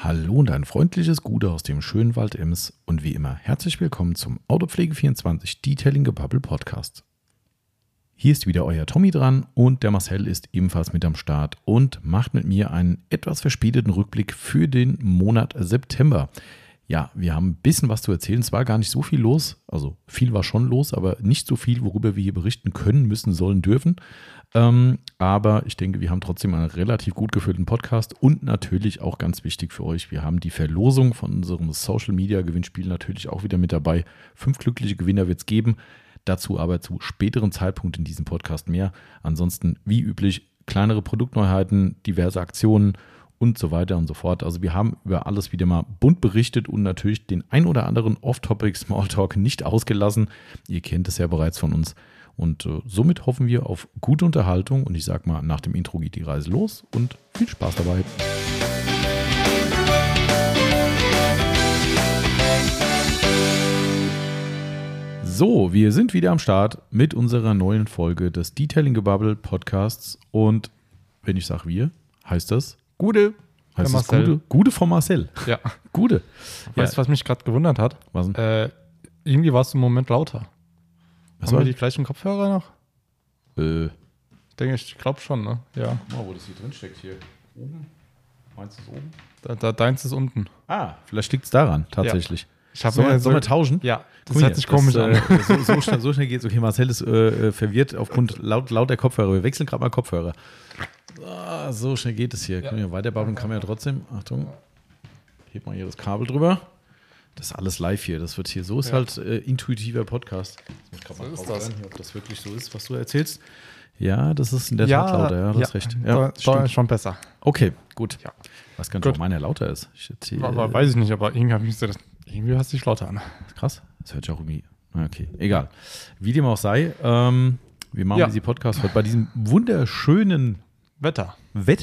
Hallo und ein freundliches Gute aus dem schönen Wald Ems und wie immer herzlich willkommen zum Autopflege24 Detailing Gebubble Podcast. Hier ist wieder euer Tommy dran und der Marcel ist ebenfalls mit am Start und macht mit mir einen etwas verspäteten Rückblick für den Monat September. Ja, wir haben ein bisschen was zu erzählen. Es war gar nicht so viel los, also viel war schon los, aber nicht so viel, worüber wir hier berichten können, müssen, sollen, dürfen. Aber ich denke, wir haben trotzdem einen relativ gut gefüllten Podcast und natürlich auch ganz wichtig für euch, wir haben die Verlosung von unserem Social Media Gewinnspiel natürlich auch wieder mit dabei. 5 glückliche Gewinner wird es geben, dazu aber zu späteren Zeitpunkt in diesem Podcast mehr. Ansonsten, wie üblich, kleinere Produktneuheiten, diverse Aktionen und so weiter und so fort. Also wir haben über alles wieder mal bunt berichtet und natürlich den ein oder anderen Off-Topic Smalltalk nicht ausgelassen. Ihr kennt es ja bereits von uns. Und somit hoffen wir auf gute Unterhaltung. Und ich sag mal, nach dem Intro geht die Reise los und viel Spaß dabei. So, wir sind wieder am Start mit unserer neuen Folge des Detailing Gebubble Podcasts. Und wenn ich sage wir, heißt das Gute. Heißt das Gute? Gute von Marcel. Ja. Gute. Weißt du, was mich gerade gewundert hat? Was denn? Irgendwie warst du im Moment lauter. Was Haben war wir die gleichen Kopfhörer noch? Ich Ich glaube schon, ne? Ja. Mal, wo das hier drin steckt, hier oben. Meinst du es oben? Deins ist unten. Ah, vielleicht liegt es daran, tatsächlich. Ich Sollen wir tauschen? Ja, das Guck hört sich komisch an. So schnell geht es. Okay, Marcel ist verwirrt aufgrund lauter Kopfhörer. Wir wechseln gerade mal Kopfhörer. So schnell geht es hier. Können wir weiterbauen, kann man ja trotzdem. Achtung, heb mal hier das Kabel drüber. Das ist alles live hier. Das wird hier so, ist halt intuitiver Podcast. So ist das. Ob das wirklich so ist, was du erzählst. Ja, das ist in der Tat lauter. Ja, du hast recht. Ja, da ist schon besser. Okay, gut. Ja. Was ganz schön, ob meiner lauter ist. Aber weiß ich nicht, aber irgendwie hört sich lauter an. Krass. Das hört sich auch irgendwie. Okay, egal. Wie dem auch sei, wir machen diesen Podcast heute bei diesem wunderschönen Wetter.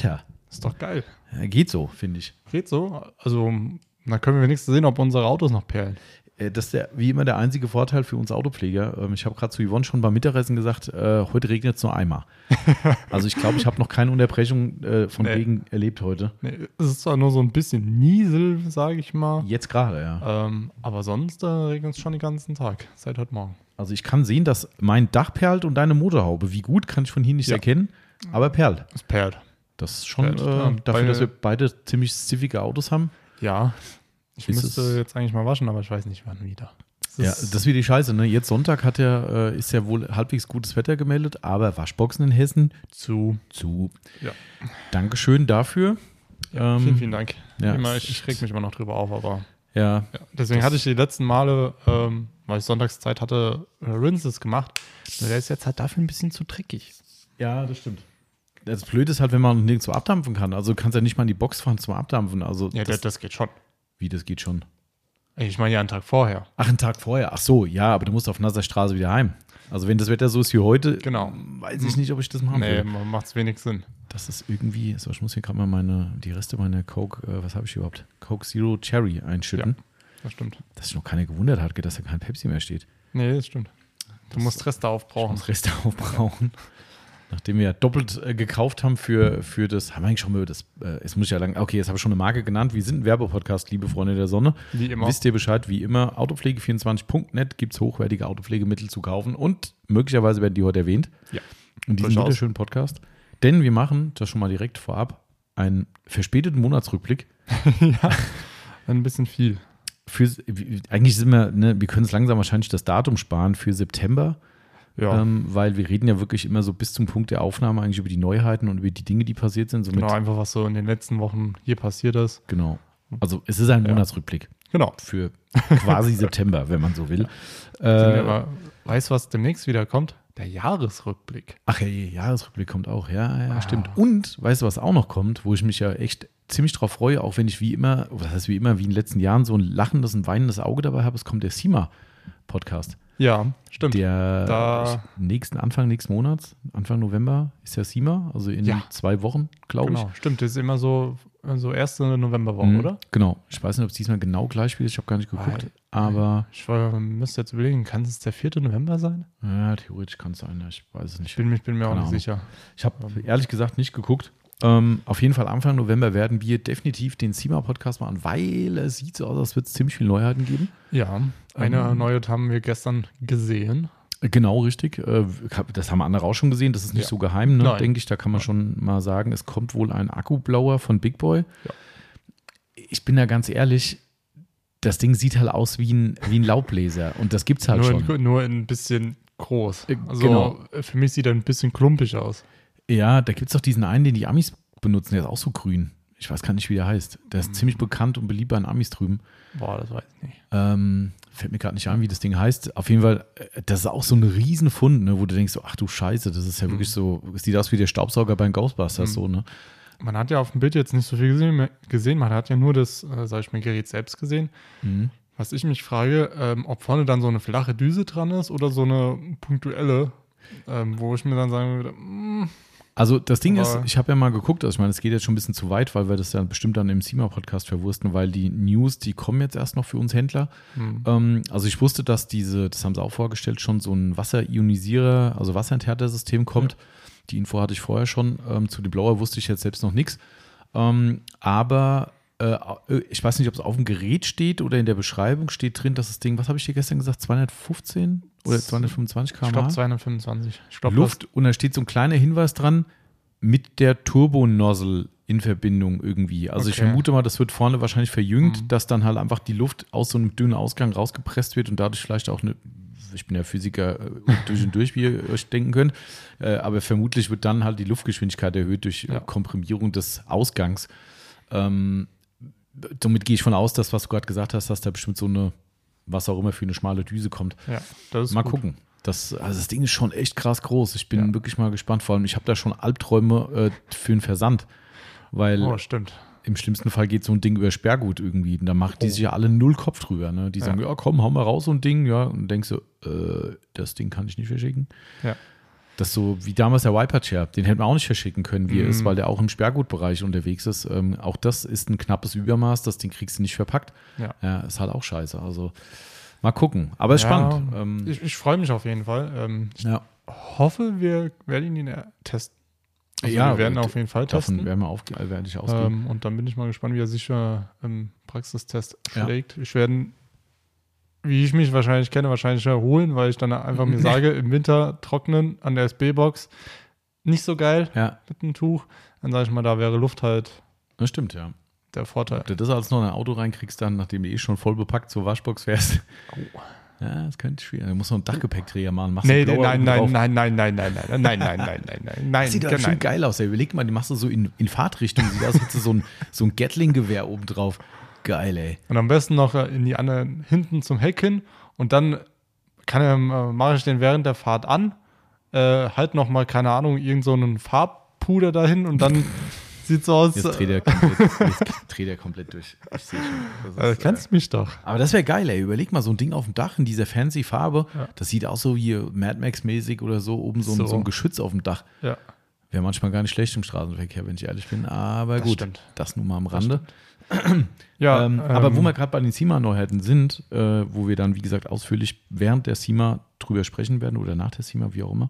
Ist doch geil. Ja, geht so, finde ich. Geht so. Also, da können wir wenigstens sehen, ob unsere Autos noch perlen. Das ist wie immer der einzige Vorteil für uns Autopfleger. Ich habe gerade zu Yvonne schon beim Mittagessen gesagt, heute regnet es nur einmal. Also ich glaube, ich habe noch keine Unterbrechung von Regen erlebt heute. Nee, es ist zwar nur so ein bisschen Niesel, sage ich mal. Jetzt gerade, ja. Aber sonst regnet es schon den ganzen Tag, seit heute Morgen. Also ich kann sehen, dass mein Dach perlt und deine Motorhaube. Wie gut, kann ich von hier nicht erkennen, aber perlt. Es perlt. Das ist schon dafür, dass wir beide ziemlich ziffige Autos haben. Ja, ich müsste jetzt eigentlich mal waschen, aber ich weiß nicht, wann wieder. Das ist wieder die Scheiße, ne? Jetzt Sonntag ist ja wohl halbwegs gutes Wetter gemeldet, aber Waschboxen in Hessen zu. Ja. Dankeschön dafür. Ja, vielen Dank. Ja, ich reg mich immer noch drüber auf, aber ja. Deswegen hatte ich die letzten Male, weil ich Sonntagszeit hatte, Rinses gemacht. Der ist jetzt halt dafür ein bisschen zu dreckig. Ja, das stimmt. Das Blöde ist halt, wenn man nirgendwo abdampfen kann. Also du kannst ja nicht mal in die Box fahren zum Abdampfen. Also ja, das geht schon. Wie, das geht schon? Ich meine ja einen Tag vorher. Ach, einen Tag vorher. Ach so, ja, aber du musst auf nasser Straße wieder heim. Also wenn das Wetter so ist wie heute, weiß ich nicht, ob ich das machen will. Nee, macht es wenig Sinn. Das ist irgendwie, so, ich muss hier gerade mal die Reste meiner Coke, was habe ich hier überhaupt? Coke Zero Cherry einschütten. Ja, das stimmt. Dass sich noch keiner gewundert hat, dass da kein Pepsi mehr steht. Nee, das stimmt. Du musst Reste aufbrauchen. Ich muss Reste aufbrauchen. Nachdem wir ja doppelt gekauft haben für das, haben wir eigentlich schon mal über das, jetzt muss ich ja lang, okay, jetzt habe ich schon eine Marke genannt. Wir sind ein Werbepodcast, liebe Freunde der Sonne. Wie immer. Wisst ihr Bescheid, wie immer, autopflege24.net gibt es hochwertige Autopflegemittel zu kaufen und möglicherweise werden die heute erwähnt. Ja. In diesem wunderschönen Podcast. Denn wir machen, das schon mal direkt vorab, einen verspäteten Monatsrückblick. Ja, ein bisschen viel. Eigentlich sind wir können es langsam wahrscheinlich das Datum sparen für September. Ja. Weil wir reden ja wirklich immer so bis zum Punkt der Aufnahme eigentlich über die Neuheiten und über die Dinge, die passiert sind. Genau, einfach was so in den letzten Wochen hier passiert ist. Genau. Also es ist ein Monatsrückblick. Genau. Für quasi September, wenn man so will. Aber weißt du, was demnächst wieder kommt? Der Jahresrückblick. Ach ja, der Jahresrückblick kommt auch. Ja, stimmt. Und weißt du, was auch noch kommt, wo ich mich ja echt ziemlich drauf freue, auch wenn ich wie in den letzten Jahren so ein lachendes und weinendes Auge dabei habe, es kommt der SEMA-Podcast. Ja, stimmt. Anfang nächsten Monats, Anfang November, ist ja SEMA, also in 2 Wochen, glaube ich. Genau, stimmt. Das ist immer so erste Novemberwoche, oder? Genau. Ich weiß nicht, ob es diesmal genau gleich wird. Ich habe gar nicht geguckt. Aber ich müsste jetzt überlegen, kann es der 4. November sein? Ja, theoretisch kann es sein. Ich weiß es nicht. Ich bin mir auch nicht sicher. Ich habe ehrlich gesagt nicht geguckt. Auf jeden Fall Anfang November werden wir definitiv den SEMA-Podcast machen, weil es sieht so aus, als würde es ziemlich viele Neuheiten geben. Ja, eine Neuheit haben wir gestern gesehen. Genau, richtig. Das haben andere auch schon gesehen. Das ist nicht so geheim, ne, denke ich. Da kann man schon mal sagen, es kommt wohl ein Akkublower von Big Boy. Ja. Ich bin da ganz ehrlich, das Ding sieht halt aus wie ein Laubbläser und das gibt's halt schon. Nur ein bisschen groß. Also genau. Für mich sieht er ein bisschen klumpig aus. Ja, da gibt es doch diesen einen, den die Amis benutzen, der ist auch so grün. Ich weiß gar nicht, wie der heißt. Der ist ziemlich bekannt und beliebt bei den Amis drüben. Boah, das weiß ich nicht. Fällt mir gerade nicht ein, wie das Ding heißt. Auf jeden Fall, das ist auch so ein Riesenfund, ne, wo du denkst, so, ach du Scheiße, das ist ja wirklich so, es sieht aus wie der Staubsauger bei den Ghostbusters, so, ne? Man hat ja auf dem Bild jetzt nicht so viel gesehen. Man hat ja nur das, sag ich mal, Gerät selbst gesehen. Was ich mich frage, ob vorne dann so eine flache Düse dran ist oder so eine punktuelle, wo ich mir dann sagen würde, Also das Ding ist, ich habe ja mal geguckt, also ich meine, es geht jetzt schon ein bisschen zu weit, weil wir das ja bestimmt dann im SEMA-Podcast verwursten, weil die News, die kommen jetzt erst noch für uns Händler. Also ich wusste, dass das haben sie auch vorgestellt, schon so ein Wasserionisierer, also Wasserenthärter-System kommt. Ja. Die Info hatte ich vorher schon. Zu dem Blower wusste ich jetzt selbst noch nichts. Aber ich weiß nicht, ob es auf dem Gerät steht oder in der Beschreibung steht drin, dass das Ding, was habe ich dir gestern gesagt, 215 oder 225 km/h? Ich glaube 225. Luft und da steht so ein kleiner Hinweis dran, mit der Turbonozzle in Verbindung irgendwie. Also ich vermute mal, das wird vorne wahrscheinlich verjüngt, dass dann halt einfach die Luft aus so einem dünnen Ausgang rausgepresst wird und dadurch vielleicht auch ich bin ja Physiker durch und durch, wie ihr euch denken könnt, aber vermutlich wird dann halt die Luftgeschwindigkeit erhöht durch Komprimierung des Ausgangs. Somit gehe ich von aus, dass, was du gerade gesagt hast, dass da bestimmt so eine, was auch immer für eine schmale Düse kommt. Ja, das ist mal gut. Gucken. Also das Ding ist schon echt krass groß. Ich bin wirklich mal gespannt. Vor allem, ich habe da schon Albträume für den Versand. Weil stimmt. Im schlimmsten Fall geht so ein Ding über Sperrgut irgendwie. Und da macht die sich ja alle null Kopf drüber. Ne? Die sagen, ja komm, hau mal raus so ein Ding. Ja, und denkst so, das Ding kann ich nicht verschicken. Ja. Das ist so wie damals der Viper Chair. Den hätten wir auch nicht verschicken können, wie er ist, weil der auch im Sperrgutbereich unterwegs ist. Auch das ist ein knappes Übermaß. Das Ding kriegst du nicht verpackt. Ja, ist halt auch scheiße. Also mal gucken. Aber ist spannend. Ich freue mich auf jeden Fall. Ich hoffe, wir werden ihn testen. Also wir werden auf jeden Fall testen. Davon werde ich ausgehen. Und dann bin ich mal gespannt, wie er sich im Praxistest schlägt. Ich werde, wie ich mich wahrscheinlich kenne, erholen, weil ich dann einfach mir sage, im Winter trocknen an der SB-Box nicht so geil mit dem Tuch. Dann sage ich mal, da wäre Luft halt. Das stimmt, ja. Der Vorteil. Ob du das als noch in ein Auto reinkriegst, dann, nachdem du schon voll bepackt zur Waschbox fährst. Oh. Ja, das könnte schwierig. Du musst noch einen Dachgepäckträger machen. Nein. Das sieht doch schon geil aus. Überleg mal, die machst du so in Fahrtrichtung. Sieht aus, als hättest du so ein Gatling-Gewehr oben drauf. Geil, ey. Und am besten noch in die anderen hinten zum Heck hin und dann mache ich den während der Fahrt an, halt noch mal, keine Ahnung, irgend so einen Farbpuder dahin und dann sieht so aus. Jetzt dreht er komplett durch. Ich sehe schon. Kennst mich doch. Aber das wäre geil, ey. Überleg mal, so ein Ding auf dem Dach in dieser fancy Farbe. Ja. Das sieht aus so wie Mad Max-mäßig oder so. Oben so ein Geschütz auf dem Dach. Ja. Wäre manchmal gar nicht schlecht im Straßenverkehr, wenn ich ehrlich bin. Aber gut, das nur mal am Rande. Aber wo wir gerade bei den SEMA-Neuheiten sind, wo wir dann, wie gesagt, ausführlich während der SEMA drüber sprechen werden oder nach der SEMA, wie auch immer.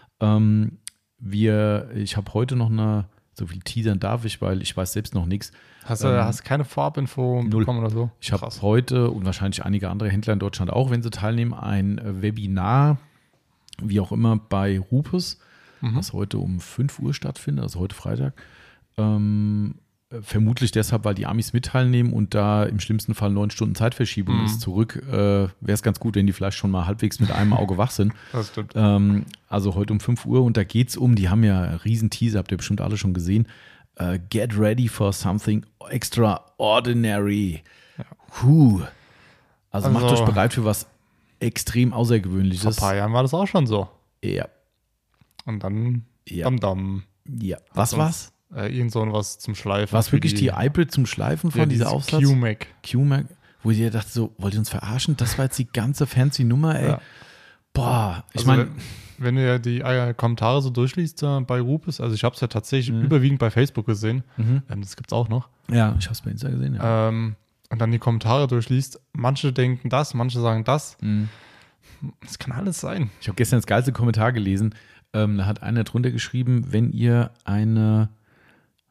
Ich habe heute noch so viel teasern darf ich, weil ich weiß selbst noch nichts. Hast du keine Vorabinfo bekommen oder so? Ich habe heute und wahrscheinlich einige andere Händler in Deutschland auch, wenn sie teilnehmen, ein Webinar, wie auch immer, bei Rupes, was heute um 5 Uhr stattfindet, also heute Freitag. Vermutlich deshalb, weil die Amis mit teilnehmen und da im schlimmsten Fall 9 Stunden Zeitverschiebung ist zurück. Wäre es ganz gut, wenn die vielleicht schon mal halbwegs mit einem Auge wach sind. Das stimmt. Also heute um 5 Uhr und da geht es die haben ja einen riesen Teaser, habt ihr bestimmt alle schon gesehen. Get ready for something extraordinary. Ja. Also macht euch bereit für was extrem Außergewöhnliches. Vor ein paar Jahren war das auch schon so. Ja. Und dann Dam. Ja. Was war's? Irgend so was zum Schleifen. War es wirklich die iPad zum Schleifen von dieser Aufsatz? QMac. Wo ihr dachte so, wollt ihr uns verarschen? Das war jetzt die ganze fancy Nummer, ey. Ja. Boah, ich also meine. Wenn du ja die Kommentare so durchliest bei Rupes, also ich habe es ja tatsächlich überwiegend bei Facebook gesehen, das gibt es auch noch. Ja, ich habe es bei Insta gesehen, ja. Und dann die Kommentare durchliest, manche denken das, manche sagen das. Das kann alles sein. Ich habe gestern das geilste Kommentar gelesen, da hat einer drunter geschrieben, wenn ihr eine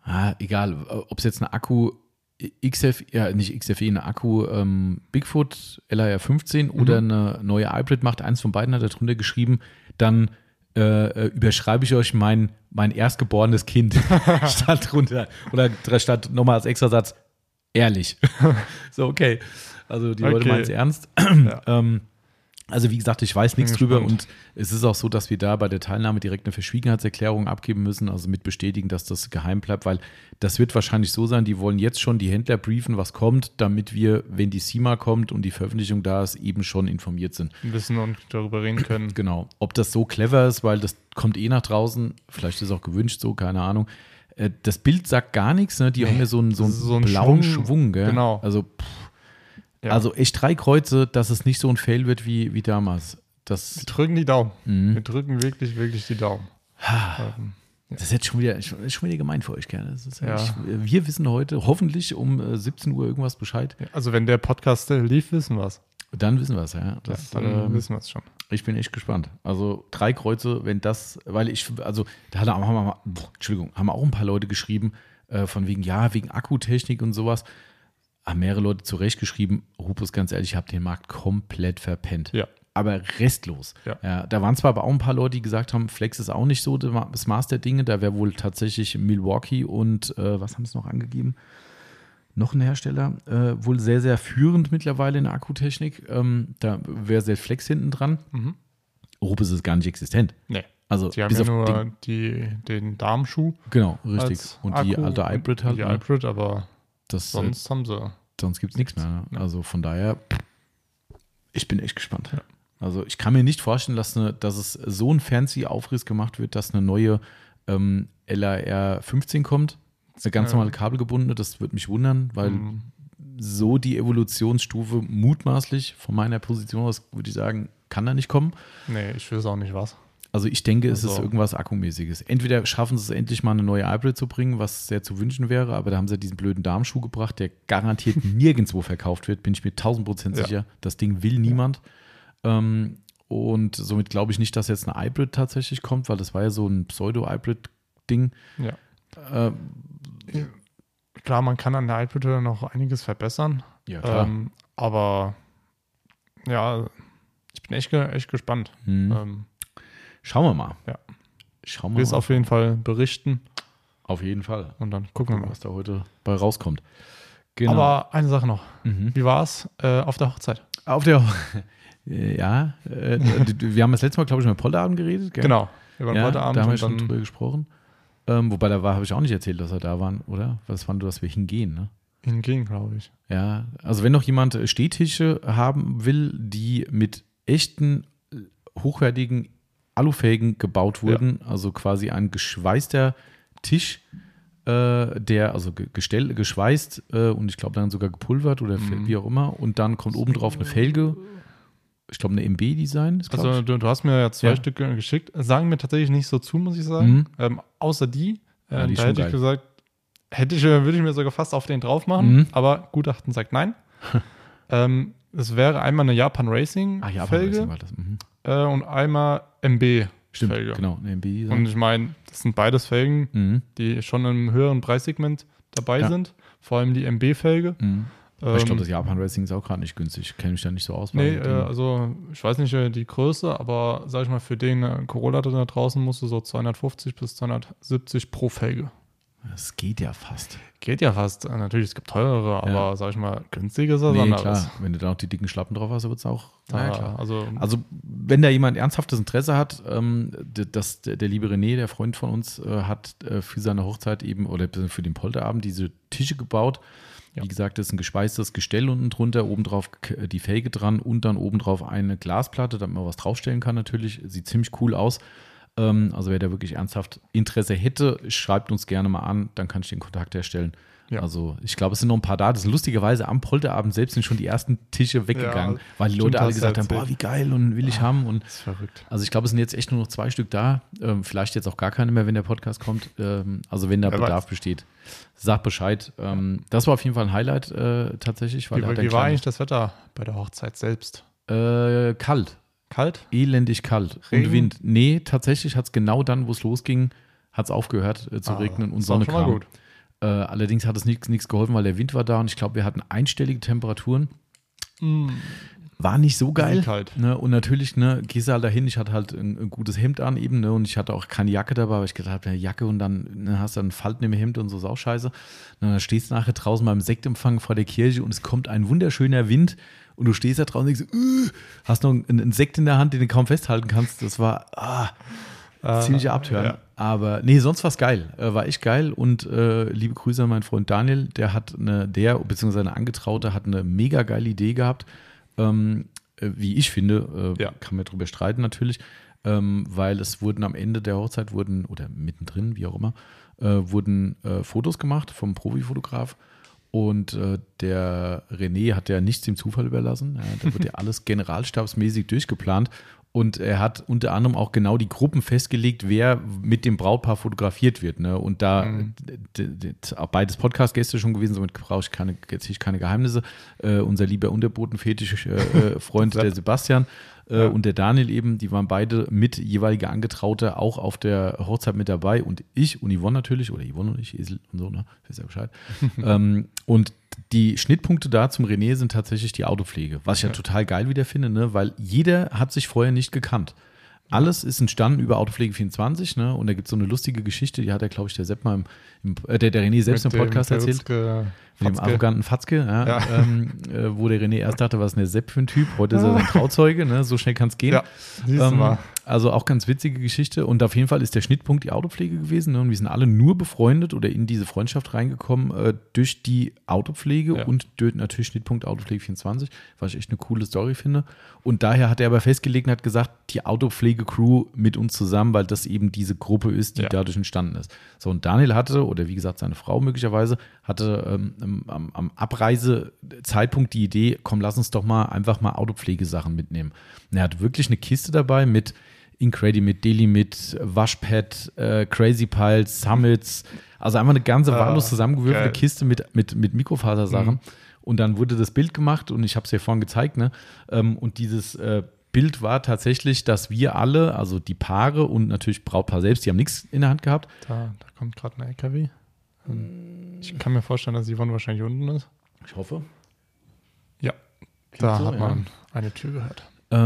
Egal, ob es jetzt eine Akku nicht XFE, eine Akku Bigfoot LR 15 oder eine neue Hybrid macht, eins von beiden hat er drunter geschrieben, dann überschreibe ich euch mein erstgeborenes Kind statt drunter. Oder statt nochmal als Extrasatz, ehrlich. So, okay. Also die Leute meinen es ernst. Ja. Also wie gesagt, ich weiß nichts drüber und es ist auch so, dass wir da bei der Teilnahme direkt eine Verschwiegenheitserklärung abgeben müssen, also mit bestätigen, dass das geheim bleibt, weil das wird wahrscheinlich so sein, die wollen jetzt schon die Händler briefen, was kommt, damit wir, wenn die SEMA kommt und die Veröffentlichung da ist, eben schon informiert sind. Wissen und darüber reden können. Genau. Ob das so clever ist, weil das kommt nach draußen, vielleicht ist es auch gewünscht so, keine Ahnung. Das Bild sagt gar nichts, ne? Die haben ja so einen blauen Schwung, gell? Genau. Also Also echt 3 Kreuze, dass es nicht so ein Fail wird wie damals. Wir drücken die Daumen. Wir drücken wirklich, wirklich die Daumen. Das ist jetzt schon wieder gemein für euch, gerne. Wir wissen heute hoffentlich um 17 Uhr irgendwas Bescheid. Also wenn der Podcast lief, wissen wir es. Dann wissen wir es, ja. Dann wissen wir es schon. Ich bin echt gespannt. Also 3 Kreuze, wenn das, haben auch ein paar Leute geschrieben, von wegen Akkutechnik und sowas. Haben mehrere Leute zurechtgeschrieben, Rupus, ganz ehrlich, ich habe den Markt komplett verpennt. Ja. Aber restlos. Ja, da waren zwar aber auch ein paar Leute, die gesagt haben, Flex ist auch nicht so das Maß der Dinge. Da wäre wohl tatsächlich Milwaukee und was haben sie noch angegeben? Noch ein Hersteller, wohl sehr, sehr führend mittlerweile in der Akkutechnik. Da wäre sehr Flex hinten dran. Rupus ist gar nicht existent. Nee. Also, die haben ja nur den Darmschuh. Genau, richtig. Und die alte Hybrid halt. Die Hybrid, aber sonst haben sie. Sonst gibt es nichts mehr. Ne? Also von daher, ich bin echt gespannt. Ja. Also ich kann mir nicht vorstellen, dass es so ein fancy Aufriss gemacht wird, dass eine neue LR 15 kommt. Eine ganz normale kabelgebundene, das würde mich wundern, weil so die Evolutionsstufe mutmaßlich von meiner Position aus, würde ich sagen, kann da nicht kommen. Nee, ich weiß auch nicht was. Also ich denke, es ist irgendwas Akkumäßiges. Entweder schaffen sie es endlich mal eine neue Hybrid zu bringen, was sehr zu wünschen wäre, aber da haben sie diesen blöden Darmschuh gebracht, der garantiert nirgendwo verkauft wird, bin ich mir 1000% sicher. Das Ding will niemand. Und somit glaube ich nicht, dass jetzt eine Hybrid tatsächlich kommt, weil das war ja so ein Pseudo-Hybrid-Ding. Ja. Klar, man kann an der Hybrid noch einiges verbessern. Ja, klar. Aber ja, ich bin echt gespannt. Schauen wir mal. Ja. Wir es auf jeden Fall berichten. Auf jeden Fall. Und dann gucken wir mal, was da heute bei rauskommt. Genau. Aber eine Sache noch. Wie war es auf der Hochzeit? Wir haben das letzte Mal, glaube ich, über den Polterabend geredet. Gell? Genau, über den Polterabend. Da haben wir schon drüber gesprochen. Wobei, habe ich auch nicht erzählt, dass wir da waren, oder? Was fand du, dass wir hingehen, ne? Hingehen, glaube ich. Ja, also wenn noch jemand Stehtische haben will, die mit echten, hochwertigen Alufelgen gebaut wurden, also quasi ein geschweißter Tisch, der also geschweißt und ich glaube dann sogar gepulvert oder wie auch immer und dann kommt obendrauf eine Felge, ich glaube eine MB-Design. Also du hast mir ja 2 Stück geschickt, sagen mir tatsächlich nicht so zu, muss ich sagen, außer die da hätte ich gesagt, würde ich mir sogar fast auf den drauf machen, aber Gutachten sagt nein. Es wäre einmal eine Japan Racing Felge war das. Und einmal MB Stimmt, Felge. Genau, eine MB. Und ich meine, das sind beides Felgen, die schon im höheren Preissegment dabei sind. Vor allem die MB-Felge. Ich glaube, das Japan Racing ist auch gerade nicht günstig. Ich kenne mich da nicht so aus. Nee, also ich weiß nicht die Größe, aber sag ich mal, für den Corolla da draußen musst du so 250 bis 270 pro Felge. Das geht ja fast. Natürlich, es gibt teurere, aber sag ich mal, günstiger ist das anderes. Klar. Wenn du da noch die dicken Schlappen drauf hast, wird es auch. Klar. Also wenn da jemand ernsthaftes Interesse hat, der liebe René, der Freund von uns, hat für seine Hochzeit eben oder für den Polterabend diese Tische gebaut. Ja. Wie gesagt, das ist ein geschweißtes Gestell unten drunter, obendrauf die Felge dran und dann obendrauf eine Glasplatte, damit man was draufstellen kann natürlich. Sieht ziemlich cool aus. Also wer da wirklich ernsthaft Interesse hätte, schreibt uns gerne mal an, dann kann ich den Kontakt herstellen. Ja. Also ich glaube, es sind noch ein paar da. Das ist lustigerweise am Polterabend selbst sind schon die ersten Tische weggegangen, weil die Leute alle gesagt haben, boah, wie geil und will ich haben. Und das ist verrückt. Also ich glaube, es sind jetzt echt nur noch 2 Stück da. Vielleicht jetzt auch gar keine mehr, wenn der Podcast kommt. Also wenn da Bedarf besteht, sagt Bescheid. Das war auf jeden Fall ein Highlight tatsächlich. Weil wie war eigentlich das Wetter bei der Hochzeit selbst? Kalt. Kalt? Elendig kalt. Regen? Und Wind. Nee, tatsächlich hat es genau dann, wo es losging, hat es aufgehört zu regnen und Sonne kam. Gut. Allerdings hat es nichts geholfen, weil der Wind war da und ich glaube, wir hatten einstellige Temperaturen. War nicht so geil. Ne? Und natürlich, gehst du halt dahin. Ich hatte halt ein gutes Hemd an eben, ne? Und ich hatte auch keine Jacke dabei, weil ich gedacht habe, eine Jacke und dann hast du dann Falten im Hemd und so, ist auch scheiße. Und dann stehst du nachher draußen beim Sektempfang vor der Kirche und es kommt ein wunderschöner Wind und du stehst da draußen und denkst, hast noch einen Sekt in der Hand, den du kaum festhalten kannst. Das war ziemlich abtören. Ja. Aber nee, sonst war es geil. War echt geil und liebe Grüße an meinen Freund Daniel, beziehungsweise seine Angetraute hat eine mega geile Idee gehabt. Wie ich finde, kann man drüber streiten natürlich, weil es wurden am Ende der Hochzeit oder mittendrin, wie auch immer, wurden Fotos gemacht vom Profifotograf und der René hat ja nichts dem Zufall überlassen. Da wird ja alles generalstabsmäßig durchgeplant und er hat unter anderem auch genau die Gruppen festgelegt, wer mit dem Brautpaar fotografiert wird. Ne? Und da beides Podcast-Gäste schon gewesen, somit brauche ich keine Geheimnisse. Unser lieber Unterboden-Fetisch-Freund, der Sebastian und der Daniel eben, die waren beide mit jeweiliger Angetraute auch auf der Hochzeit mit dabei und ich und Yvonne natürlich, oder Yvonne und ich, Esel und so, ne? Wisst ja Bescheid. Und die Schnittpunkte da zum René sind tatsächlich die Autopflege, was ich ja total geil wieder finde, ne? Weil jeder hat sich vorher nicht gekannt. Alles ist entstanden über Autopflege 24, ne? Und da gibt es so eine lustige Geschichte, die hat der Sepp mal der René selbst im Podcast erzählt. Mit dem arroganten Fatzke, wo der René erst dachte, was ist denn der Sepp für ein Typ? Heute ist er sein Trauzeuge, ne? So schnell kann es gehen. Ja, also auch ganz witzige Geschichte. Und auf jeden Fall ist der Schnittpunkt die Autopflege gewesen. Ne? Und wir sind alle nur befreundet oder in diese Freundschaft reingekommen durch die Autopflege und durch natürlich Schnittpunkt Autopflege 24, was ich echt eine coole Story finde. Und daher hat er aber festgelegt und hat gesagt, die Autopflege-Crew mit uns zusammen, weil das eben diese Gruppe ist, die dadurch entstanden ist. So, und Daniel hatte, oder wie gesagt seine Frau möglicherweise, hatte am Abreisezeitpunkt die Idee, komm, lass uns doch mal einfach mal Autopflegesachen mitnehmen. Und er hat wirklich eine Kiste dabei mit Incredi, mit Deli, mit Waschpad, Crazy Piles, Summits, also einfach eine ganze wahllos zusammengewürfelte Kiste mit Mikrofasersachen. Und dann wurde das Bild gemacht und ich habe es ja vorhin gezeigt, ne? Und dieses Bild war tatsächlich, dass wir alle, also die Paare und natürlich Brautpaar selbst, die haben nichts in der Hand gehabt. Da kommt gerade ein LKW. Ich kann mir vorstellen, dass Yvonne wahrscheinlich unten ist. Ich hoffe. Ja, da hat man eine Tür gehört.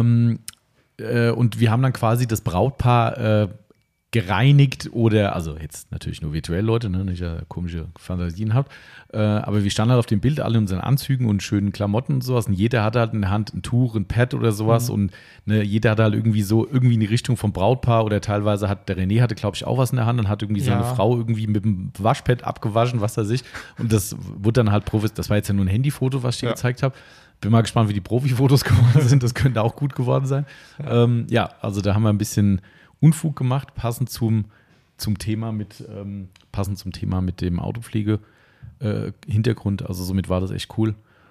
Und wir haben dann quasi das Brautpaar gereinigt oder, also jetzt natürlich nur virtuell Leute, ne, nicht komische Fantasien habt, aber wir standen halt auf dem Bild alle in unseren Anzügen und schönen Klamotten und sowas und jeder hatte halt in der Hand ein Tuch, ein Pad oder sowas und ne, jeder hatte halt irgendwie in die Richtung vom Brautpaar oder teilweise der René hatte, glaube ich, auch was in der Hand und hat irgendwie seine Frau irgendwie mit dem Waschpad abgewaschen, was weiß ich, und das wurde dann halt das war jetzt ja nur ein Handyfoto, was ich dir gezeigt habe. Bin mal gespannt, wie die Profifotos geworden sind, das könnte auch gut geworden sein. Also da haben wir ein bisschen Unfug gemacht, passend zum Thema mit dem Autopflege-Hintergrund. Also somit war das echt cool.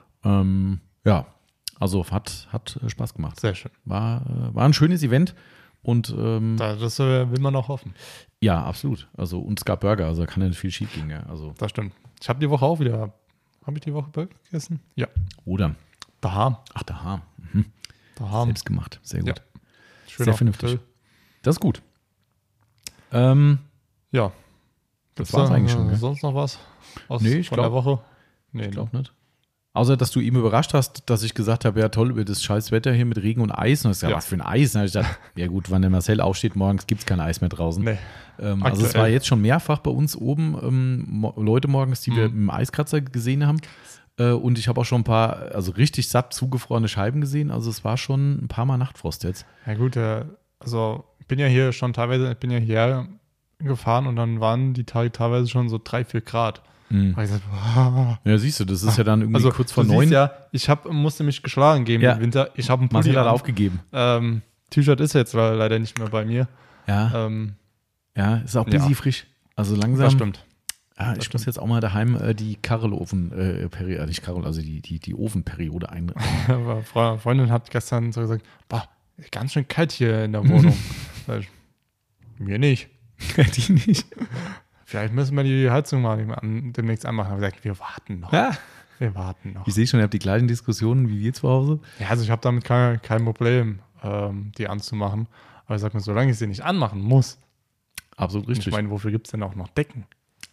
Also hat Spaß gemacht. Sehr schön. War ein schönes Event und das will man auch hoffen. Ja, absolut. Also und es gab Burger, also da kann ja nicht viel schief gehen. Ja. Also. Das stimmt. Ich habe die Woche auch wieder. Habe ich die Woche Burger gegessen? Ja. Oder? Daheim. Ach, daheim. Daheim. Selbst gemacht. Sehr gut. Ja. Schön sehr vernünftig. Grill. Das ist gut. Ja. Das war es eigentlich schon. Ja. Sonst noch was von der Woche? Nee, ich glaube nicht. Außer, dass du ihm überrascht hast, dass ich gesagt habe, ja toll, über das scheiß Wetter hier mit Regen und Eis. Und ich gesagt, was für ein Eis? Und dann habe ich gedacht, ja gut, wann der Marcel aufsteht, morgens gibt es kein Eis mehr draußen. Nee. Also es war jetzt schon mehrfach bei uns oben Leute morgens, die wir mit dem Eiskratzer gesehen haben. Und ich habe auch schon ein paar, also richtig satt zugefrorene Scheiben gesehen. Also es war schon ein paar Mal Nachtfrost jetzt. Ja gut, also ich bin ja hier hierher gefahren und dann waren die Tage teilweise schon so 3-4 Grad. Ja, siehst du, das ist ja dann irgendwie kurz vor 9. Ja, ich musste mich geschlagen geben im Winter. Ich habe einen Pulli Marcel hat aufgegeben. T-Shirt ist jetzt leider nicht mehr bei mir. Ja, ist auch busy frisch. Also langsam. Das stimmt. Ich muss jetzt auch mal daheim die Karelofen-Periode, nicht Karel, also die Ofenperiode ein. Freundin hat gestern so gesagt, ganz schön kalt hier in der Wohnung. Mir nicht. Die nicht. Vielleicht müssen wir die Heizung mal demnächst anmachen. Aber gesagt, wir warten noch. Ja. Wir warten noch. Ich sehe schon, ihr habt die gleichen Diskussionen wie wir zu Hause. Ja, also ich habe damit kein Problem, die anzumachen. Aber ich sag mal, solange ich sie nicht anmachen muss. Absolut richtig. Ich meine, wofür gibt es denn auch noch Decken?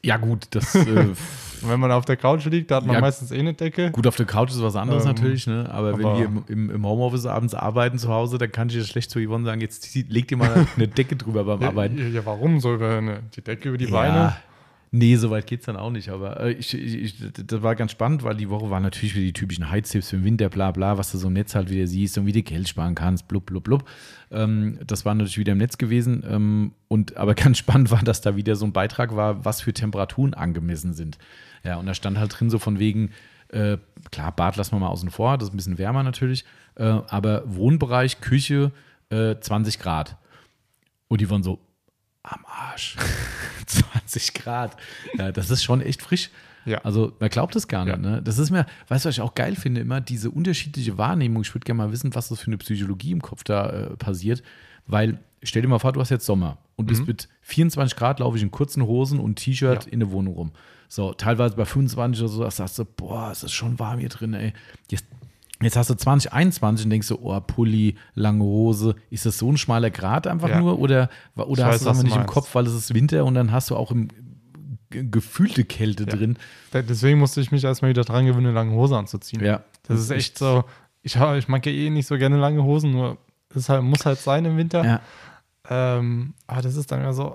Ja, gut, das. Und wenn man auf der Couch liegt, da hat man meistens eine Decke. Gut, auf der Couch ist was anderes natürlich, ne? Aber wenn wir im Homeoffice abends arbeiten zu Hause, dann kann ich jetzt schlecht zu Yvonne sagen, jetzt leg dir mal eine Decke drüber beim Arbeiten. Ja, warum? So die Decke über die Beine? Nee, so weit geht's dann auch nicht. Aber das war ganz spannend, weil die Woche waren natürlich wieder die typischen Heiztipps für den Winter, bla bla, was du so im Netz halt wieder siehst und wie du Geld sparen kannst, blub, blub, blub. Das war natürlich wieder im Netz gewesen. Aber ganz spannend war, dass da wieder so ein Beitrag war, was für Temperaturen angemessen sind. Ja, und da stand halt drin so von wegen, klar, Bad lassen wir mal außen vor, das ist ein bisschen wärmer natürlich, aber Wohnbereich, Küche, 20 Grad. Und die waren so, am Arsch. 20 Grad. Ja, das ist schon echt frisch. Ja. Also man glaubt es gar nicht. Ja. Ne? Das ist mir, weißt du, was ich auch geil finde, immer diese unterschiedliche Wahrnehmung. Ich würde gerne mal wissen, was das für eine Psychologie im Kopf da passiert. Weil, stell dir mal vor, du hast jetzt Sommer und bist mit 24 Grad, laufe ich in kurzen Hosen und T-Shirt in der Wohnung rum. So, teilweise bei 25 oder so, sagst du, boah, es ist schon warm hier drin, ey. Jetzt hast du 2021 und denkst so, oh, Pulli, lange Hose. Ist das so ein schmaler Grat einfach nur? Oder hast du es einfach nicht im Kopf, weil es ist Winter und dann hast du auch gefühlte Kälte drin. Deswegen musste ich mich erstmal wieder dran gewöhnen, eine lange Hose anzuziehen. Ja. Das ist echt so, ich mag ja nicht so gerne lange Hosen, nur es muss halt sein im Winter. Ja. Aber das ist dann ja so,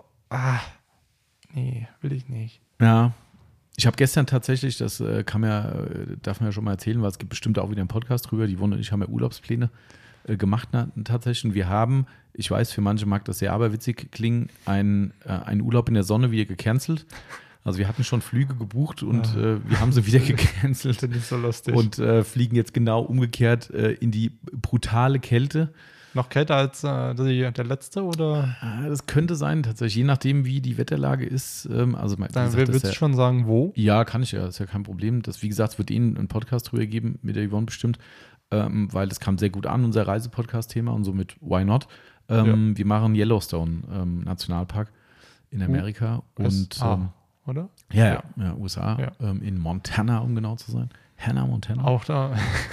nee, will ich nicht. Ja. Ich habe gestern tatsächlich, das darf man ja schon mal erzählen, weil es gibt bestimmt auch wieder einen Podcast drüber, die Wunde und ich haben ja Urlaubspläne gemacht tatsächlich. Und wir haben, ich weiß, für manche mag das sehr aberwitzig klingen, einen Urlaub in der Sonne wieder gecancelt. Also wir hatten schon Flüge gebucht und wir haben sie wieder gecancelt. Das ist nicht so lustig. Und fliegen jetzt genau umgekehrt in die brutale Kälte. Noch kälter als der letzte, oder? Das könnte sein, tatsächlich, je nachdem, wie die Wetterlage ist. Also, dann willst du schon sagen, wo? Ja, kann ich ja, ist ja kein Problem. Das, wie gesagt, es wird Ihnen einen Podcast drüber geben, mit der Yvonne bestimmt, weil das kam sehr gut an, unser Reisepodcast-Thema und somit, why not? Wir machen Yellowstone Nationalpark in Amerika. USA, oder? Ja, USA, in Montana, um genau zu sein. Hannah, Montana. Auch da.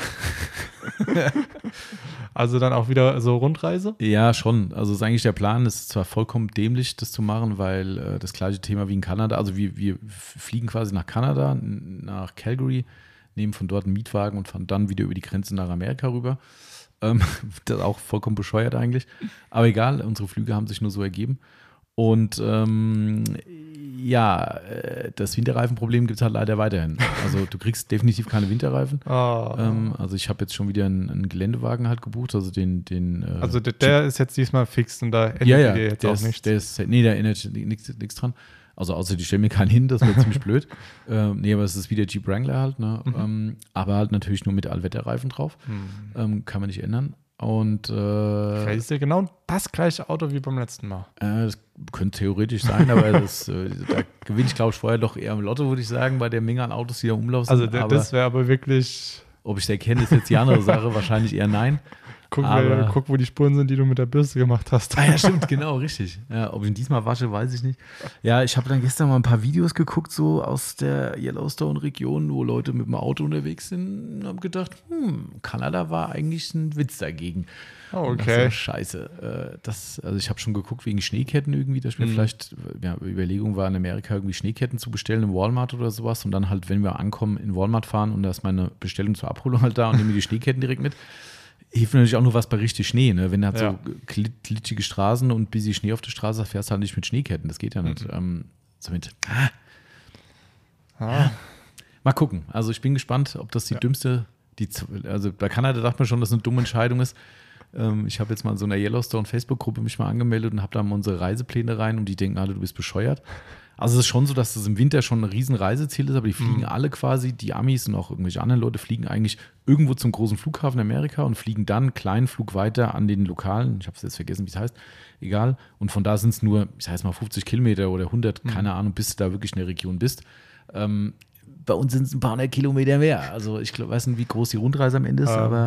Also dann auch wieder so Rundreise? Ja, schon. Also ist eigentlich der Plan, es ist zwar vollkommen dämlich, das zu machen, weil das gleiche Thema wie in Kanada, also wir fliegen quasi nach Kanada, nach Calgary, nehmen von dort einen Mietwagen und fahren dann wieder über die Grenze nach Amerika rüber. Das ist auch vollkommen bescheuert eigentlich. Aber egal, unsere Flüge haben sich nur so ergeben. Und das Winterreifenproblem gibt es halt leider weiterhin. Also du kriegst definitiv keine Winterreifen. Also ich habe jetzt schon wieder einen Geländewagen halt gebucht, also also der ist jetzt diesmal fix und da ändert ihr jetzt auch nichts. Da ändert nichts dran. Also außer die stellen mir keinen hin, das wäre ziemlich blöd. Aber es ist wieder Jeep Wrangler halt, ne? Aber halt natürlich nur mit Allwetterreifen drauf. Kann man nicht ändern. Und vielleicht ist ja genau das gleiche Auto wie beim letzten Mal. Das könnte theoretisch sein, aber da gewinne ich, glaube ich, vorher doch eher im Lotto, würde ich sagen, bei der Menge an Autos, die da umlaufen. Also das wäre aber wirklich. Ob ich der kenne, ist jetzt die andere Sache, wahrscheinlich eher nein. Guck, wo die Spuren sind, die du mit der Bürste gemacht hast. Ja, stimmt, genau, richtig. Ja, ob ich ihn diesmal wasche, weiß ich nicht. Ja, ich habe dann gestern mal ein paar Videos geguckt, so aus der Yellowstone-Region, wo Leute mit dem Auto unterwegs sind und habe gedacht, Kanada war eigentlich ein Witz dagegen. Oh, okay. Scheiße. Also ich habe schon geguckt wegen Schneeketten irgendwie, dass wir vielleicht, Überlegung war in Amerika irgendwie Schneeketten zu bestellen im Walmart oder sowas und dann halt, wenn wir ankommen, in Walmart fahren und da ist meine Bestellung zur Abholung halt da und nehme die Schneeketten direkt mit. Hilft natürlich auch nur was bei richtig Schnee, ne? Wenn du halt so glitschige Straßen und busy Schnee auf der Straße hast, fährst du halt nicht mit Schneeketten. Das geht ja nicht. Mal gucken. Also ich bin gespannt, ob das die dümmste, also bei Kanada dachte man schon, dass es eine dumme Entscheidung ist. Ich habe jetzt mal in so einer Yellowstone-Facebook-Gruppe mich mal angemeldet und habe da mal unsere Reisepläne rein und die denken alle, du bist bescheuert. Also es ist schon so, dass das im Winter schon ein riesen Reiseziel ist, aber die fliegen alle quasi, die Amis und auch irgendwelche anderen Leute fliegen eigentlich irgendwo zum großen Flughafen in Amerika und fliegen dann einen kleinen Flug weiter an den lokalen, ich habe es jetzt vergessen, wie es heißt, egal. Und von da sind es nur, ich sage jetzt mal 50 Kilometer oder 100, keine Ahnung, bis du da wirklich in der Region bist. Bei uns sind es ein paar hundert Kilometer mehr. Also ich weiß nicht, wie groß die Rundreise am Ende ist, aber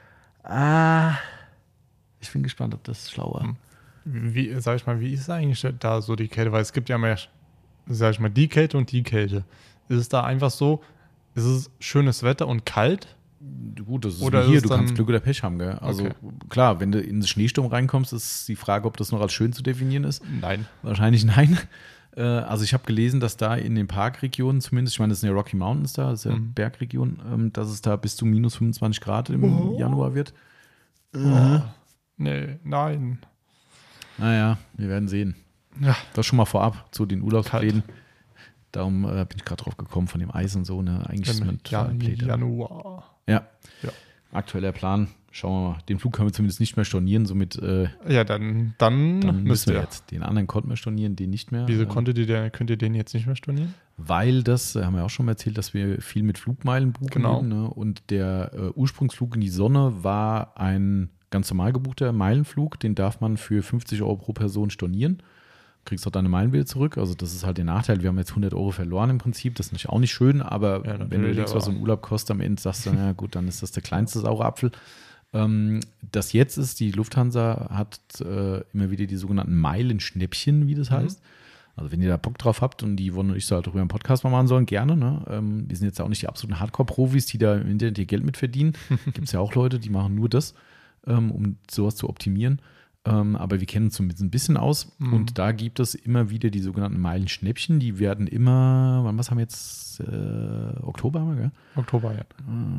ich bin gespannt, ob das schlau war. Wie ist es eigentlich da so die Kälte? Weil es gibt ja mehr, sag ich mal, die Kälte und die Kälte. Ist es da einfach so, ist es schönes Wetter und kalt? Gut, das ist oder wie hier, du kannst Glück oder Pech haben, gell? Also klar, wenn du in den Schneesturm reinkommst, ist die Frage, ob das noch als schön zu definieren ist. Nein. Wahrscheinlich nein. Also ich habe gelesen, dass da in den Parkregionen zumindest, ich meine, das sind ja Rocky Mountains da, das ist ja Bergregion, dass es da bis zu minus 25 Grad im Januar wird. Oh. Nee, nein. Naja, wir werden sehen. Ja. Das schon mal vorab zu den Urlaubsplänen. Darum bin ich gerade drauf gekommen von dem Eis und so. Ne? Eigentlich ist man Januar. Ja. Aktueller Plan. Schauen wir mal. Den Flug können wir zumindest nicht mehr stornieren. Somit dann müssen wir jetzt. Den anderen konnten wir stornieren, den nicht mehr. Wieso könnt ihr den jetzt nicht mehr stornieren? Weil das, haben wir auch schon mal erzählt, dass wir viel mit Flugmeilen buchen. Genau. Eben, ne? Und der Ursprungsflug in die Sonne war ein ganz normal gebuchter Meilenflug. Den darf man für 50 Euro pro Person stornieren. Kriegst auch deine Meilen wieder zurück. Also das ist halt der Nachteil. Wir haben jetzt 100 Euro verloren im Prinzip. Das ist natürlich auch nicht schön, aber wenn du überlegst, was so ein Urlaub kostet am Ende, sagst du, na gut, dann ist das der kleinste saure Apfel. Das jetzt ist, die Lufthansa hat immer wieder die sogenannten Meilenschnäppchen, wie das heißt. Also wenn ihr da Bock drauf habt und die wollen und ich so halt darüber einen Podcast mal machen sollen, gerne. Ne? Wir sind jetzt auch nicht die absoluten Hardcore-Profis, die da im Internet ihr Geld mit verdienen. Gibt es ja auch Leute, die machen nur das, um sowas zu optimieren. Aber wir kennen uns zumindest ein bisschen aus. Und da gibt es immer wieder die sogenannten Meilenschnäppchen. Die werden immer, was haben wir jetzt? Oktober haben wir, gell? Oktober, ja.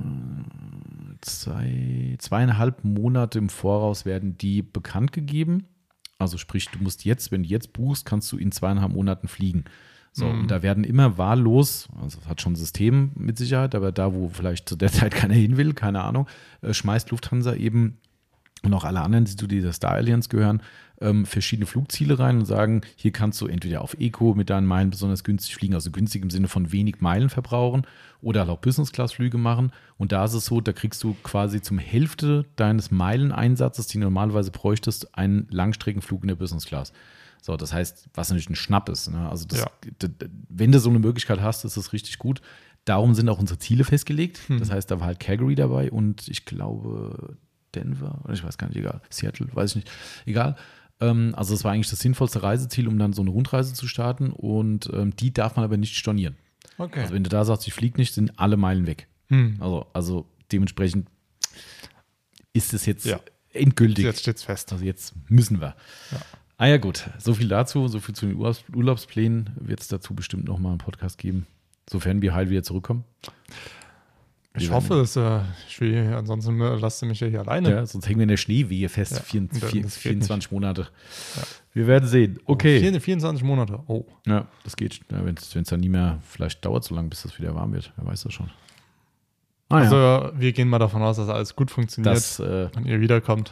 2,5 Monate im Voraus werden die bekannt gegeben. Also sprich, du musst jetzt, wenn du jetzt buchst, kannst du in 2,5 Monaten fliegen. So, und da werden immer wahllos, also das hat schon ein System mit Sicherheit, aber da, wo vielleicht zu der Zeit keiner hin will, keine Ahnung, schmeißt Lufthansa eben und auch alle anderen, die zu dieser Star Alliance gehören, verschiedene Flugziele rein und sagen, hier kannst du entweder auf Eco mit deinen Meilen besonders günstig fliegen, also günstig im Sinne von wenig Meilen verbrauchen oder halt auch Business-Class-Flüge machen. Und da ist es so, da kriegst du quasi zum Hälfte deines Meileneinsatzes, die du normalerweise bräuchtest, einen Langstreckenflug in der Business-Class. So, das heißt, was natürlich ein Schnapp ist. Ne? Also wenn du so eine Möglichkeit hast, ist das richtig gut. Darum sind auch unsere Ziele festgelegt. Das heißt, da war halt Calgary dabei und ich glaube Denver oder ich weiß gar nicht, egal. Seattle, weiß ich nicht. Egal. Also das war eigentlich das sinnvollste Reiseziel, um dann so eine Rundreise zu starten und die darf man aber nicht stornieren. Okay. Also wenn du da sagst, ich fliege nicht, sind alle Meilen weg. Also dementsprechend ist es jetzt endgültig. Jetzt steht's fest. Also jetzt müssen wir. Ja. Ja gut, so viel dazu, so viel zu den Urlaubsplänen. Wird es dazu bestimmt nochmal einen Podcast geben, sofern wir heil wieder zurückkommen. Ich hoffe es. Ansonsten lasst ihr mich ja hier alleine. Ja, sonst hängen wir in der Schneewehe fest, 24 Monate. Ja. Wir werden sehen. Okay. 24 Monate, oh. Ja, das geht. Ja, wenn es dann nie mehr, vielleicht dauert es so lange, bis das wieder warm wird. Wer weiß das schon. Also wir gehen mal davon aus, dass alles gut funktioniert, wenn ihr wiederkommt.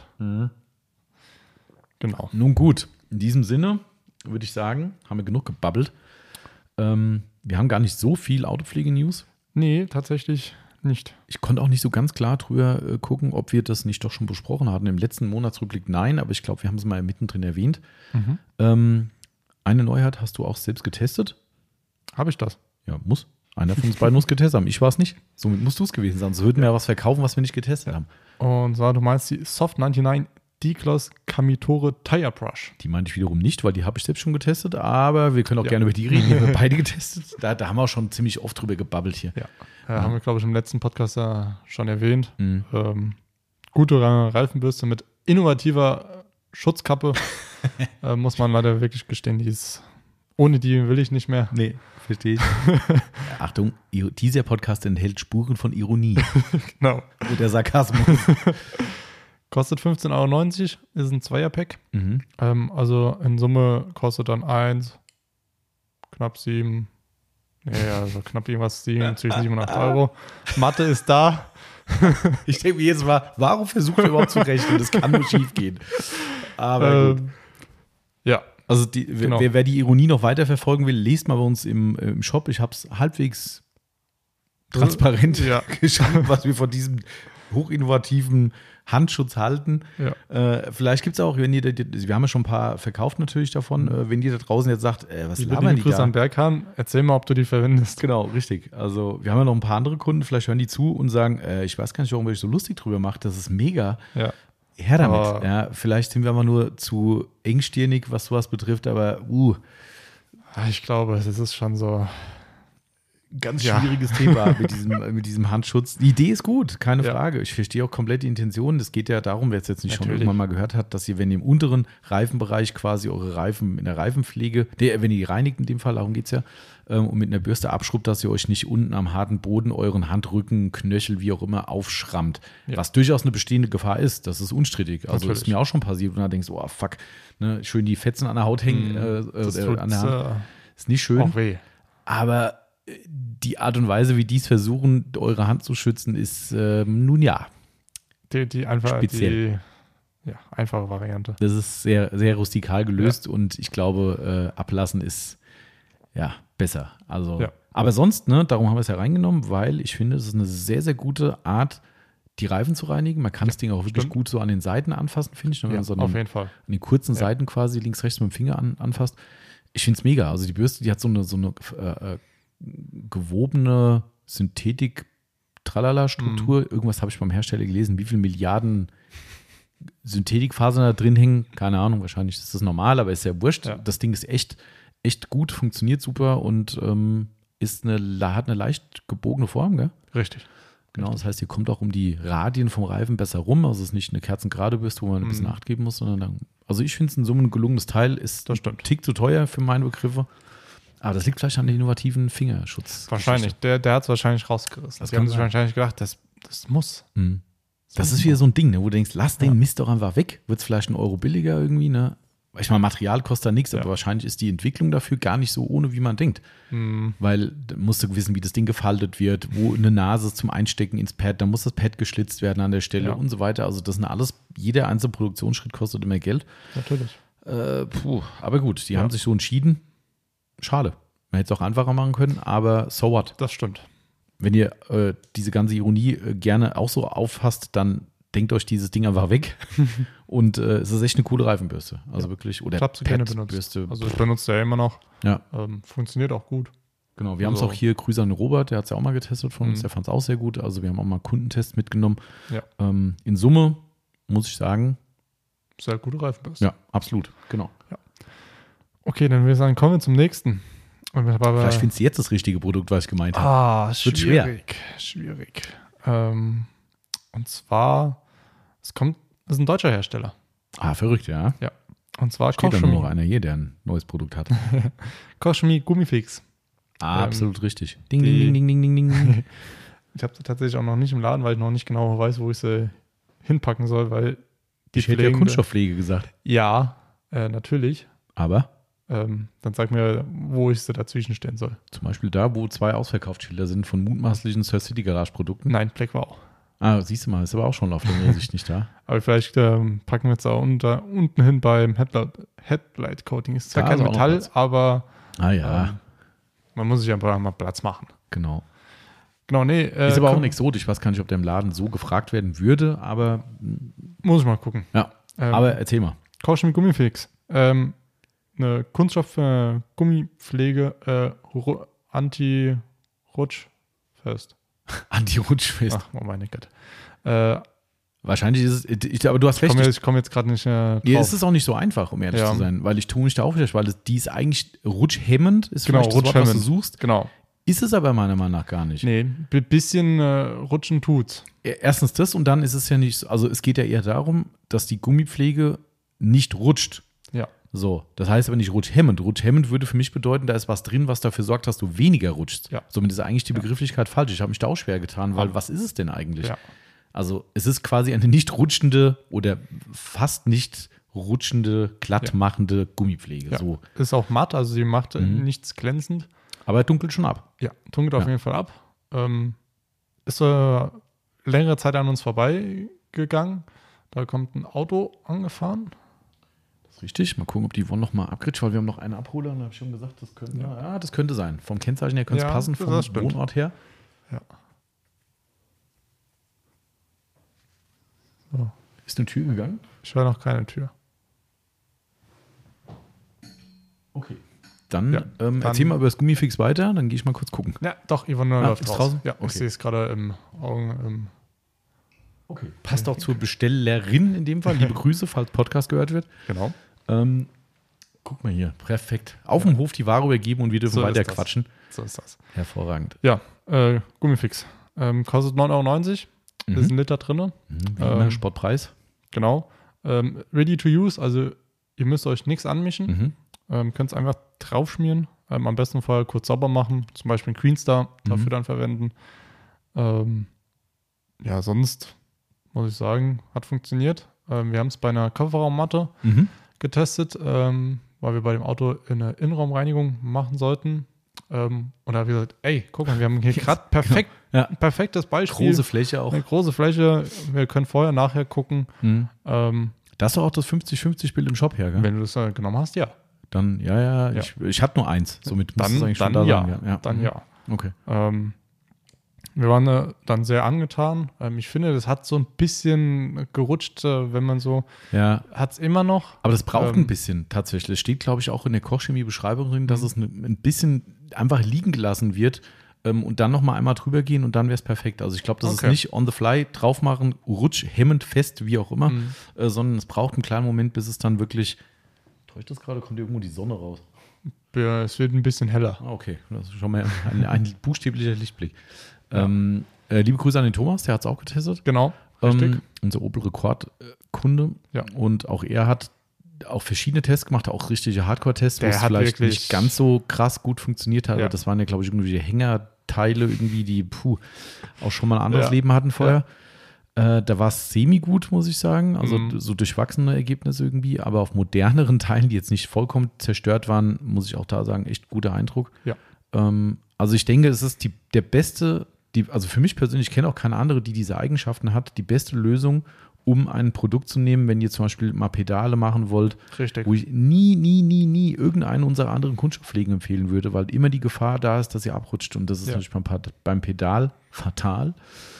Genau. Nun gut, in diesem Sinne würde ich sagen, haben wir genug gebabbelt. Wir haben gar nicht so viel Autopflege-News. Nee, tatsächlich nicht. Ich konnte auch nicht so ganz klar drüber gucken, ob wir das nicht doch schon besprochen hatten. Im letzten Monatsrückblick nein, aber ich glaube, wir haben es mal mittendrin erwähnt. Eine Neuheit hast du auch selbst getestet. Habe ich das? Ja, muss. Einer von uns beiden muss getestet haben. Ich war es nicht. Somit musst du es gewesen sein. So würden wir ja was verkaufen, was wir nicht getestet haben. Und zwar, du meinst die Soft 99 D-Gloss Kamitore Tire Brush. Die meinte ich wiederum nicht, weil die habe ich selbst schon getestet, aber wir können auch gerne über die reden. Die haben wir beide getestet. Da haben wir auch schon ziemlich oft drüber gebabbelt hier. Ja. Haben wir, glaube ich, im letzten Podcast ja schon erwähnt. Gute Reifenbürste mit innovativer Schutzkappe. Muss man leider wirklich gestehen, ohne die will ich nicht mehr. Nee, verstehe ich. Achtung, dieser Podcast enthält Spuren von Ironie. Genau. Oder Sarkasmus. Kostet 15,90 €, ist ein Zweierpack. Also in Summe kostet dann knapp 7, also knapp irgendwas 87 €. Mathe ist da. Ich denke mir jetzt mal, warum versucht ihr überhaupt zu rechnen? Das kann nur schief gehen. Aber gut. Ja. Also wer die Ironie noch weiter verfolgen will, lest mal bei uns im Shop. Ich habe es halbwegs transparent geschrieben, was wir von diesem hochinnovativen Handschutz halten. Ja. Vielleicht gibt es auch, wenn ihr, wir haben ja schon ein paar verkauft natürlich davon, wenn ihr da draußen jetzt sagt, was labern die Grüße da? an Berghahn, erzähl mal, ob du die verwendest. Genau, richtig. Also wir haben ja noch ein paar andere Kunden, vielleicht hören die zu und sagen, ich weiß gar nicht, warum ich so lustig drüber mache, das ist mega. Ja. Her damit. Ja, vielleicht sind wir aber nur zu engstirnig, was sowas betrifft, aber Ich glaube, es ist schon so. ganz schwieriges Thema mit diesem Handschutz. Die Idee ist gut, keine Frage. Ich verstehe auch komplett die Intention. Es geht ja darum, wer es jetzt nicht schon irgendwann mal gehört hat, dass ihr, wenn ihr im unteren Reifenbereich quasi eure Reifen in der Reifenpflege, wenn ihr die reinigt in dem Fall, darum geht es ja, und mit einer Bürste abschrubbt, dass ihr euch nicht unten am harten Boden euren Handrücken, Knöchel, wie auch immer, aufschrammt. Ja. Was durchaus eine bestehende Gefahr ist. Das ist unstrittig. Also das ist mir auch schon passiert, und da denkst du, oh fuck, ne, schön die Fetzen an der Haut hängen, an der Hand. Ist nicht schön. Auch weh. Aber die Art und Weise, wie die es versuchen, eure Hand zu schützen, ist nun ja die einfach speziell. Die einfache Variante. Das ist sehr, sehr rustikal gelöst und ich glaube, ablassen ist besser. Also, aber sonst, ne, darum haben wir es ja reingenommen, weil ich finde, es ist eine sehr, sehr gute Art, die Reifen zu reinigen. Man kann das Ding auch wirklich gut so an den Seiten anfassen, finde ich. Wenn man so auf jeden Fall. An den kurzen Seiten quasi links, rechts mit dem Finger anfasst. Ich finde es mega. Also die Bürste, die hat so eine gewobene Synthetik-Tralala-Struktur. Irgendwas habe ich beim Hersteller gelesen, wie viele Milliarden Synthetikfasern da drin hängen. Keine Ahnung, wahrscheinlich ist das normal, aber ist ja wurscht. Ja. Das Ding ist echt gut, funktioniert super und hat eine leicht gebogene Form, gell? Richtig. Genau, das heißt, hier kommt auch um die Radien vom Reifen besser rum. Also es ist nicht eine kerzengerade Bürste, wo man ein bisschen Acht geben muss, sondern also ich finde es in Summe ein gelungenes Teil. Ist ein Tick zu teuer für meine Begriffe. Aber das liegt vielleicht an der innovativen Fingerschutz. Wahrscheinlich. Der hat es wahrscheinlich rausgerissen. Die haben sich wahrscheinlich gedacht, das muss. Mhm. Das ist wieder so ein Ding, ne, wo du denkst, lass den Mist doch einfach weg. Wird es vielleicht €1 billiger irgendwie, ne? Ich meine, Material kostet da nichts, aber wahrscheinlich ist die Entwicklung dafür gar nicht so ohne, wie man denkt. Weil da musst du wissen, wie das Ding gefaltet wird, wo eine Nase zum Einstecken ins Pad, da muss das Pad geschlitzt werden an der Stelle und so weiter. Also das sind alles, jeder einzelne Produktionsschritt kostet immer Geld. Natürlich. Aber gut, die haben sich so entschieden. Schade. Man hätte es auch einfacher machen können, aber so what? Das stimmt. Wenn ihr diese ganze Ironie gerne auch so auffasst, dann denkt euch dieses Ding einfach weg. Und es ist echt eine coole Reifenbürste. Also wirklich. Oder ich habe sie gerne benutzt. Also ich benutze ja immer noch. Ja. Funktioniert auch gut. Genau, wir haben es auch hier, Grüße an Robert, der hat es ja auch mal getestet von uns, der fand es auch sehr gut. Also wir haben auch mal einen Kundentest mitgenommen. Ja. In Summe muss ich sagen. Sehr gute Reifenbürste. Ja, absolut, genau. Ja. Okay, dann würde ich sagen, kommen wir zum nächsten. Vielleicht findest du jetzt das richtige Produkt, was ich gemeint habe. Schwierig. Und zwar, das ist ein deutscher Hersteller. Verrückt, ja. Ja. Und zwar Steht da nur noch einer hier, der ein neues Produkt hat. Kochchemie Gummifix. Absolut richtig. Ding, ding, ding, ding, ding, ding. Ich habe sie tatsächlich auch noch nicht im Laden, weil ich noch nicht genau weiß, wo ich sie hinpacken soll, weil ich hätte ja Kunststoffpflege gesagt. Ja, natürlich. Aber? Dann sag mir, wo ich sie dazwischen stellen soll. Zum Beispiel da, wo 2 Ausverkaufsschilder sind von mutmaßlichen Sir City Garage Produkten. Nein, Black war auch. Siehst du mal, ist aber auch schon auf längere Sicht nicht da. Aber vielleicht packen wir jetzt auch unten hin beim Headlight Coating. Ist zwar kein Metall, aber man muss sich einfach mal Platz machen. Genau. Nee. Ist aber auch exotisch. Ich weiß gar nicht, ob der im Laden so gefragt werden würde, aber. Muss ich mal gucken. Ja, aber erzähl mal. Kochchemie Gummifix. Eine Kunststoff-Gummipflege Anti-Rutschfest. Anti-Rutschfest. Ach, oh meine Gott. Wahrscheinlich ist es, aber du hast recht. Ich komme jetzt gerade nicht drauf. Ja, es ist auch nicht so einfach, um ehrlich zu sein, weil ich tue mich da auch wieder, weil die ist eigentlich rutschhemmend, ist genau, vielleicht das Wort, was du suchst. Genau. Ist es aber meiner Meinung nach gar nicht. Nee, ein bisschen rutschen tut's. Erstens das und dann ist es ja nicht, also es geht ja eher darum, dass die Gummipflege nicht rutscht. Ja. So, das heißt aber nicht rutschhemmend. Rutschhemmend würde für mich bedeuten, da ist was drin, was dafür sorgt, dass du weniger rutschst. Ja. Somit ist eigentlich die Begrifflichkeit falsch. Ich habe mich da auch schwer getan, weil was ist es denn eigentlich? Ja. Also es ist quasi eine nicht rutschende oder fast nicht rutschende, glatt machende Gummipflege. Ja. So. Ist auch matt, also sie macht nichts glänzend. Aber dunkelt schon ab. Ja, dunkelt auf jeden Fall ab. Ist längere Zeit an uns vorbeigegangen. Da kommt ein Auto angefahren. Richtig, mal gucken, ob die Yvonne noch mal abkritscht, weil wir haben noch eine Abholer und da habe ich schon gesagt, das könnte, das könnte sein. Vom Kennzeichen her könnte es passen, vom Wohnort her. Ja. So. Ist eine Tür gegangen? Ich höre noch keine Tür. Okay. Dann erzähl mal über das Gummifix weiter, dann gehe ich mal kurz gucken. Ja, doch, Yvonne läuft draußen. Ja, okay. Ich sehe es gerade im Augen. Okay. Passt auch zur Bestellerin in dem Fall. Liebe Grüße, falls Podcast gehört wird. Genau. Guck mal hier, perfekt. Auf dem Hof die Ware übergeben und wir dürfen weiter quatschen. So ist das. Hervorragend. Ja, Gummifix. Kostet 9,90 €. Ist ein Liter drin. Wie immer, Sportpreis. Genau. Ready to use, also ihr müsst euch nichts anmischen. Könnt es einfach draufschmieren. Am besten vorher kurz sauber machen. Zum Beispiel einen Greenstar dafür dann verwenden. Ja, sonst muss ich sagen, hat funktioniert. Wir haben es bei einer Kofferraummatte getestet, weil wir bei dem Auto eine Innenraumreinigung machen sollten. Und da habe ich gesagt, ey, guck mal, wir haben hier gerade perfektes Beispiel. Große Fläche auch. Eine große Fläche. Wir können vorher, nachher gucken. Das ist doch auch das 50-50-Bild im Shop her, gell? Wenn du das genommen hast, ja. Dann, ja. Ich hatte nur eins. Somit muss es eigentlich schon da sein. Ja. Dann ja. Okay. Wir waren dann sehr angetan. Ich finde, das hat so ein bisschen gerutscht, wenn man so. Ja. Hat es immer noch. Aber das braucht ein bisschen tatsächlich. Es steht, glaube ich, auch in der Kochchemie-Beschreibung drin, dass es ein bisschen einfach liegen gelassen wird und dann nochmal einmal drüber gehen und dann wäre es perfekt. Also ich glaube, das ist nicht on the fly drauf machen, rutsch, hemmend, fest, wie auch immer, sondern es braucht einen kleinen Moment, bis es dann wirklich. Täuscht das gerade? Kommt irgendwo die Sonne raus? Ja, es wird ein bisschen heller. Okay, das ist schon mal ein buchstäblicher Lichtblick. Liebe Grüße an den Thomas, der hat es auch getestet. Genau, richtig. Unser Opel-Rekord-Kunde. Ja. Und auch er hat auch verschiedene Tests gemacht, auch richtige Hardcore-Tests, wo es vielleicht nicht ganz so krass gut funktioniert hat. Ja. Das waren ja, glaube ich, irgendwie Hängerteile, irgendwie, die auch schon mal ein anderes Leben hatten vorher. Da war es semi-gut, muss ich sagen. Also so durchwachsene Ergebnisse irgendwie. Aber auf moderneren Teilen, die jetzt nicht vollkommen zerstört waren, muss ich auch da sagen, echt guter Eindruck. Ja. Also ich denke, es ist der beste, also für mich persönlich, ich kenne auch keine andere, die diese Eigenschaften hat, die beste Lösung, um ein Produkt zu nehmen, wenn ihr zum Beispiel mal Pedale machen wollt, wo ich nie irgendeinen unserer anderen Kunststoffpflegen empfehlen würde, weil immer die Gefahr da ist, dass ihr abrutscht und das ist natürlich beim Pedal fatal.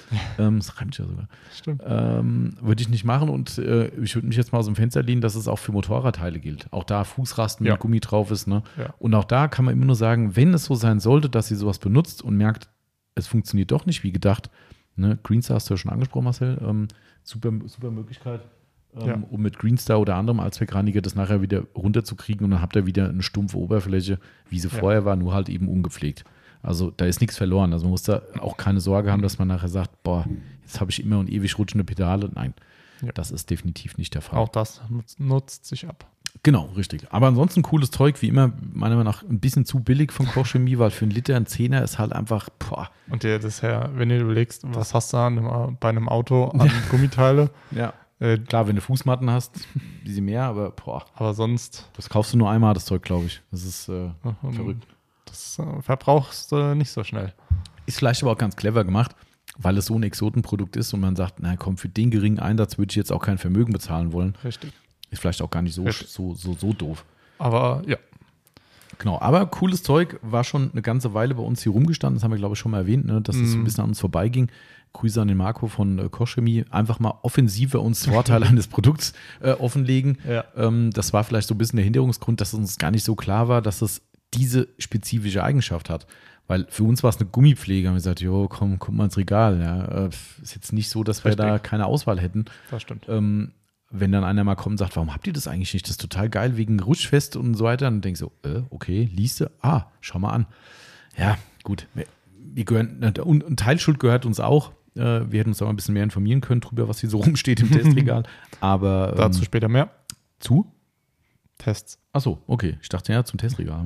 Das reimt ja sogar. Stimmt. Würde ich nicht machen und ich würde mich jetzt mal aus dem Fenster lehnen, dass es auch für Motorradteile gilt. Auch da Fußrasten mit Gummi drauf ist. Ne? Ja. Und auch da kann man immer nur sagen, wenn es so sein sollte, dass ihr sowas benutzt und merkt, es funktioniert doch nicht wie gedacht. Ne? Greenstar hast du ja schon angesprochen, Marcel. Super Möglichkeit, um mit Greenstar oder anderem Allzweckreiniger das nachher wieder runterzukriegen und dann habt ihr wieder eine stumpfe Oberfläche, wie sie vorher war, nur halt eben ungepflegt. Also da ist nichts verloren. Also man muss da auch keine Sorge haben, dass man nachher sagt, boah, jetzt habe ich immer und ewig rutschende Pedale. Nein, das ist definitiv nicht der Fall. Auch das nutzt sich ab. Genau, richtig. Aber ansonsten cooles Zeug, wie immer, meiner Meinung nach ein bisschen zu billig von Kochchemie, weil für einen Liter ein Zehner ist halt einfach, boah. Und wenn du überlegst, was hast du bei einem Auto an Gummiteile? Ja. Klar, wenn du Fußmatten hast, ein bisschen mehr, aber boah. Aber sonst. Das kaufst du nur einmal, das Zeug, glaube ich. Das ist verrückt. Das verbrauchst du nicht so schnell. Ist vielleicht aber auch ganz clever gemacht, weil es so ein Exotenprodukt ist und man sagt, na komm, für den geringen Einsatz würde ich jetzt auch kein Vermögen bezahlen wollen. Richtig. Ist vielleicht auch gar nicht so doof. Aber ja. Genau, aber cooles Zeug, war schon eine ganze Weile bei uns hier rumgestanden, das haben wir, glaube ich, schon mal erwähnt, ne, dass es ein bisschen an uns vorbeiging. Grüße an den Marco von Kochchemie. Einfach mal offensiver uns Vorteile eines Produkts offenlegen. Ja. Das war vielleicht so ein bisschen der Hinderungsgrund, dass es uns gar nicht so klar war, dass es diese spezifische Eigenschaft hat. Weil für uns war es eine Gummipflege. Haben wir gesagt, jo, komm, guck mal ins Regal. Ja. Ist jetzt nicht so, dass wir da keine Auswahl hätten. Das stimmt. Wenn dann einer mal kommt und sagt, warum habt ihr das eigentlich nicht? Das ist total geil wegen Rutschfest und so weiter. Dann denkst du, okay, liest du? Schau mal an. Ja, gut. Wir gehören, und Teilschuld gehört uns auch. Wir hätten uns da mal ein bisschen mehr informieren können drüber, was hier so rumsteht im Testregal. Aber dazu später mehr. Zu? Tests. Achso, okay. Ich dachte ja, zum Testregal.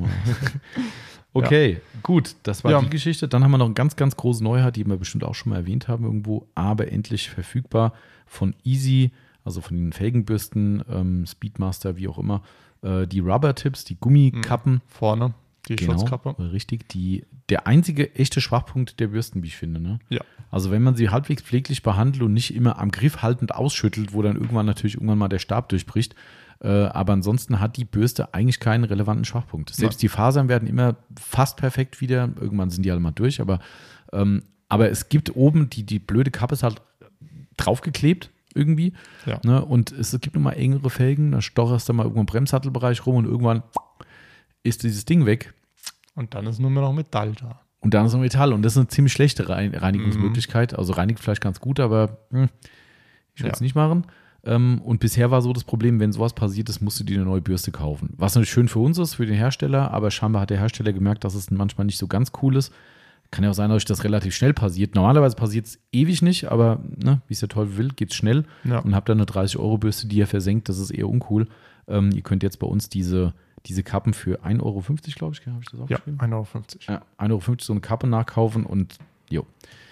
Okay, gut. Das war die Geschichte. Dann haben wir noch eine ganz, ganz große Neuheit, die wir bestimmt auch schon mal erwähnt haben irgendwo, aber endlich verfügbar von Easy, also von den Felgenbürsten, Speedmaster, wie auch immer. Die Rubber-Tips, die Gummikappen. Vorne, die Schutzkappe. Richtig. Der einzige echte Schwachpunkt der Bürsten, wie ich finde. Ne? Ja. Also wenn man sie halbwegs pfleglich behandelt und nicht immer am Griff haltend ausschüttelt, wo dann irgendwann mal der Stab durchbricht. Aber ansonsten hat die Bürste eigentlich keinen relevanten Schwachpunkt. Selbst die Fasern werden immer fast perfekt wieder. Irgendwann sind die alle mal durch. Aber es gibt oben, die blöde Kappe ist halt draufgeklebt irgendwie. Ja. Ne? Und es gibt nun mal engere Felgen. Da stocherst du mal irgendwo im Bremssattelbereich rum und irgendwann ist dieses Ding weg. Und dann ist nur noch Metall da. Und dann ist noch Metall. Und das ist eine ziemlich schlechte Reinigungsmöglichkeit. Also reinigt vielleicht ganz gut, aber ich würde es nicht machen. Und bisher war so das Problem, wenn sowas passiert ist, musst du dir eine neue Bürste kaufen. Was natürlich schön für uns ist, für den Hersteller, aber scheinbar hat der Hersteller gemerkt, dass es manchmal nicht so ganz cool ist. Kann ja auch sein, dass das relativ schnell passiert. Normalerweise passiert es ewig nicht, aber ne, wie es der Teufel will, geht es schnell. Ja. Und habt dann eine 30-Euro-Bürste, die ihr versenkt, das ist eher uncool. Ihr könnt jetzt bei uns diese Kappen für 1,50 Euro, glaube ich, habe ich das aufgeschrieben? Ja, 1,50 Euro. Ja, 1,50 Euro so eine Kappe nachkaufen und jo.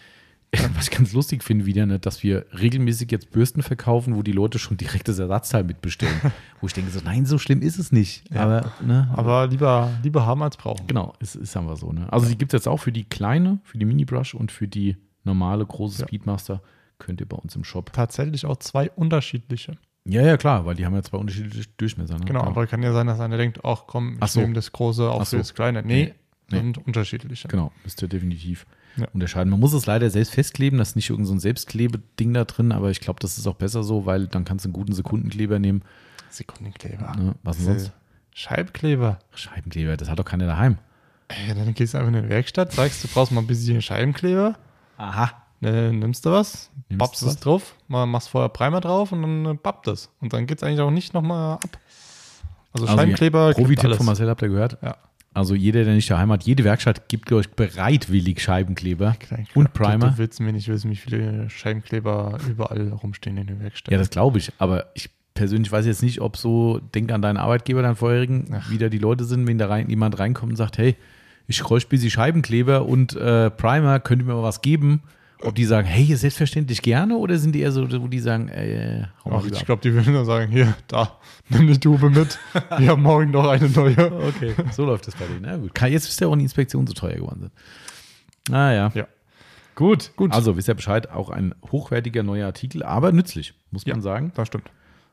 Was ich ganz lustig finde wieder, ne, dass wir regelmäßig jetzt Bürsten verkaufen, wo die Leute schon direkt das Ersatzteil mitbestellen. Wo ich denke so, nein, so schlimm ist es nicht. Ja. Aber lieber haben als brauchen. Genau, ist einfach so. Ne? Also die gibt es jetzt auch für die kleine, für die Mini-Brush und für die normale große Speedmaster. Könnt ihr bei uns im Shop. Tatsächlich auch 2 unterschiedliche. Ja, klar, weil die haben ja 2 unterschiedliche Durchmesser. Ne? Genau, aber kann ja sein, dass einer denkt, ach komm, ich nehme das große auch für das kleine. Nee, sind unterschiedliche. Genau, müsst ihr definitiv unterscheiden. Man muss es leider selbst festkleben, das ist nicht irgend so ein Selbstklebeding da drin, aber ich glaube, das ist auch besser so, weil dann kannst du einen guten Sekundenkleber nehmen. Sekundenkleber? Ne? Was denn sonst? Scheibenkleber. Scheibenkleber, das hat doch keiner daheim. Dann gehst du einfach in eine Werkstatt, sagst, du brauchst mal ein bisschen Scheibenkleber. Aha. Nimmst du was, pappst es drauf, machst vorher Primer drauf und dann pappt es. Und dann geht es eigentlich auch nicht nochmal ab. Also Scheibenkleber. Profi-Tipp von Marcel, habt ihr gehört? Ja. Also jeder, der nicht daheim hat, jede Werkstatt gibt euch bereitwillig Scheibenkleber und Primer. Du willst mir nicht wissen, wie viele Scheibenkleber überall rumstehen in der Werkstatt. Ja, das glaube ich. Aber ich persönlich weiß jetzt nicht, ob so, denk an deinen Arbeitgeber, deinen vorherigen, wie da die Leute sind, wenn da jemand reinkommt und sagt, hey, ich bräuchte ein bisschen Scheibenkleber und Primer, könnt ihr mir mal was geben? Ob die sagen, hey, selbstverständlich gerne, oder sind die eher so, wo die sagen, ich glaube, die würden dann sagen, hier, da, nimm die Tube mit, wir haben morgen noch eine neue. Okay, so läuft das bei denen. Na gut. Jetzt ist ja auch die Inspektion so teuer geworden sind. Naja. Ja. Gut. Also, wisst ihr Bescheid, auch ein hochwertiger neuer Artikel, aber nützlich, muss man sagen. Das stimmt.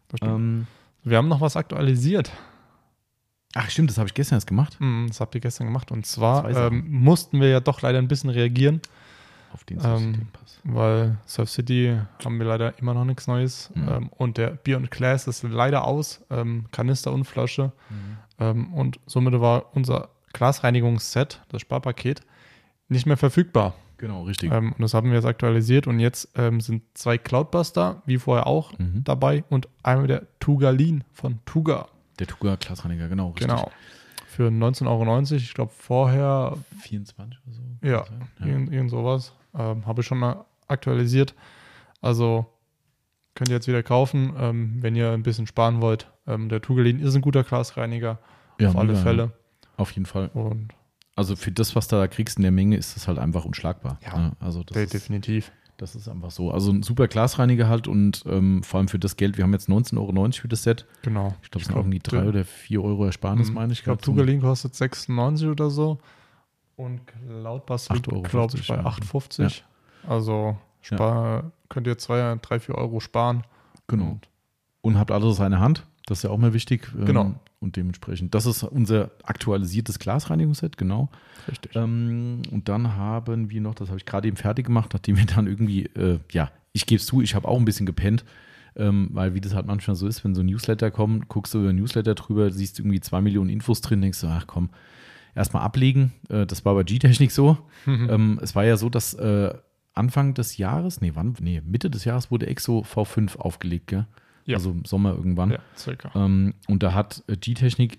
Wir haben noch was aktualisiert. Ach stimmt, das habe ich gestern erst gemacht. Das habt ihr gestern gemacht. Und zwar mussten wir ja doch leider ein bisschen reagieren. Auf den Surf-City-Pass. Weil Surf City haben wir leider immer noch nichts Neues. Und der Beyond Glass ist leider aus. Kanister und Flasche. Und somit war unser Glasreinigungsset, das Sparpaket, nicht mehr verfügbar. Genau, richtig. Und das haben wir jetzt aktualisiert. Und jetzt sind 2 Cloudbuster, wie vorher auch, dabei. Und einmal der Tugalin von Tuga. Der Tuga Glasreiniger, genau. Richtig. Genau. Für 19,90 Euro. Ich glaube, vorher 24 oder so. Ja, irgend sowas. Habe ich schon mal aktualisiert. Also könnt ihr jetzt wieder kaufen, wenn ihr ein bisschen sparen wollt. Der Tugalin ist ein guter Glasreiniger. Ja, auf alle Fälle. Ja. Auf jeden Fall. Und also für das, was du da kriegst in der Menge, ist das halt einfach unschlagbar. Ja, ne? Also das definitiv. Das ist einfach so. Also ein super Glasreiniger halt und vor allem für das Geld, wir haben jetzt 19,90 Euro für das Set. Genau. Ich glaube, es sind irgendwie 3 oder 4 Euro Ersparnis, meine ich. Ich glaube, Tugalin kostet 96 oder so. Und Cloudbuster liegt, glaube ich, bei 8,50. Ja. Also könnt ihr 3, 4 Euro sparen. Genau. Und habt alles aus einer Hand. Das ist ja auch mal wichtig. Genau. Und dementsprechend, das ist unser aktualisiertes Glasreinigungsset, genau. Richtig. Und dann haben wir noch, das habe ich gerade eben fertig gemacht, nachdem wir dann irgendwie, ich gebe es zu, ich habe auch ein bisschen gepennt, weil wie das halt manchmal so ist, wenn so ein Newsletter kommt, guckst du über ein Newsletter drüber, siehst irgendwie 2 Millionen Infos drin, denkst du, ach komm, erstmal ablegen. Das war bei G-Technik so. Es war ja so, dass Anfang des Jahres, Mitte des Jahres wurde Exo V5 aufgelegt, gell? Ja. Also im Sommer irgendwann. Ja, circa. Und da hat G-Technik,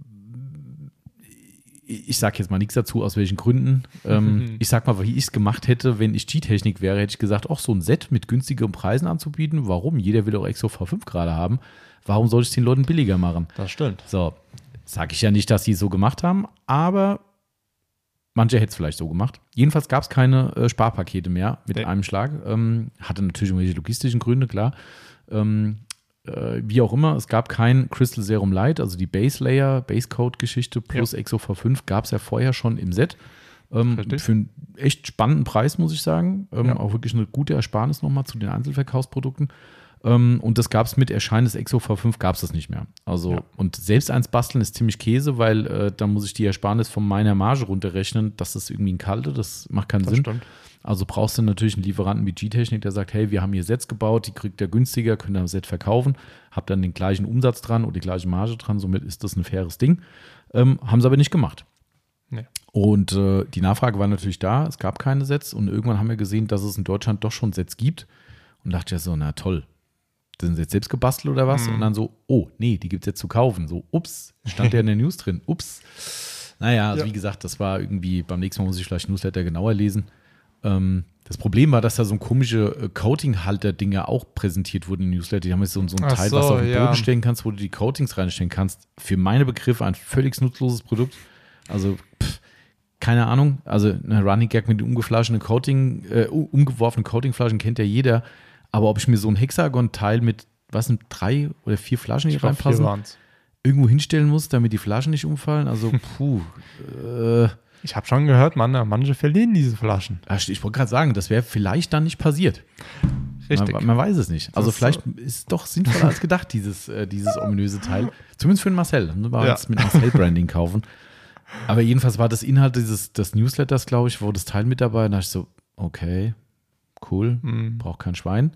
ich sage jetzt mal nichts dazu, aus welchen Gründen. Ich sag mal, wie ich es gemacht hätte, wenn ich G-Technik wäre, hätte ich gesagt, auch so ein Set mit günstigeren Preisen anzubieten. Warum? Jeder will auch Exo V5 gerade haben. Warum soll ich es den Leuten billiger machen? Das stimmt. So, sage ich ja nicht, dass sie es so gemacht haben, aber manche hätten es vielleicht so gemacht. Jedenfalls gab es keine Sparpakete mehr mit einem Schlag. Hatte natürlich irgendwelche logistischen Gründe, klar. Wie auch immer, es gab kein Crystal Serum Light, also die Base Layer, Base Coat Geschichte plus Exo V5 gab es ja vorher schon im Set. Für einen echt spannenden Preis, muss ich sagen. Auch wirklich eine gute Ersparnis nochmal zu den Einzelverkaufsprodukten. Und das gab es mit Erscheinen des Exo V5 gab es das nicht mehr. Also, und selbst eins basteln ist ziemlich Käse, weil dann muss ich die Ersparnis von meiner Marge runterrechnen. Das ist irgendwie ein Kalte, das macht keinen Sinn. Stimmt. Also brauchst du natürlich einen Lieferanten wie G-Technik, der sagt, hey, wir haben hier Sets gebaut, die kriegt ihr günstiger, könnt ihr das Set verkaufen, habt dann den gleichen Umsatz dran oder die gleiche Marge dran, somit ist das ein faires Ding. Haben sie aber nicht gemacht. Nee. Und die Nachfrage war natürlich da, es gab keine Sets und irgendwann haben wir gesehen, dass es in Deutschland doch schon Sets gibt und dachte ja so, na toll, das sind jetzt selbst gebastelt oder was? Und dann so, oh, nee, die gibt es jetzt zu kaufen. So, ups, stand der in der News drin. Ups. Naja, also wie gesagt, das war irgendwie, beim nächsten Mal muss ich vielleicht Newsletter genauer lesen. Das Problem war, dass da so komische Coating-Halter-Dinger auch präsentiert wurden im Newsletter. Die haben jetzt so ein Teil, was du auf den Boden stellen kannst, wo du die Coatings reinstellen kannst. Für meine Begriffe ein völlig nutzloses Produkt. Also, keine Ahnung. Also, eine Running Gag mit umgeworfenen Coatingflaschen kennt ja jeder. Aber ob ich mir so ein Hexagon-Teil mit, 3 oder 4 Flaschen hier reinpassen, irgendwo hinstellen muss, damit die Flaschen nicht umfallen, also Ich habe schon gehört, manche verlieren diese Flaschen. Ich wollte gerade sagen, das wäre vielleicht dann nicht passiert. Richtig. Man weiß es nicht. Also vielleicht ist es doch sinnvoller als gedacht, dieses ominöse Teil. Zumindest für den Marcel. Wir wollen jetzt mit Marcel-Branding kaufen. Aber jedenfalls war das Inhalt des Newsletters, glaube ich, wo das Teil mit dabei. Und da dachte ich so, okay, cool, braucht kein Schwein.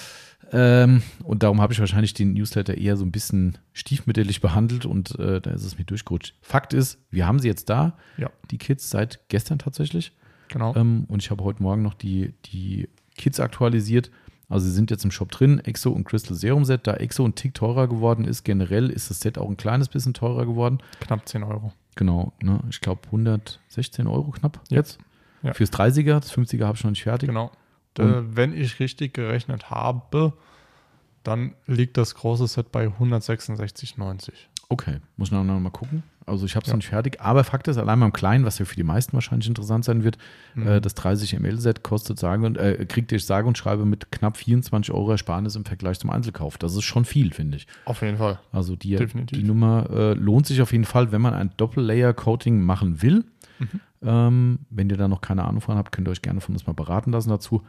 Und darum habe ich wahrscheinlich den Newsletter eher so ein bisschen stiefmütterlich behandelt und da ist es mir durchgerutscht. Fakt ist, wir haben sie jetzt da, die Kits, seit gestern tatsächlich. Genau. Und ich habe heute Morgen noch die Kits aktualisiert. Also sie sind jetzt im Shop drin, Exo und Crystal Serum Set. Da Exo ein Tick teurer geworden ist, generell ist das Set auch ein kleines bisschen teurer geworden. Knapp 10 Euro. Genau, ne? Ich glaube 116 Euro knapp jetzt. Ja. Fürs 30er, das 50er habe ich noch nicht fertig. Genau. Wenn ich richtig gerechnet habe, dann liegt das große Set bei 166,90. Okay, muss ich noch mal gucken. Also ich habe es noch nicht fertig, aber Fakt ist, allein beim Kleinen, was ja für die meisten wahrscheinlich interessant sein wird, das 30 ml Set kostet kriegt ihr sage und schreibe mit knapp 24 Euro Ersparnis im Vergleich zum Einzelkauf. Das ist schon viel, finde ich. Auf jeden Fall. Also die Nummer lohnt sich auf jeden Fall, wenn man ein Doppel-Layer-Coating machen will. Wenn ihr da noch keine Ahnung von habt, könnt ihr euch gerne von uns mal beraten lassen dazu.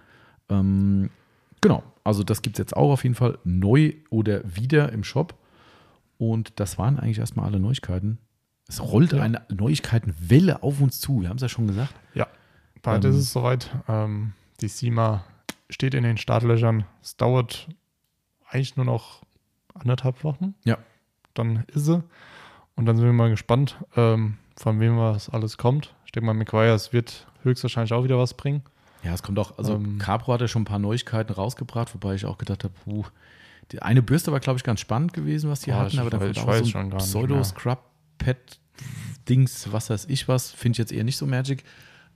Genau, also das gibt es jetzt auch auf jeden Fall neu oder wieder im Shop. Und das waren eigentlich erstmal alle Neuigkeiten. Es rollt eine Neuigkeitenwelle auf uns zu. Wir haben es ja schon gesagt. Ja, bald ist es soweit. Die SEMA steht in den Startlöchern. Es dauert eigentlich nur noch 1,5 Wochen. Ja. Dann ist sie. Und dann sind wir mal gespannt, von wem was alles kommt. Ich denke mal, Meguiar's wird höchstwahrscheinlich auch wieder was bringen. Ja, es kommt auch, also Capro hat ja schon ein paar Neuigkeiten rausgebracht, wobei ich auch gedacht habe, die eine Bürste war, glaube ich, ganz spannend gewesen, was die hatten, aber da kommt auch so ein Pseudo-Scrub-Pad-Dings, was weiß ich was, finde ich jetzt eher nicht so magic.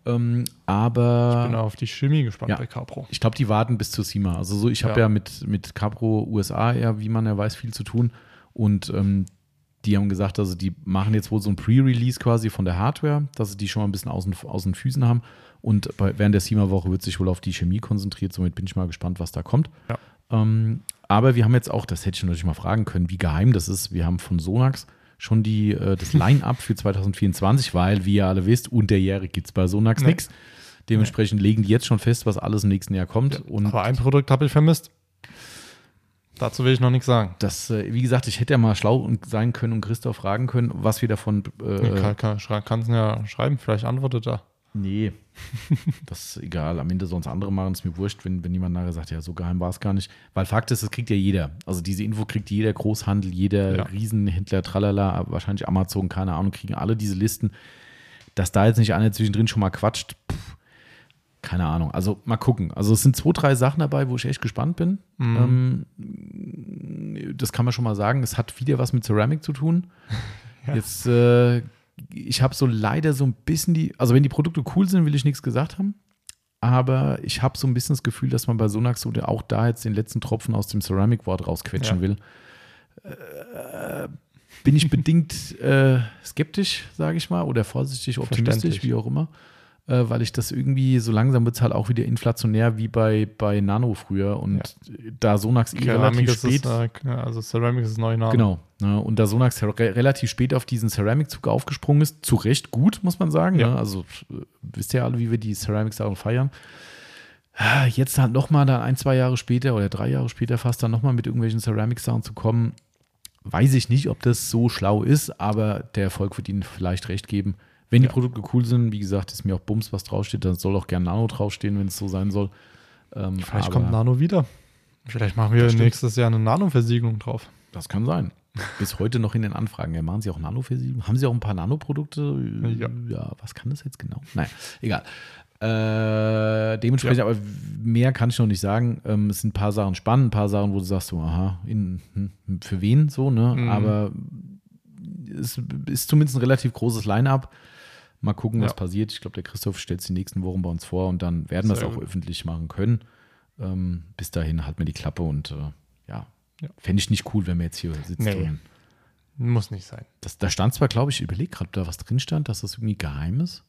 Aber ich bin auf die Chemie gespannt bei Capro. Ich glaube, die warten bis zur SEMA. Also so, ich habe ja mit Capro USA eher, wie man ja weiß, viel zu tun. Und die haben gesagt, also die machen jetzt wohl so ein Pre-Release quasi von der Hardware, dass sie die schon mal ein bisschen aus den Füßen haben. Und während der SEMA-Woche wird sich wohl auf die Chemie konzentriert. Somit bin ich mal gespannt, was da kommt. Ja. Aber wir haben jetzt auch, das hätte ich natürlich mal fragen können, wie geheim das ist. Wir haben von Sonax schon das Line-Up für 2024, weil, wie ihr alle wisst, unterjährig gibt es bei Sonax nichts. Dementsprechend legen die jetzt schon fest, was alles im nächsten Jahr kommt. Ja, aber ein Produkt habe ich vermisst. Dazu will ich noch nichts sagen. Das, wie gesagt, ich hätte ja mal schlau sein können und Christoph fragen können, was wir davon. Kannst du ja schreiben, vielleicht antwortet er. Nee, das ist egal. Am Ende sollen es andere machen, ist mir wurscht, wenn jemand nachher sagt, ja, so geheim war es gar nicht. Weil Fakt ist, das kriegt ja jeder. Also diese Info kriegt jeder Großhandel, jeder Riesenhändler, tralala, wahrscheinlich Amazon, keine Ahnung, kriegen alle diese Listen. Dass da jetzt nicht einer zwischendrin schon mal quatscht, keine Ahnung. Also mal gucken. Also es sind 2, 3 Sachen dabei, wo ich echt gespannt bin. Das kann man schon mal sagen. Es hat wieder was mit Ceramic zu tun. Ja. Jetzt ich habe so leider so ein bisschen also wenn die Produkte cool sind, will ich nichts gesagt haben, aber ich habe so ein bisschen das Gefühl, dass man bei Sonax oder auch da jetzt den letzten Tropfen aus dem Ceramic-Wort rausquetschen will. Bin ich bedingt skeptisch, sage ich mal, oder vorsichtig optimistisch, wie auch immer, weil ich das irgendwie, so langsam wird es halt auch wieder inflationär wie bei Nano früher und da Sonax relativ spät. Also Ceramic ist das neue Nano. Genau. Ja, und da Sonax relativ spät auf diesen Ceramic-Zug aufgesprungen ist, zu Recht gut, muss man sagen. Ja. Ne? Also wisst ihr alle, wie wir die Ceramic-Sachen feiern. Jetzt halt nochmal dann 1, 2 Jahre später oder 3 Jahre später fast dann nochmal mit irgendwelchen Ceramic-Sachen zu kommen, weiß ich nicht, ob das so schlau ist, aber der Erfolg wird ihnen vielleicht recht geben. Wenn die Produkte cool sind, wie gesagt, ist mir auch Bums, was draufsteht, dann soll auch gerne Nano draufstehen, wenn es so sein soll. Vielleicht kommt Nano wieder. Vielleicht machen wir nächstes Jahr eine Nano-Versiegelung drauf. Das kann sein. Bis heute noch in den Anfragen. Ja, machen Sie auch Nano-Versiegelung? Haben Sie auch ein paar Nanoprodukte? Ja, was kann das jetzt genau? Naja, egal. Dementsprechend, aber mehr kann ich noch nicht sagen. Es sind ein paar Sachen spannend, ein paar Sachen, wo du sagst, so, aha, für wen so, ne? Aber es ist zumindest ein relativ großes Line-Up. Mal gucken, was passiert. Ich glaube, der Christoph stellt es die nächsten Wochen bei uns vor und dann werden wir es auch öffentlich machen können. Bis dahin halt mir die Klappe und fände ich nicht cool, wenn wir jetzt hier sitzen. Nee, muss nicht sein. Da stand zwar, glaube ich überlege gerade, da was drin stand, dass das irgendwie geheim ist.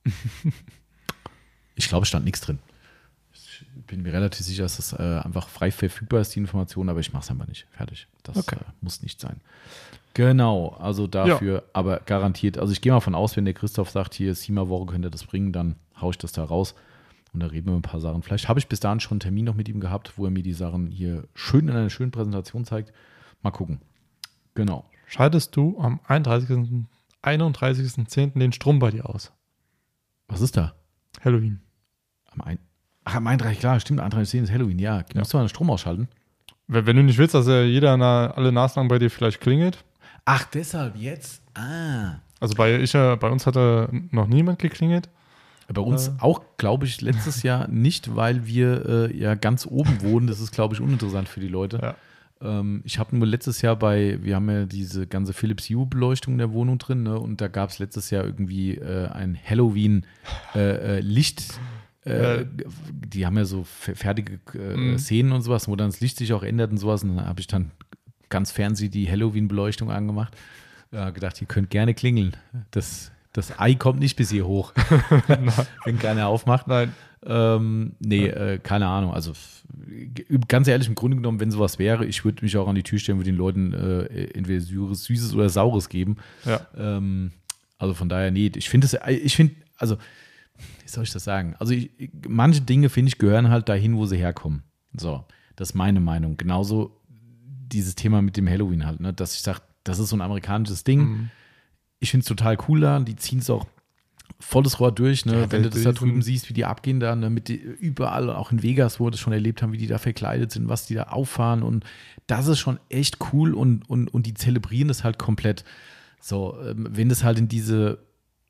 Ich glaube, es stand nichts drin. Ich bin mir relativ sicher, dass das einfach frei verfügbar ist, die Information, aber ich mache es einfach nicht. Fertig. Das muss nicht sein. Genau, also dafür, aber garantiert. Also ich gehe mal von aus, wenn der Christoph sagt, hier SEMA-Woche könnt ihr das bringen, dann haue ich das da raus und da reden wir ein paar Sachen. Vielleicht habe ich bis dahin schon einen Termin noch mit ihm gehabt, wo er mir die Sachen hier schön in einer schönen Präsentation zeigt. Mal gucken. Genau. Schaltest du am 31.10. den Strom bei dir aus? Was ist da? Halloween. Am 31, klar, stimmt, am 31.10. ist Halloween, ja. Musst du mal den Strom ausschalten? Wenn du nicht willst, dass alle Naslang bei dir vielleicht klingelt. Ach, deshalb jetzt? Also bei uns hat noch niemand geklingelt. Bei uns auch, glaube ich, letztes Jahr nicht, weil wir ja ganz oben wohnen. Das ist, glaube ich, uninteressant für die Leute. Ja. Ich habe nur letztes Jahr wir haben ja diese ganze Philips Hue-Beleuchtung in der Wohnung drin, ne? Und da gab es letztes Jahr irgendwie ein Halloween-Licht. Die haben ja so fertige Szenen und sowas, wo dann das Licht sich auch ändert und sowas. Und dann habe ich dann ganz fancy die Halloween-Beleuchtung angemacht. Gedacht, ihr könnt gerne klingeln. Das Ei kommt nicht bis hier hoch, wenn keiner aufmacht. Nein. Keine Ahnung. Also ganz ehrlich, im Grunde genommen, wenn sowas wäre, ich würde mich auch an die Tür stellen, würde den Leuten entweder Süßes oder Saures geben. Ja. Also von daher, nee, wie soll ich das sagen? Also manche Dinge, finde ich, gehören halt dahin, wo sie herkommen. So, das ist meine Meinung. Genauso dieses Thema mit dem Halloween halt, ne? Dass ich sage, das ist so ein amerikanisches Ding. Mhm. Ich finde es total cool da. Die ziehen es auch volles Rohr durch, ne? Ja, wenn du das da drüben siehst, wie die abgehen da, ne? Überall, auch in Vegas, wo wir das schon erlebt haben, wie die da verkleidet sind, was die da auffahren und das ist schon echt cool und die zelebrieren das halt komplett. So, wenn das halt in diese,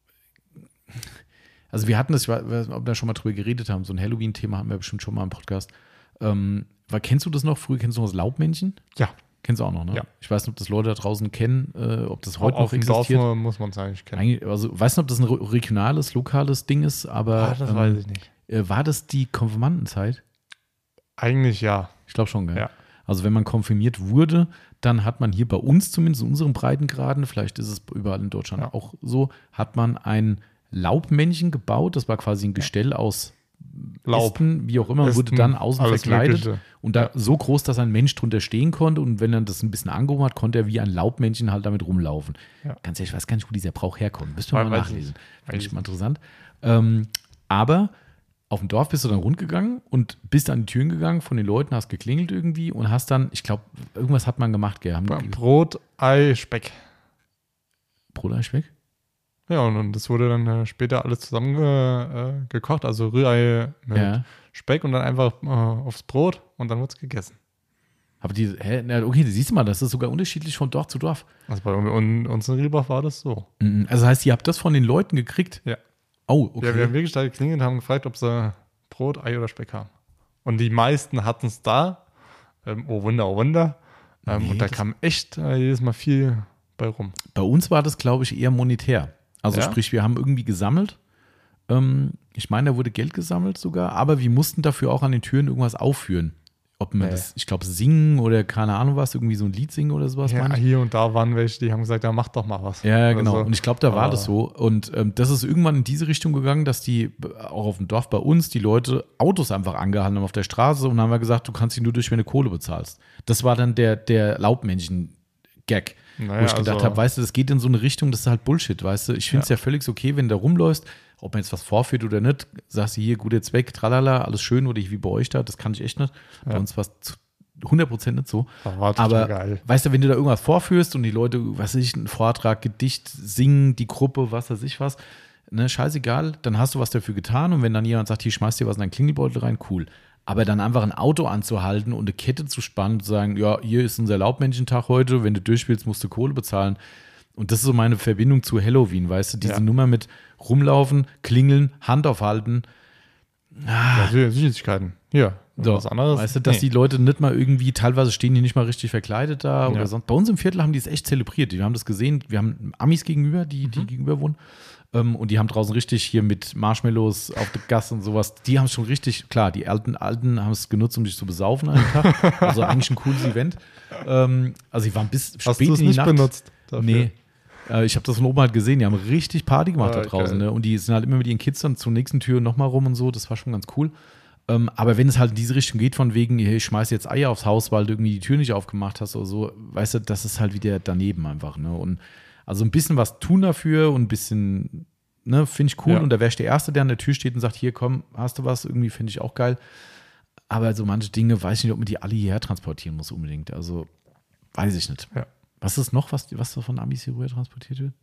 also wir hatten das, ich weiß nicht, ob wir da schon mal drüber geredet haben, so ein Halloween-Thema hatten wir bestimmt schon mal im Podcast. Kennst du das noch? Früher kennst du noch das Laubmännchen? Ja. Kennst du auch noch, ne? Ja. Ich weiß nicht, ob das Leute da draußen kennen, ob das heute noch existiert. Auf dem Dorf muss man es eigentlich kennen. Also, weiß nicht, ob das ein regionales, lokales Ding ist, aber das weiß ich nicht. War das die Konfirmandenzeit? Eigentlich ja. Ich glaube schon, gell? Ja. Also wenn man konfirmiert wurde, dann hat man hier bei uns zumindest in unseren Breitengraden, vielleicht ist es überall in Deutschland auch so, hat man ein Laubmännchen gebaut. Das war quasi ein Gestell aus Laub, Ästen, wie auch immer, wurde dann außen verkleidet Mögliche. Und da so groß, dass ein Mensch drunter stehen konnte und wenn er das ein bisschen angehoben hat, konnte er wie ein Laubmännchen halt damit rumlaufen. Ja. Ganz ehrlich, ich weiß gar nicht, wo dieser Brauch herkommt. Müsst ihr mal nachlesen. Finde ich mal interessant. Aber auf dem Dorf bist du dann rundgegangen und bist an die Türen gegangen von den Leuten, hast geklingelt irgendwie und hast dann, ich glaube, irgendwas hat man gemacht. Brot, Ei, Speck. Brot, Ei, Speck? Ja, und das wurde dann später alles zusammen gekocht, also Rührei mit Speck und dann einfach aufs Brot und dann wird es gegessen. Aber okay, du siehst mal, das ist sogar unterschiedlich von Dorf zu Dorf. Also bei uns in Rielbach war das so. Also das heißt, ihr habt das von den Leuten gekriegt? Ja. Oh, okay. Ja, wir haben wirklich da geklingelt und haben gefragt, ob sie Brot, Ei oder Speck haben. Und die meisten hatten es da. Oh Wunder, oh Wunder. Und da kam echt jedes Mal viel bei rum. Bei uns war das, glaube ich, eher monetär. Also sprich, wir haben irgendwie gesammelt. Ich meine, da wurde Geld gesammelt sogar, aber wir mussten dafür auch an den Türen irgendwas aufführen. Ob man das, ich glaube, singen oder keine Ahnung was, irgendwie so ein Lied singen oder sowas. Ja, hier und da waren welche, die haben gesagt, ja, mach doch mal was. Ja, genau. So. Und ich glaube, da war das so. Und das ist irgendwann in diese Richtung gegangen, dass die, auch auf dem Dorf bei uns, die Leute Autos einfach angehalten haben auf der Straße und haben wir gesagt, du kannst sie nur durch, wenn du Kohle bezahlst. Das war dann der Laubmännchen-Gag. Naja, wo ich gedacht habe, weißt du, das geht in so eine Richtung, das ist halt Bullshit, weißt du. Ich finde es ja völlig okay, wenn du da rumläufst, ob man jetzt was vorführt oder nicht, sagst du hier, guter Zweck, tralala, alles schön oder wie bei euch da, das kann ich echt nicht. Bei uns war es 100% nicht so. Aber geil. Weißt du, wenn du da irgendwas vorführst und die Leute, was weiß ich, einen Vortrag, Gedicht, singen, die Gruppe, was weiß ich was, ne, scheißegal, dann hast du was dafür getan und wenn dann jemand sagt, hier, schmeiß dir was in deinen Klingelbeutel rein, cool. Aber dann einfach ein Auto anzuhalten und eine Kette zu spannen und zu sagen, ja, hier ist unser Laubmännchentag heute, wenn du durchspielst, musst du Kohle bezahlen. Und das ist so meine Verbindung zu Halloween, weißt du, diese Nummer mit rumlaufen, klingeln, Hand aufhalten, Ja, Süßigkeiten. Hier. So, was anderes. weißt du, dass die Leute nicht mal irgendwie, teilweise stehen die nicht mal richtig verkleidet da oder sonst. Bei uns im Viertel haben die es echt zelebriert. Wir haben das gesehen, wir haben Amis gegenüber, die gegenüber wohnen. Und die haben draußen richtig hier mit Marshmallows auf der Gasse und sowas. Die haben es schon richtig, klar, die Alten haben es genutzt, um sich zu besaufen an dem Tag. Also eigentlich ein cooles Event. Also die waren bis Hast spät du in es die nicht Nacht. benutzt? Dafür? Nee. Ich habe das von oben halt gesehen, die haben richtig Party gemacht da draußen. geil. Ne? Und die sind halt immer mit ihren Kids dann zur nächsten Tür nochmal rum und so. Das war schon ganz cool. Aber wenn es halt in diese Richtung geht, von wegen, hey, ich schmeiß jetzt Eier aufs Haus, weil du irgendwie die Tür nicht aufgemacht hast oder so, weißt du, das ist halt wieder daneben einfach. Ne? Und also ein bisschen was tun dafür und ein bisschen, ne, finde ich cool. Ja. Und da wäre ich der Erste, der an der Tür steht und sagt, hier, komm, hast du was? Irgendwie finde ich auch geil. Aber so manche Dinge, weiß ich nicht, ob man die alle hierher transportieren muss unbedingt. Also, weiß ich nicht. Ja. Was ist noch, was so von Amis hier rüber transportiert wird?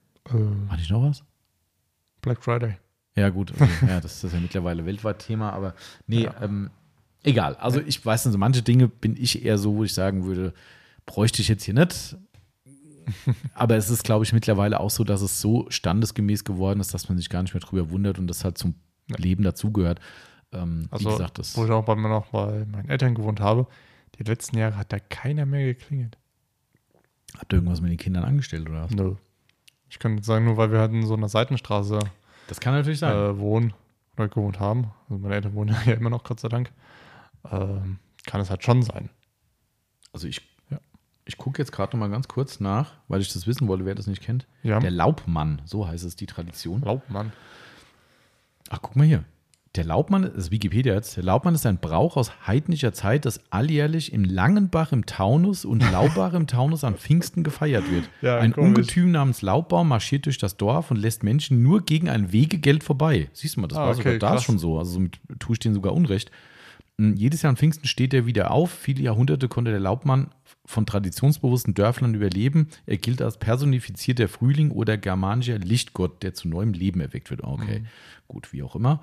War nicht noch was? Black Friday. Ja, gut. Okay. Ja, das ist ja mittlerweile weltweit Thema, aber nee, egal. Also ich weiß nicht, so manche Dinge bin ich eher so, wo ich sagen würde, bräuchte ich jetzt hier nicht. Aber es ist, glaube ich, mittlerweile auch so, dass es so standesgemäß geworden ist, dass man sich gar nicht mehr drüber wundert und das halt zum Leben dazugehört. Wie gesagt, das. Wo ich auch noch bei meinen Eltern gewohnt habe, die letzten Jahre hat da keiner mehr geklingelt. Habt ihr irgendwas mit den Kindern angestellt oder was? Nö. Ich kann jetzt sagen, nur weil wir halt in so einer Seitenstraße Das kann natürlich sein. wohnen oder gewohnt haben. Also meine Eltern wohnen ja immer noch, Gott sei Dank. Kann es halt schon sein. Also ich gucke jetzt gerade noch mal ganz kurz nach, weil ich das wissen wollte, wer das nicht kennt. Ja. Der Laubmann, so heißt es, die Tradition. Laubmann. Ach, guck mal hier. Der Laubmann, das ist Wikipedia jetzt, der Laubmann ist ein Brauch aus heidnischer Zeit, das alljährlich im Langenbach im Taunus und Laubach im Taunus an Pfingsten gefeiert wird. Ja, ein komisch. Ungetüm namens Laubbaum marschiert durch das Dorf und lässt Menschen nur gegen ein Wegegeld vorbei. Siehst du mal, das war sogar da krass. schon so. Also somit tue ich denen sogar Unrecht. Jedes Jahr an Pfingsten steht er wieder auf. Viele Jahrhunderte konnte der Laubmann von traditionsbewussten Dörflern überleben. Er gilt als personifizierter Frühling oder germanischer Lichtgott, der zu neuem Leben erweckt wird. Okay, gut, wie auch immer.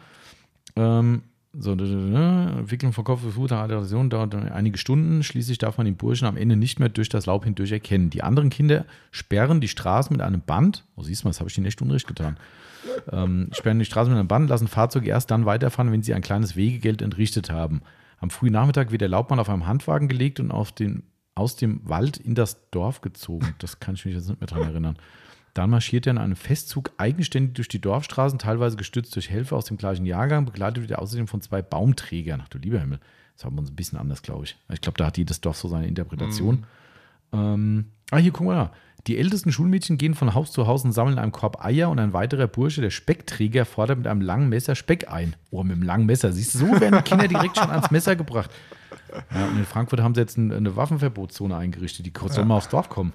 Entwicklung von Kopf bis Fuß nach Alteration dauert einige Stunden. Schließlich darf man den Burschen am Ende nicht mehr durch das Laub hindurch erkennen. Die anderen Kinder sperren die Straße mit einem Band. Oh, siehst du mal, das habe ich denen echt Unrecht getan. Sperren die Straße mit einem Band, lassen Fahrzeuge erst dann weiterfahren, wenn sie ein kleines Wegegeld entrichtet haben. Am frühen Nachmittag wird der Laubmann auf einem Handwagen gelegt und aus dem Wald in das Dorf gezogen. Das kann ich mich jetzt nicht mehr dran erinnern. Dann marschiert er in einem Festzug eigenständig durch die Dorfstraßen, teilweise gestützt durch Helfer aus dem gleichen Jahrgang, begleitet wird er außerdem von 2 Baumträgern. Ach du lieber Himmel, das haben wir uns ein bisschen anders, glaube ich. Ich glaube, da hat jedes Dorf so seine Interpretation. Hier, guck mal da. Die ältesten Schulmädchen gehen von Haus zu Haus und sammeln in einem Korb Eier und ein weiterer Bursche, der Speckträger, fordert mit einem langen Messer Speck ein. Oh, mit einem langen Messer. Siehst du, so werden die Kinder direkt schon ans Messer gebracht. Ja, und in Frankfurt haben sie jetzt eine Waffenverbotszone eingerichtet. Die sollen mal aufs Dorf kommen.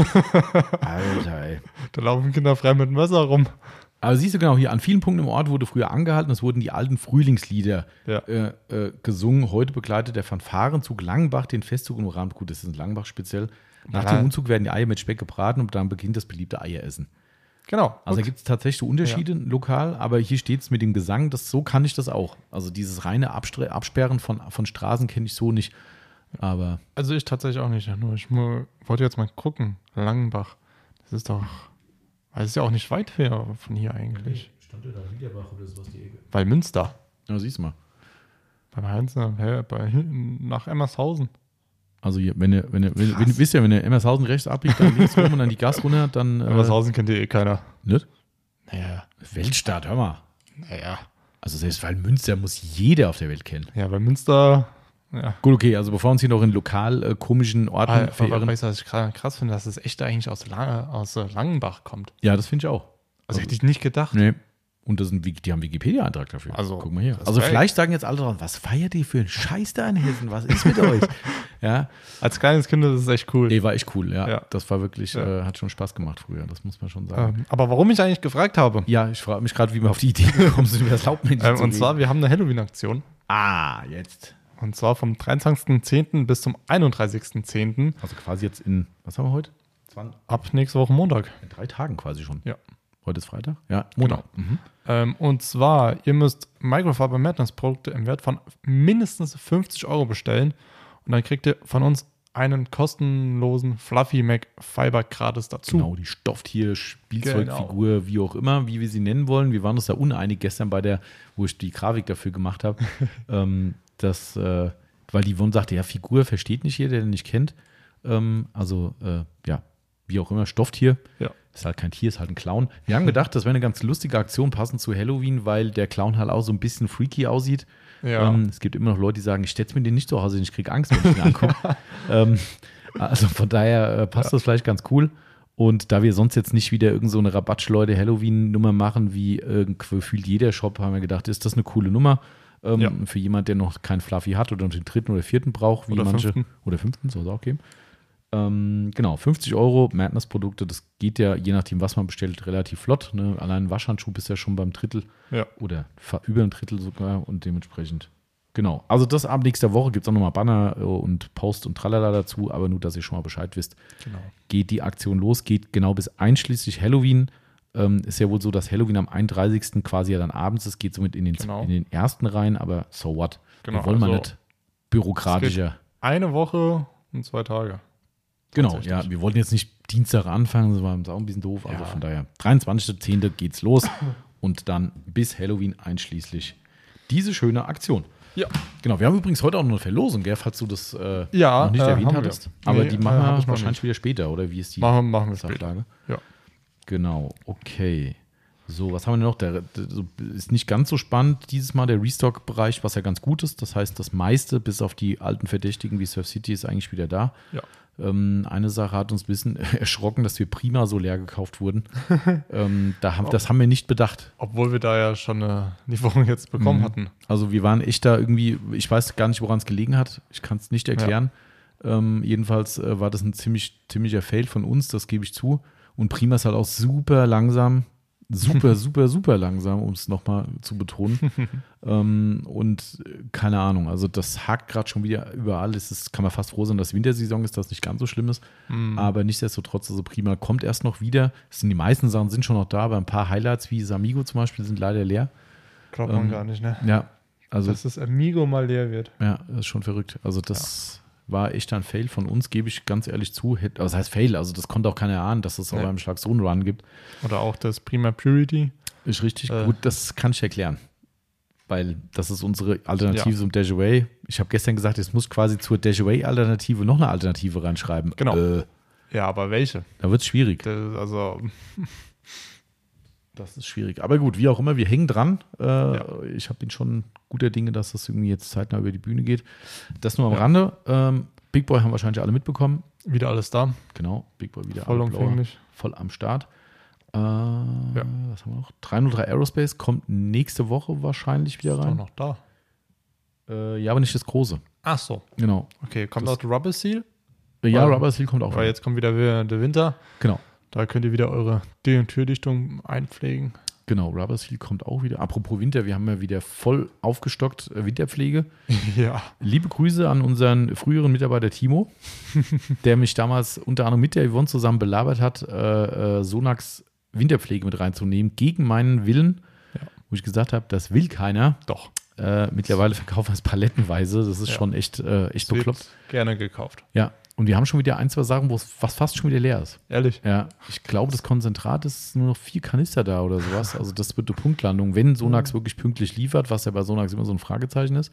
Alter, ey. Da laufen Kinder frei mit dem Messer rum. Aber siehst du genau, hier an vielen Punkten im Ort wurde früher angehalten. Es wurden die alten Frühlingslieder gesungen. Heute begleitet der Fanfarenzug Langenbach den Festzug im Rahmen. Gut, das ist in Langenbach speziell. Nach dem Umzug werden die Eier mit Speck gebraten und dann beginnt das beliebte Eieressen. Genau. Also da gibt es tatsächlich so Unterschiede lokal, aber hier steht es mit dem Gesang, so kann ich das auch. Also dieses reine Absperren von Straßen kenne ich so nicht. Aber Also ich tatsächlich auch nicht. Nur ich wollte jetzt mal gucken. Langenbach. Das ist ja auch nicht weit von hier eigentlich. Stand da Liederbach oder sowas die Ecke? Weil Münster. Ja, siehst du mal. Beim Heinz, nach Emmershausen. Also hier, wenn ihr Emmershausen rechts abbiegt, dann links rum und dann die Gas runter, dann. Emmershausen kennt ja keiner. Nicht? Naja. Weltstadt, hör mal. Naja. Also selbst weil Münster muss jeder auf der Welt kennen. Ja, bei Münster. Ja. Gut, okay, also bevor wir uns hier noch in lokal komischen Orten verirren. Weißt du, was ich gerade krass finde, dass es echt eigentlich aus Langenbach kommt. Ja, das finde ich auch. Also hätte ich nicht gedacht. Nee. Und die haben Wikipedia-Eintrag dafür. Also, guck mal hier. Also vielleicht sagen jetzt alle drauf, was feiert ihr für einen Scheiß da in Hessen? Was ist mit euch? Ja. Als kleines Kind ist es echt cool. Nee, war echt cool, ja. Das war wirklich, hat schon Spaß gemacht früher, das muss man schon sagen. Aber warum ich eigentlich gefragt habe? Ja, ich frage mich gerade, wie wir auf die Idee gekommen sind, über das Laubmännchen Und zwar, wir haben eine Halloween-Aktion. Jetzt. Und zwar vom 23.10. bis zum 31.10. Also quasi jetzt was haben wir heute? Ab nächste Woche Montag. In 3 Tagen quasi schon. Ja. Heute ist Freitag? Ja, Montag. Genau. Und zwar, ihr müsst Microfiber Madness Produkte im Wert von mindestens 50 € bestellen und dann kriegt ihr von uns einen kostenlosen Fluffy Mac Fiber gratis dazu. Genau, die Stofftier-Spielzeugfigur, wie auch immer, wie wir sie nennen wollen. Wir waren uns da uneinig gestern wo ich die Grafik dafür gemacht habe, weil die Yvonne sagte, ja, Figur versteht nicht jeder, der den nicht kennt. Wie auch immer, Stofftier. Ja. Ist halt kein Tier, ist halt ein Clown. Wir haben gedacht, das wäre eine ganz lustige Aktion, passend zu Halloween, weil der Clown halt auch so ein bisschen freaky aussieht. Ja. Es gibt immer noch Leute, die sagen, ich stelle mir den nicht zu Hause, ich kriege Angst, wenn ich ihn angucke. Also von daher passt das vielleicht ganz cool. Und da wir sonst jetzt nicht wieder irgend so eine Rabattschleute-Halloween-Nummer machen, wie gefühlt jeder Shop, haben wir gedacht, ist das eine coole Nummer für jemand, der noch keinen Fluffy hat oder den dritten oder vierten braucht, wie oder manche. Fünften. Oder fünften, soll es auch geben. Genau, 50 € Madness-Produkte, das geht ja, je nachdem, was man bestellt, relativ flott. Ne? Allein ein Waschhandschuh ist ja schon beim Drittel oder über ein Drittel sogar und dementsprechend. Genau, also das ab nächster Woche gibt es auch nochmal Banner und Post und Tralala dazu, aber nur, dass ihr schon mal Bescheid wisst. Genau. Geht die Aktion los, geht genau bis einschließlich Halloween. Ist ja wohl so, dass Halloween am 31. quasi ja dann abends ist, geht somit in den ersten rein, aber so what? Genau, Wir wollen mal nicht bürokratischer. Eine Woche und 2 Tage. Genau, ja, wir wollten jetzt nicht Dienstag anfangen, das war uns auch ein bisschen doof, also von daher 23.10. geht's los und dann bis Halloween einschließlich diese schöne Aktion. Ja. Genau, wir haben übrigens heute auch noch eine Verlosung, gell, falls du das noch nicht erwähnt hattest. Wir. Aber Nee, die machen wir wahrscheinlich nicht. wieder später, oder wie ist die Machen wir Sachlage? später. Ja. Genau, okay. So, was haben wir denn noch? Der ist nicht ganz so spannend dieses Mal, der Restock-Bereich, was ja ganz gut ist. Das heißt, das meiste, bis auf die alten Verdächtigen wie Surf City, ist eigentlich wieder da. Ja. Eine Sache hat uns ein bisschen erschrocken, dass wir Prima so leer gekauft wurden. Das haben wir nicht bedacht. Obwohl wir da ja schon eine Lieferung jetzt bekommen hatten. Also wir waren echt da irgendwie, ich weiß gar nicht, woran es gelegen hat. Ich kann es nicht erklären. Jedenfalls war das ein ziemlicher Fail von uns, das gebe ich zu. Und Prima ist halt auch super langsam. Super langsam, um es nochmal zu betonen. Und keine Ahnung, also das hakt gerade schon wieder überall. Kann man fast froh sein, dass Wintersaison ist, dass nicht ganz so schlimm ist. Aber nichtsdestotrotz, also Prima kommt erst noch wieder. Die meisten Sachen sind schon noch da, aber ein paar Highlights wie Samigo zum Beispiel sind leider leer. Glaubt man gar nicht, ne? Ja. Also, dass das Amigo mal leer wird. Ja, das ist schon verrückt. Also das war echt ein Fail von uns, gebe ich ganz ehrlich zu. Das heißt Fail, also das konnte auch keiner ahnen, dass es auf einem Schlag so einen Run gibt. Oder auch das Prima Purity. Ist richtig gut, das kann ich erklären. Weil das ist unsere Alternative zum Dejaway. Ich habe gestern gesagt, es muss quasi zur Dejaway-Alternative noch eine Alternative reinschreiben. Genau. Ja, aber welche? Da wird es schwierig. Das ist schwierig. Aber gut, wie auch immer, wir hängen dran. Ich bin schon guter Dinge, dass das irgendwie jetzt zeitnah über die Bühne geht. Das nur am Rande. Big Boy haben wahrscheinlich alle mitbekommen. Wieder alles da. Genau, Big Boy wieder vollumfänglich. Voll am Start. Was haben wir noch? 303 Aerospace kommt nächste Woche wahrscheinlich wieder rein. Ist doch noch da. Ja, aber nicht das große. Ach so. Genau. Okay, kommt auch Rubber Seal? Ja, Rubber Seal kommt auch rein. Weil jetzt kommt wieder der Winter. Genau. Da könnt ihr wieder eure Tür- und Türdichtung einpflegen. Genau, Rubber Seal kommt auch wieder. Apropos Winter, wir haben ja wieder voll aufgestockt Winterpflege. Ja. Liebe Grüße an unseren früheren Mitarbeiter Timo, der mich damals unter anderem mit der Yvonne zusammen belabert hat, Sonax Winterpflege mit reinzunehmen, gegen meinen Willen, wo ich gesagt habe, das will keiner. Doch. Mittlerweile verkaufen wir es palettenweise. Das ist schon echt bekloppt. Gerne gekauft. Ja. Und wir haben schon wieder 1, 2 Sachen, was fast schon wieder leer ist. Ehrlich? Ja. Ich glaube, das Konzentrat ist nur noch 4 Kanister da oder sowas. Also das wird eine Punktlandung, wenn Sonax wirklich pünktlich liefert, was ja bei Sonax immer so ein Fragezeichen ist.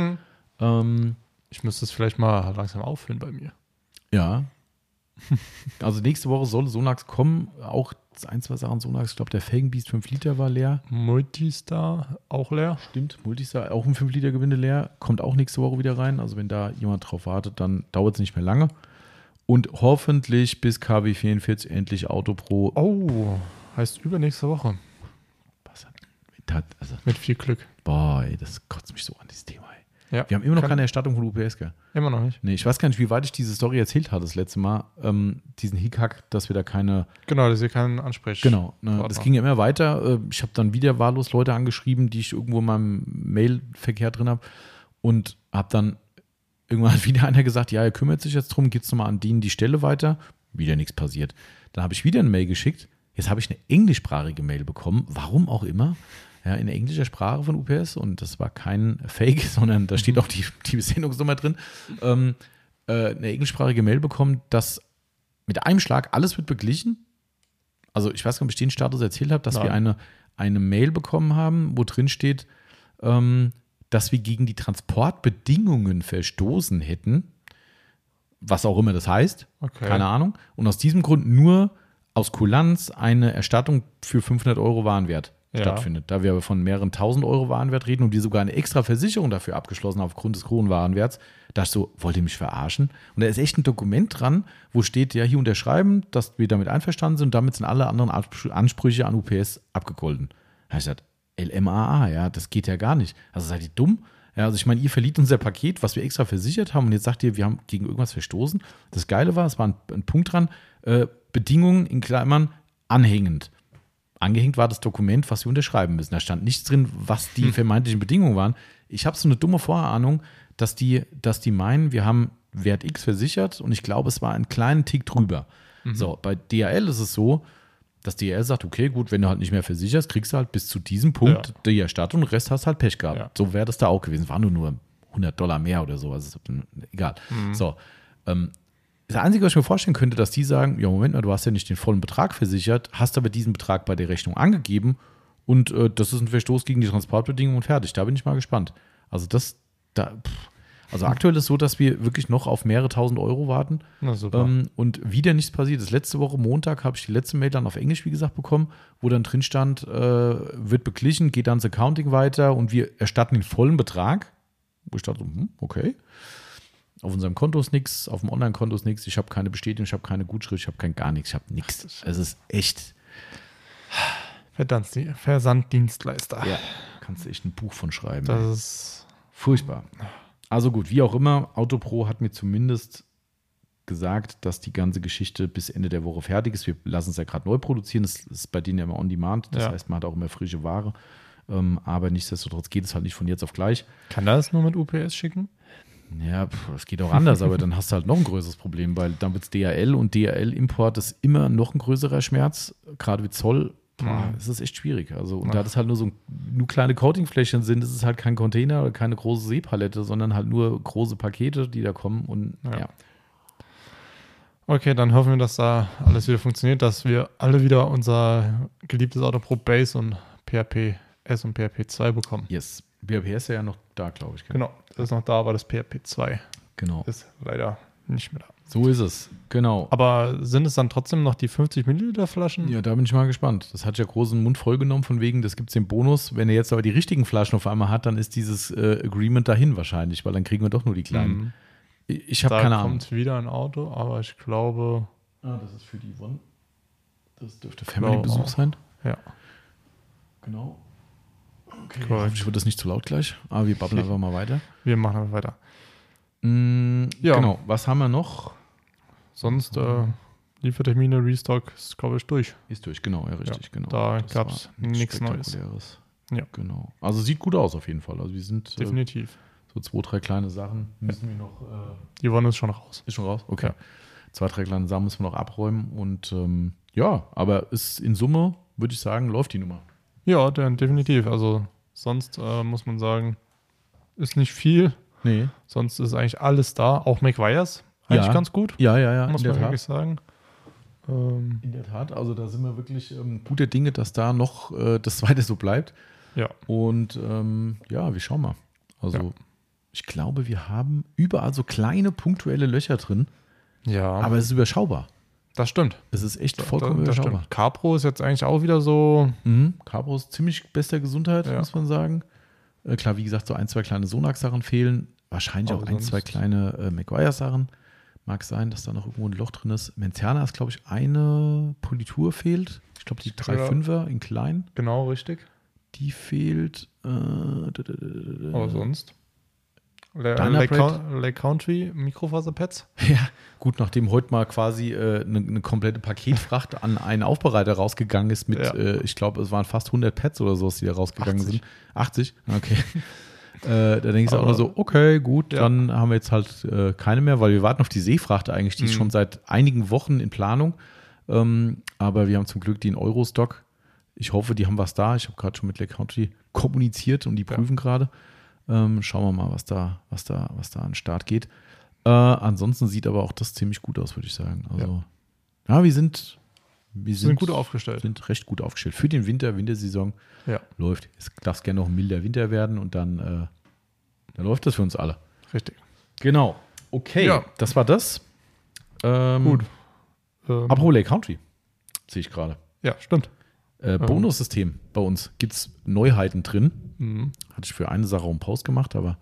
Ich müsste es vielleicht mal langsam auffüllen bei mir. Ja. Also nächste Woche soll Sonax kommen. Auch 1, 2 Sachen Sonax. Ich glaube, der Felgenbeast 5 Liter war leer. Multistar auch leer. Stimmt, Multistar auch ein 5 Liter Gewinde leer. Kommt auch nächste Woche wieder rein. Also wenn da jemand drauf wartet, dann dauert es nicht mehr lange. Und hoffentlich bis KW 44 endlich Autopro. Oh, heißt übernächste Woche. Was? Mit viel Glück. Boah, ey, das kotzt mich so an, dieses Thema. Ja, wir haben immer noch keine Erstattung von UPS, gell? Immer noch nicht. Nee, ich weiß gar nicht, wie weit ich diese Story erzählt hatte das letzte Mal. Diesen Hickhack, dass wir da keine... Genau, dass ihr keinen Ansprech. Genau, ne, das ging ja immer weiter. Ich habe dann wieder wahllos Leute angeschrieben, die ich irgendwo in meinem Mailverkehr drin habe. Und habe dann irgendwann wieder einer gesagt, ja, er kümmert sich jetzt drum, geht's nochmal an denen die Stelle weiter. Wieder nichts passiert. Dann habe ich wieder eine Mail geschickt. Jetzt habe ich eine englischsprachige Mail bekommen, warum auch immer. Ja, in englischer Sprache von UPS und das war kein Fake, sondern da steht auch die Sendungsnummer drin. eine englischsprachige Mail bekommen, dass mit einem Schlag alles wird beglichen. Also ich weiß gar nicht, ob ich den Status erzählt habe, dass wir eine Mail bekommen haben, wo drin steht, dass wir gegen die Transportbedingungen verstoßen hätten. Was auch immer das heißt. Okay. Keine Ahnung. Und aus diesem Grund nur aus Kulanz eine Erstattung für 500 Euro Warenwert stattfindet. Da wir aber von mehreren 1000 Euro Warenwert reden und wir sogar eine extra Versicherung dafür abgeschlossen haben aufgrund des hohen Warenwerts, da ich so, wollt ihr mich verarschen? Und da ist echt ein Dokument dran, wo steht, ja, hier unterschreiben, dass wir damit einverstanden sind und damit sind alle anderen Ansprüche an UPS abgegolten. Da habe ich gesagt, LMAA, ja, das geht ja gar nicht. Also seid ihr dumm? Ja, also ich meine, ihr verliert unser Paket, was wir extra versichert haben und jetzt sagt ihr, wir haben gegen irgendwas verstoßen. Das Geile war, es war ein Punkt dran, Bedingungen in Klammern anhängend. Angehängt war das Dokument, was wir unterschreiben müssen. Da stand nichts drin, was die vermeintlichen Bedingungen waren. Ich habe so eine dumme Vorahnung, dass die meinen, wir haben Wert X versichert und ich glaube, es war einen kleinen Tick drüber. So, bei DHL ist es so, dass DHL sagt, okay, gut, wenn du halt nicht mehr versicherst, kriegst du halt bis zu diesem Punkt die Erstattung und den Rest hast du halt Pech gehabt. Ja. So wäre das da auch gewesen. War nur $100 mehr oder so, also egal. So, das Einzige, was ich mir vorstellen könnte, dass die sagen, ja, Moment mal, du hast ja nicht den vollen Betrag versichert, hast aber diesen Betrag bei der Rechnung angegeben und das ist ein Verstoß gegen die Transportbedingungen und fertig. Da bin ich mal gespannt. Also aktuell ist es so, dass wir wirklich noch auf mehrere 1000 Euro warten. Na super. Und wieder nichts passiert. Das letzte Woche Montag habe ich die letzte Mail dann auf Englisch, wie gesagt, bekommen, wo dann drin stand, wird beglichen, geht dann ins Accounting weiter und wir erstatten den vollen Betrag. Wo ich dachte, okay. Auf unserem Konto ist nichts, auf dem Online-Konto ist nichts, ich habe keine Bestätigung, ich habe keine Gutschrift, ich habe gar nichts, ich habe nichts. Es ist echt. Versanddienstleister. Ja, kannst du echt ein Buch von schreiben. Das ist furchtbar. Also gut, wie auch immer, Autopro hat mir zumindest gesagt, dass die ganze Geschichte bis Ende der Woche fertig ist. Wir lassen es ja gerade neu produzieren, das ist bei denen ja immer on demand, das heißt, man hat auch immer frische Ware. Aber nichtsdestotrotz geht es halt nicht von jetzt auf gleich. Kann er das nur mit UPS schicken? Ja, es geht auch anders, aber dann hast du halt noch ein größeres Problem, weil dann wird es DHL und DHL-Import ist immer noch ein größerer Schmerz, gerade mit Zoll. Es ist echt schwierig. Also, und da das halt nur kleine Coatingflächen sind, ist es halt kein Container oder keine große Seepalette, sondern halt nur große Pakete, die da kommen und ja. Okay, dann hoffen wir, dass da alles wieder funktioniert, dass wir alle wieder unser geliebtes Autopro Base und PHP S und PHP 2 bekommen. Yes. PHP ist ja noch da, glaube ich. Genau, das ist noch da, aber das PHP 2 ist leider nicht mehr da. So ist es, genau. Aber sind es dann trotzdem noch die 50 Milliliter Flaschen? Ja, da bin ich mal gespannt. Das hat ja großen Mund voll genommen von wegen, das gibt es den Bonus. Wenn er jetzt aber die richtigen Flaschen auf einmal hat, dann ist dieses Agreement dahin wahrscheinlich, weil dann kriegen wir doch nur die kleinen. Ich habe keine Ahnung. Da kommt wieder ein Auto, aber ich glaube... das ist für die One. Das dürfte Family-Besuch sein. Ja. Genau. Okay, ich würde das nicht zu laut gleich, aber wir babbeln einfach mal weiter. Wir machen einfach weiter. Genau, was haben wir noch? Sonst Liefertermine, Restock ist, glaube ich, durch. Ist durch, genau, ja, richtig, genau. Da gab es nichts Neues. Ja, genau. Also sieht gut aus auf jeden Fall. Also wir sind definitiv. So 2, 3 kleine Sachen müssen wir noch. Die Wonne ist schon raus. Ist schon raus? Okay. Ja. 2, 3 kleine Sachen müssen wir noch abräumen und aber ist in Summe, würde ich sagen, läuft die Nummer. Ja, definitiv. Also sonst muss man sagen, ist nicht viel. Nee. Sonst ist eigentlich alles da. Auch McGuire's eigentlich ganz gut. Ja. Muss man wirklich sagen. In der Tat. Also da sind wir wirklich guter Dinge, dass da noch das Zweite so bleibt. Ja. Und wir schauen mal. Also ich glaube, wir haben überall so kleine punktuelle Löcher drin. Ja. Aber es ist überschaubar. Das stimmt. Es ist echt vollkommen überschaubar. Stimmt. Capro ist jetzt eigentlich auch wieder so. Capro ist ziemlich bester Gesundheit, muss man sagen. Klar, wie gesagt, so 1, 2 kleine Sonax-Sachen fehlen. Wahrscheinlich auch 1, 2 kleine Maguire-Sachen. Mag sein, dass da noch irgendwo ein Loch drin ist. Menciana ist, glaube ich, eine Politur fehlt. Ich glaube, die 3.5er in klein. Genau, richtig. Die fehlt. Aber sonst? Lake Country Mikrofaserpads? Ja, gut, nachdem heute mal quasi eine komplette Paketfracht an einen Aufbereiter rausgegangen ist mit, ich glaube, es waren fast 100 Pads oder so, die da rausgegangen 80. sind. 80? Okay. Da denkst du auch nur so, okay, gut, dann haben wir jetzt halt keine mehr, weil wir warten auf die Seefracht eigentlich, die ist schon seit einigen Wochen in Planung. Aber wir haben zum Glück die in Eurostock. Ich hoffe, die haben was da. Ich habe gerade schon mit Lake Country kommuniziert und die prüfen gerade. Schauen wir mal, was da an den Start geht. Ansonsten sieht aber auch das ziemlich gut aus, würde ich sagen. Also, ja, wir sind gut aufgestellt. Sind recht gut aufgestellt. Für den Wintersaison läuft. Es darf gerne noch ein milder Winter werden und dann läuft das für uns alle. Richtig. Genau. Okay, das war das. Gut. Apropos Lake Country, sehe ich gerade. Ja, stimmt. Bonussystem bei uns. Gibt es Neuheiten drin? Mhm. Hatte ich für eine Sache auch einen Post gemacht, aber.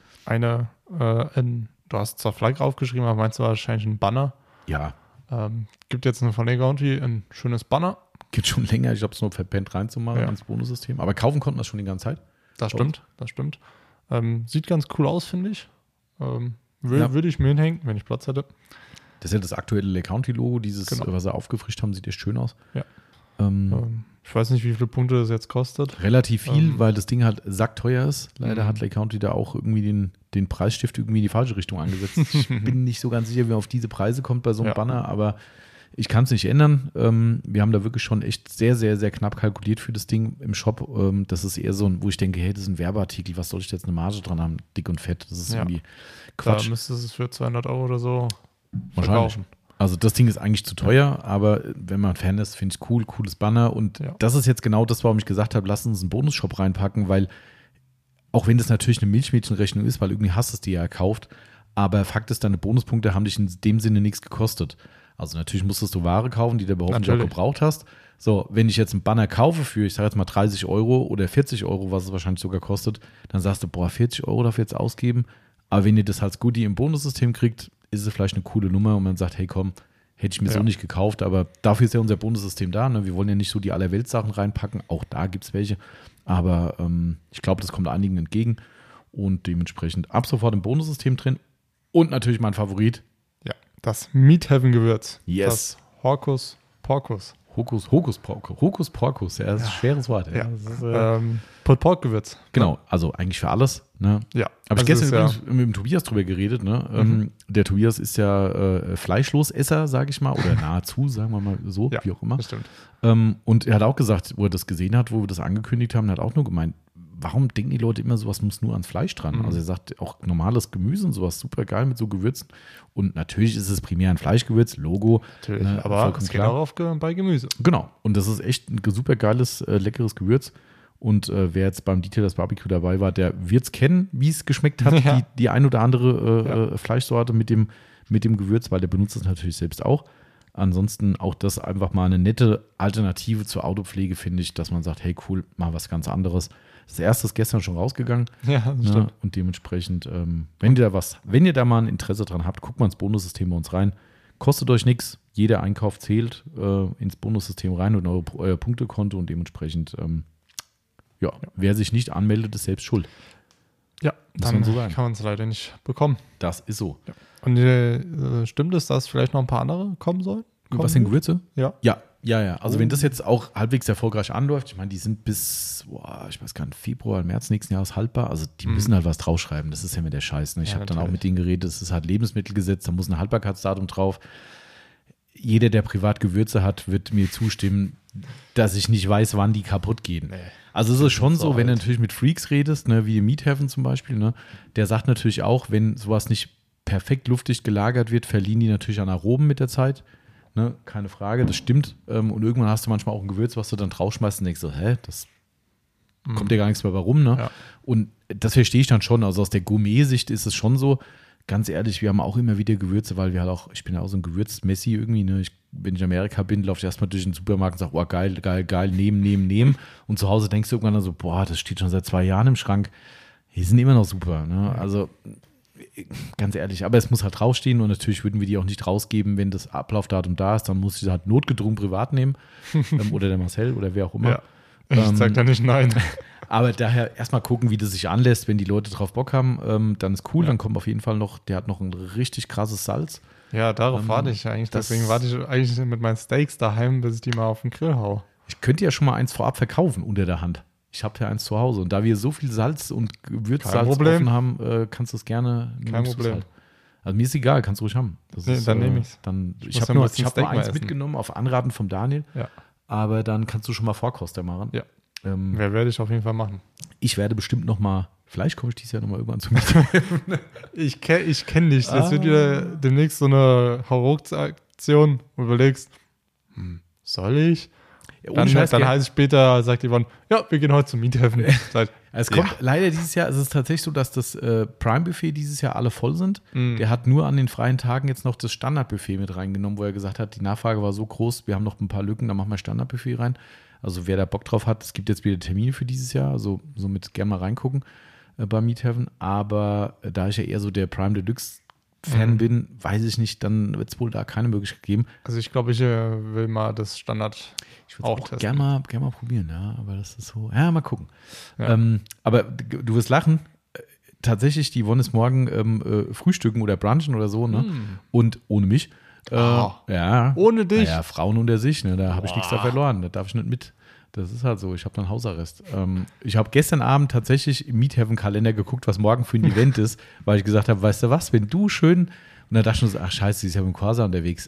Du hast zwar Flag aufgeschrieben, aber meinst du wahrscheinlich ein Banner? Ja. Gibt jetzt von Lake Country ein schönes Banner. Gibt schon länger, ich habe es nur verpennt reinzumachen ins Bonussystem. Aber kaufen konnten wir es schon die ganze Zeit. Das stimmt. Sieht ganz cool aus, finde ich. Würde ich mir hinhängen, wenn ich Platz hätte. Das ist ja das aktuelle Lake Country-Logo, was sie aufgefrischt haben, sieht echt schön aus. Ja. Ich weiß nicht, wie viele Punkte das jetzt kostet. Relativ viel, weil das Ding halt sackteuer ist. Leider hat Lake Country da auch irgendwie den Preisstift irgendwie in die falsche Richtung angesetzt. Ich bin nicht so ganz sicher, wie man auf diese Preise kommt bei so einem Banner, aber ich kann es nicht ändern. Wir haben da wirklich schon echt sehr, sehr, sehr knapp kalkuliert für das Ding im Shop. Das ist eher so ein, wo ich denke, hey, das ist ein Werbeartikel, was soll ich jetzt eine Marge dran haben? Dick und fett, das ist irgendwie Quatsch. Da müsste es für 200 € oder so wahrscheinlich verkaufen. Also das Ding ist eigentlich zu teuer, aber wenn man Fan ist, finde ich es cool, cooles Banner und das ist jetzt genau das, warum ich gesagt habe, lass uns einen Bonusshop reinpacken, weil auch wenn das natürlich eine Milchmädchenrechnung ist, weil irgendwie hast du es dir ja gekauft, aber Fakt ist, deine Bonuspunkte haben dich in dem Sinne nichts gekostet. Also natürlich musstest du Ware kaufen, die du aber hoffentlich auch gebraucht hast. So, wenn ich jetzt einen Banner kaufe für, ich sage jetzt mal 30 € oder 40 €, was es wahrscheinlich sogar kostet, dann sagst du, 40 € dafür jetzt ausgeben, aber wenn ihr das als Goodie im Bonussystem kriegt, ist es vielleicht eine coole Nummer und man sagt, hey komm, hätte ich mir so nicht gekauft, aber dafür ist ja unser Bonussystem da. Ne? Wir wollen ja nicht so die Allerweltssachen reinpacken, auch da gibt es welche, aber ich glaube, das kommt einigen entgegen und dementsprechend ab sofort im Bonussystem drin und natürlich mein Favorit. Ja, das Meat Heaven Gewürz. Yes. Das Hokus Porkus. Hokus Porkus, ja, das ist ein schweres Wort. Ja. Pulled Pork Gewürz. Genau, also eigentlich für alles. Ne? Ja. Habe ich gestern übrigens mit dem Tobias drüber geredet. Ne? Der Tobias ist ja Fleischlosesser, sage ich mal, oder nahezu, sagen wir mal so, wie auch immer. Das stimmt. Und er hat auch gesagt, wo er das gesehen hat, wo wir das angekündigt haben, er hat auch nur gemeint, warum denken die Leute immer, sowas muss nur ans Fleisch dran? Also er sagt, auch normales Gemüse und sowas super geil mit so Gewürzen. Und natürlich ist es primär ein Fleischgewürz, Logo. Natürlich, ne, aber es geht auch bei Gemüse. Genau. Und das ist echt ein super geiles, leckeres Gewürz. Und wer jetzt beim Detailers Barbecue dabei war, der wird es kennen, wie es geschmeckt hat, die ein oder andere Fleischsorte mit dem Gewürz, weil der benutzt es natürlich selbst auch. Ansonsten auch das einfach mal eine nette Alternative zur Autopflege, finde ich, dass man sagt, hey cool, mal was ganz anderes. Das erste ist gestern schon rausgegangen. Ja, das stimmt. Und dementsprechend, wenn ihr da mal ein Interesse dran habt, guckt mal ins Bonussystem bei uns rein. Kostet euch nichts. Jeder Einkauf zählt ins Bonussystem rein und euer Punktekonto und dementsprechend, wer sich nicht anmeldet, ist selbst schuld. Ja, dann so kann man es leider nicht bekommen. Das ist so. Ja. Und stimmt es, dass vielleicht noch ein paar andere kommen sollen? Was sind Gewürze? Ja. Ja. Also wenn das jetzt auch halbwegs erfolgreich anläuft, ich meine, die sind bis, ich weiß gar nicht, Februar, März nächsten Jahres haltbar. Also die müssen halt was draufschreiben. Das ist ja immer der Scheiß. Ne? Ich habe dann auch mit denen geredet, das ist halt Lebensmittelgesetz, da muss ein Haltbarkeitsdatum drauf. Jeder, der privat Gewürze hat, wird mir zustimmen, dass ich nicht weiß, wann die kaputt gehen. Nee, also es ist schon so, wenn du natürlich mit Freaks redest, ne, wie Meat Heaven zum Beispiel, ne, der sagt natürlich auch, wenn sowas nicht perfekt luftdicht gelagert wird, verlieren die natürlich an Aromen mit der Zeit. Ne, keine Frage, das stimmt. Und irgendwann hast du manchmal auch ein Gewürz, was du dann draufschmeißt und denkst so, das kommt dir gar nichts mehr warum. Ne? Ja. Und das verstehe ich dann schon. Also aus der Gourmet-Sicht ist es schon so, ganz ehrlich, wir haben auch immer wieder Gewürze, weil wir halt auch, ich bin ja auch so ein Gewürzmessi irgendwie, ne? Wenn ich in Amerika bin, laufe ich erstmal durch den Supermarkt und sage, oh geil, nehmen. Und zu Hause denkst du irgendwann dann so, das steht schon seit 2 Jahren im Schrank. Die sind immer noch super. Ne? Also ganz ehrlich, aber es muss halt draufstehen und natürlich würden wir die auch nicht rausgeben, wenn das Ablaufdatum da ist, dann muss ich sie halt notgedrungen privat nehmen oder der Marcel oder wer auch immer. Ja, ich sag da nicht nein. Aber daher erstmal gucken, wie das sich anlässt, wenn die Leute drauf Bock haben, dann ist cool, dann kommt auf jeden Fall noch, der hat noch ein richtig krasses Salz. Ja, darauf warte ich eigentlich, deswegen warte ich eigentlich mit meinen Steaks daheim, bis ich die mal auf den Grill hau. Ich könnte ja schon mal eins vorab verkaufen unter der Hand. Ich habe ja eins zu Hause und da wir so viel Salz und Gewürzsalz offen haben, kannst du es gerne. Kein Problem. Halt. Also mir ist egal, kannst du ruhig haben. Dann nehme ich es. Ich habe nur eins mitgenommen auf Anraten vom Daniel, aber dann kannst du schon mal Vorkoster machen. Ja. Werde ich auf jeden Fall machen. Ich werde bestimmt nochmal, vielleicht komme ich dieses Jahr nochmal irgendwann zu mir. Ich kenn dich. Das wird wieder demnächst so eine Hauruck-Aktion, wo du überlegst, soll ich? Ja, Dann heißt es später, sagt Yvonne, ja, wir gehen heute zum Miethafen. Es kommt leider dieses Jahr, es ist tatsächlich so, dass das Prime-Buffet dieses Jahr alle voll sind. Der hat nur an den freien Tagen jetzt noch das Standard-Buffet mit reingenommen, wo er gesagt hat, die Nachfrage war so groß, wir haben noch ein paar Lücken, da machen wir Standard-Buffet rein. Also wer da Bock drauf hat, es gibt jetzt wieder Termine für dieses Jahr, also somit gerne mal reingucken bei Meathaven. Aber da ich ja eher so der Prime Deluxe-Fan bin, weiß ich nicht, dann wird es wohl da keine Möglichkeit geben. Also ich glaube, ich will mal das Standard auch testen. Gerne mal probieren, ja, aber das ist so, ja, mal gucken. Ja. Aber du wirst lachen, tatsächlich, die Yvonne ist morgen frühstücken oder brunchen oder so, ne? Und ohne mich. Ja. Ohne dich? Ja, Frauen unter sich, ne? Da habe ich nichts da verloren, da darf ich nicht mit. Das ist halt so, ich habe dann Hausarrest. Ich habe gestern Abend tatsächlich im Meathaven-Kalender geguckt, was morgen für ein Event ist, weil ich gesagt habe, weißt du was, wenn du schön, und dann dachte ich nur so, ach scheiße, sie ist ja mit dem Corsa unterwegs.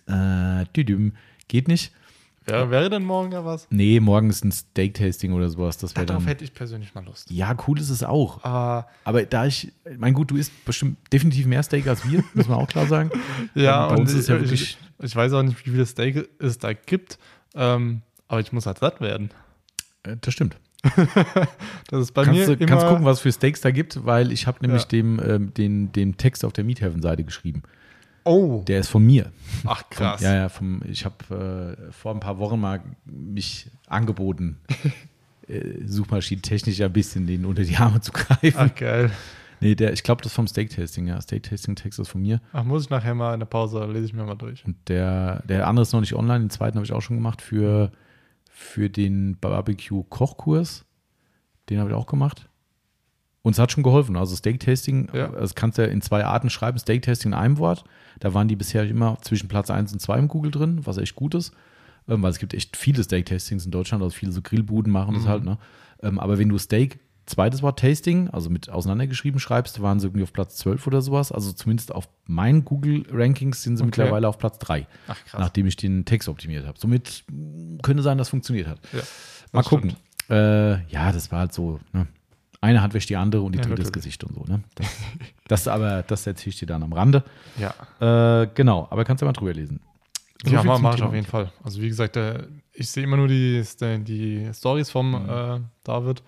Geht nicht. Ja, wäre denn morgen da was? Nee, morgen ist ein Steak-Tasting oder sowas. Darauf hätte ich persönlich mal Lust. Ja, cool ist es auch. Aber da mein gut, du isst bestimmt definitiv mehr Steak als wir, muss man auch klar sagen. Ja, bei uns und ist ja wirklich. Ich weiß auch nicht, wie viel Steak es da gibt, aber ich muss halt satt werden. Das stimmt. Das ist bei mir immer. Kannst gucken, was es für Steaks da gibt, weil ich habe nämlich den Text auf der Meathaven-Seite geschrieben. Oh. Der ist von mir. Ach, krass. Ich habe vor ein paar Wochen mal mich angeboten, suchmaschinentechnisch ein bisschen den unter die Arme zu greifen. Ach, geil. Nee, ich glaube, das ist vom Steak-Tasting, ja. Steak-Tasting-Text ist von mir. Ach, muss ich nachher mal in der Pause, lese ich mir mal durch. Und der andere ist noch nicht online, den zweiten habe ich auch schon gemacht für den Barbecue-Kochkurs. Den habe ich auch gemacht. Und es hat schon geholfen. Also Steak-Tasting, das kannst du ja in 2 Arten schreiben. Steak-Tasting in einem Wort. Da waren die bisher immer zwischen Platz 1 und 2 im Google drin, was echt gut ist. Weil es gibt echt viele Steak-Tastings in Deutschland. Also viele so Grillbuden machen das halt. Ne? Aber wenn du Steak, zweites Wort Tasting, also mit auseinandergeschrieben schreibst, waren sie irgendwie auf Platz 12 oder sowas. Also zumindest auf meinen Google-Rankings sind sie mittlerweile auf Platz 3. Ach, krass. Nachdem ich den Text optimiert habe. Somit könnte sein, dass es funktioniert hat. Ja, mal gucken. Das war halt so, ne? Eine Hand wäscht die andere und die dritte das Gesicht und so. Ne? Das erzähle ich dir dann am Rande. Ja. Genau, aber kannst du mal drüber lesen. So ja, mache ich auf jeden Fall. Also wie gesagt, ich sehe immer nur die Stories vom David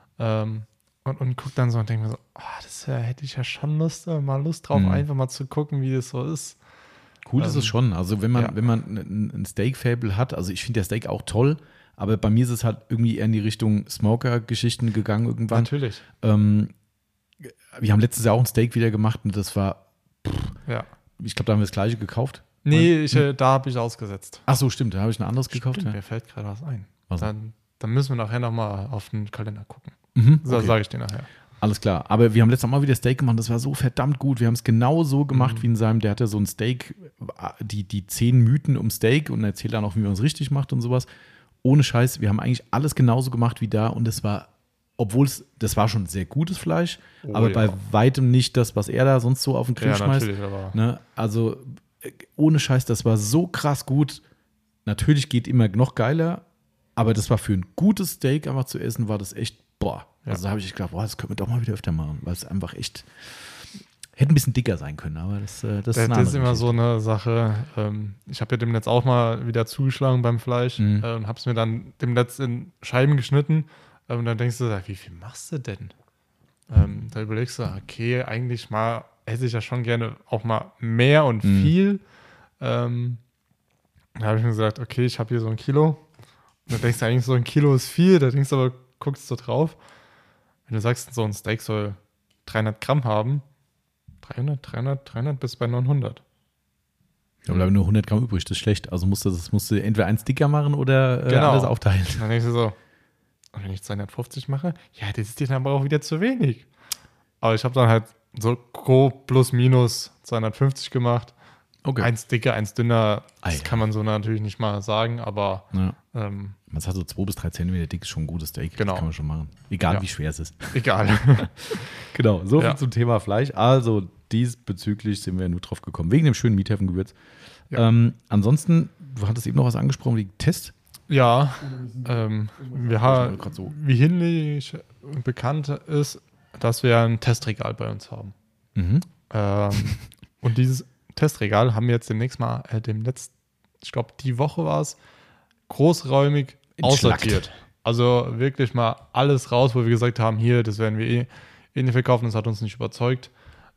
und gucke dann so und denke mir so, das hätte ich ja schon Lust drauf, einfach mal zu gucken, wie das so ist. Cool ist es schon. Also wenn man ein Steak-Fable hat, also ich finde der Steak auch toll, aber bei mir ist es halt irgendwie eher in die Richtung Smoker-Geschichten gegangen irgendwann. Natürlich. Wir haben letztes Jahr auch ein Steak wieder gemacht und das war, ich glaube, da haben wir das gleiche gekauft. Nee, da habe ich ausgesetzt. Ach so, stimmt, da habe ich ein anderes gekauft. Stimmt, mir fällt gerade was ein. Also. Dann müssen wir nachher nochmal auf den Kalender gucken. So sage ich dir nachher. Alles klar, aber wir haben letztes Mal wieder Steak gemacht, das war so verdammt gut. Wir haben es genau so gemacht wie in seinem, der hatte so ein Steak, die 10 Mythen um Steak und erzählt dann auch, wie man es richtig macht und sowas. Ohne Scheiß, wir haben eigentlich alles genauso gemacht wie da und das war schon sehr gutes Fleisch, aber bei weitem nicht das, was er da sonst so auf den Grill schmeißt. Ne? Also ohne Scheiß, das war so krass gut. Natürlich geht immer noch geiler, aber das war für ein gutes Steak einfach zu essen, war das echt, Also da habe ich gedacht, das können wir doch mal wieder öfter machen, weil es einfach echt hätte ein bisschen dicker sein können, aber das ist eine Das ist immer so eine Sache. Ich habe ja dem Netz auch mal wieder zugeschlagen beim Fleisch und habe es mir dann dem Netz in Scheiben geschnitten. Und dann denkst du, wie viel machst du denn? Da überlegst du, okay, eigentlich mal esse ich ja schon gerne auch mal mehr und viel. Da habe ich mir gesagt, okay, ich habe hier so 1 Kilo. Und dann denkst du eigentlich, so 1 Kilo ist viel. Da denkst du aber, guckst du drauf. Wenn du sagst, so ein Steak soll 300 Gramm haben, 300 bis bei 900. Da bleiben nur 100 Gramm übrig, das ist schlecht. Also musst du entweder eins dicker machen oder alles aufteilen. Dann denkst du so, und wenn ich 250 mache, das ist dir dann aber auch wieder zu wenig. Aber ich habe dann halt so grob plus minus 250 gemacht. Okay. Eins dicker, eins dünner, das kann man so natürlich nicht mal sagen, aber man sagt so 2 bis 3 Zentimeter dick ist schon ein gutes Steak. Genau. Das kann man schon machen. Egal wie schwer es ist. Egal. Genau, so viel zum Thema Fleisch. Also diesbezüglich sind wir nur drauf gekommen, wegen dem schönen Meathaven-Gewürz. Ja. Ansonsten, du hattest eben noch was angesprochen, die Test. Ja, so. wie hinlänglich bekannt ist, dass wir ein Testregal bei uns haben. Mhm. Und dieses Testregal haben wir jetzt demnächst mal, ich glaube, die Woche war es, großräumig aussortiert. Also wirklich mal alles raus, wo wir gesagt haben, hier, das werden wir nicht verkaufen, das hat uns nicht überzeugt.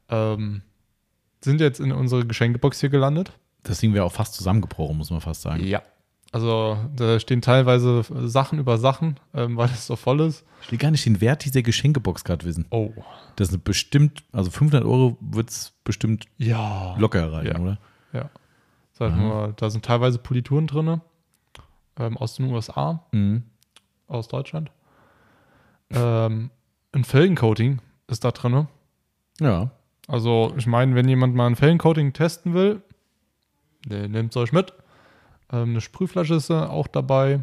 Sind jetzt in unsere Geschenkebox hier gelandet. Das Ding wäre auch fast zusammengebrochen, muss man fast sagen. Ja. Also da stehen teilweise Sachen über Sachen, weil es so voll ist. Ich will gar nicht den Wert dieser Geschenkebox gerade wissen. Oh. Das sind bestimmt, also 500 € wird es bestimmt locker erreichen, Ja. oder? Ja. Da sind teilweise Polituren drin, aus den USA, aus Deutschland. Ein Felgencoating ist da drin. Ja. Also ich meine, wenn jemand mal ein Felgencoating testen will, nehmt es euch mit. Eine Sprühflasche ist auch dabei.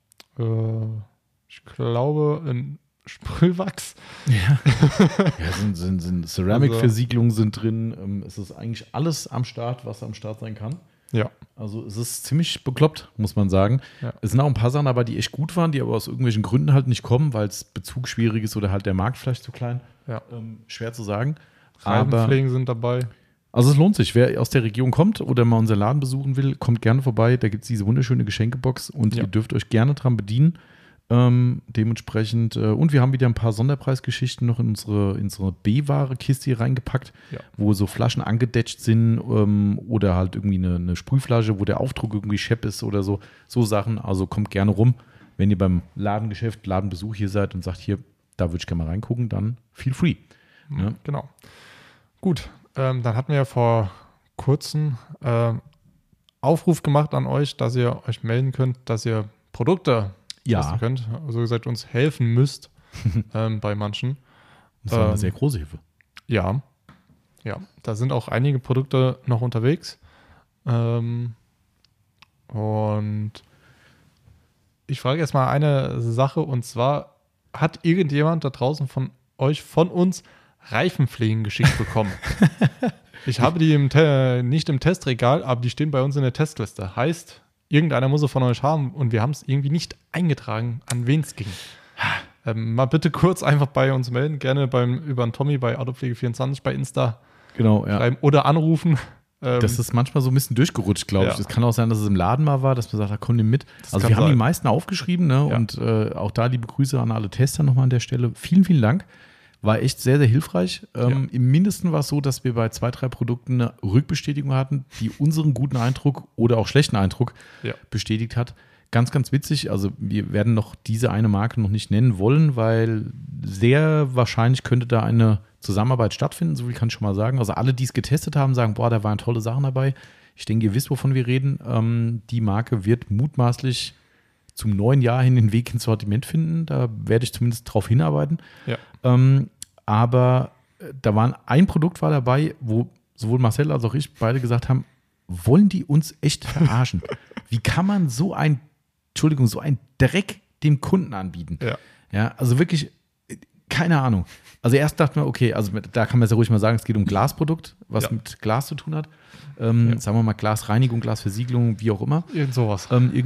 Ich glaube, ein Sprühwachs. Ja, sind Ceramik-Versiegelungen sind drin. Es ist eigentlich alles am Start, was am Start sein kann. Ja. Also es ist ziemlich bekloppt, muss man sagen. Ja. Es sind auch ein paar Sachen dabei, die echt gut waren, die aber aus irgendwelchen Gründen halt nicht kommen, weil es Bezug schwierig ist oder halt der Markt vielleicht zu klein. Ja. Schwer zu sagen. Reifenpflegen sind dabei. Also es lohnt sich. Wer aus der Region kommt oder mal unseren Laden besuchen will, kommt gerne vorbei. Da gibt es diese wunderschöne Geschenkebox und ihr dürft euch gerne dran bedienen. Dementsprechend. Und wir haben wieder ein paar Sonderpreisgeschichten noch in unsere B-Ware-Kiste hier reingepackt, wo so Flaschen angedetscht sind oder halt irgendwie eine Sprühflasche, wo der Aufdruck irgendwie schepp ist oder so. So Sachen. Also kommt gerne rum. Wenn ihr beim Ladenbesuch hier seid und sagt, hier, da würde ich gerne mal reingucken, dann feel free. Ja. Genau. Gut. Dann hatten wir ja vor kurzem Aufruf gemacht an euch, dass ihr euch melden könnt, dass ihr Produkte testen könnt. Also gesagt, uns helfen müsst bei manchen. Das war eine sehr große Hilfe. Ja. Ja, da sind auch einige Produkte noch unterwegs. Und ich frage erstmal eine Sache, und zwar, hat irgendjemand da draußen von uns Reifenpflegen geschickt bekommen? Ich habe die nicht im Testregal, aber die stehen bei uns in der Testliste. Heißt, irgendeiner muss sie von euch haben und wir haben es irgendwie nicht eingetragen, an wen es ging. Mal bitte kurz einfach bei uns melden, gerne über den Tommy bei Autopflege24 bei Insta schreiben oder anrufen. Das ist manchmal so ein bisschen durchgerutscht, glaube ich. Es kann auch sein, dass es im Laden mal war, dass man sagt, da kommt mit. Also wir haben die meisten aufgeschrieben, ne? Und auch da liebe Grüße an alle Tester nochmal an der Stelle. Vielen, vielen Dank. War echt sehr, sehr hilfreich. Im Mindesten war es so, dass wir bei 2, 3 Produkten eine Rückbestätigung hatten, die unseren guten Eindruck oder auch schlechten Eindruck bestätigt hat. Ganz, ganz witzig. Also wir werden noch diese eine Marke noch nicht nennen wollen, weil sehr wahrscheinlich könnte da eine Zusammenarbeit stattfinden, so viel kann ich schon mal sagen. Also alle, die es getestet haben, sagen, boah, da waren tolle Sachen dabei. Ich denke, ihr wisst, wovon wir reden. Die Marke wird mutmaßlich zum neuen Jahr hin den Weg ins Sortiment finden. Da werde ich zumindest drauf hinarbeiten. Ja. Aber da ein Produkt war dabei, wo sowohl Marcel als auch ich beide gesagt haben, wollen die uns echt verarschen? Wie kann man so ein Dreck dem Kunden anbieten? Ja, also wirklich, keine Ahnung. Also erst dachten wir, okay, also da kann man es ja ruhig mal sagen, es geht um Glasprodukt, was mit Glas zu tun hat. Sagen wir mal Glasreinigung, Glasversiegelung, wie auch immer. Irgend sowas.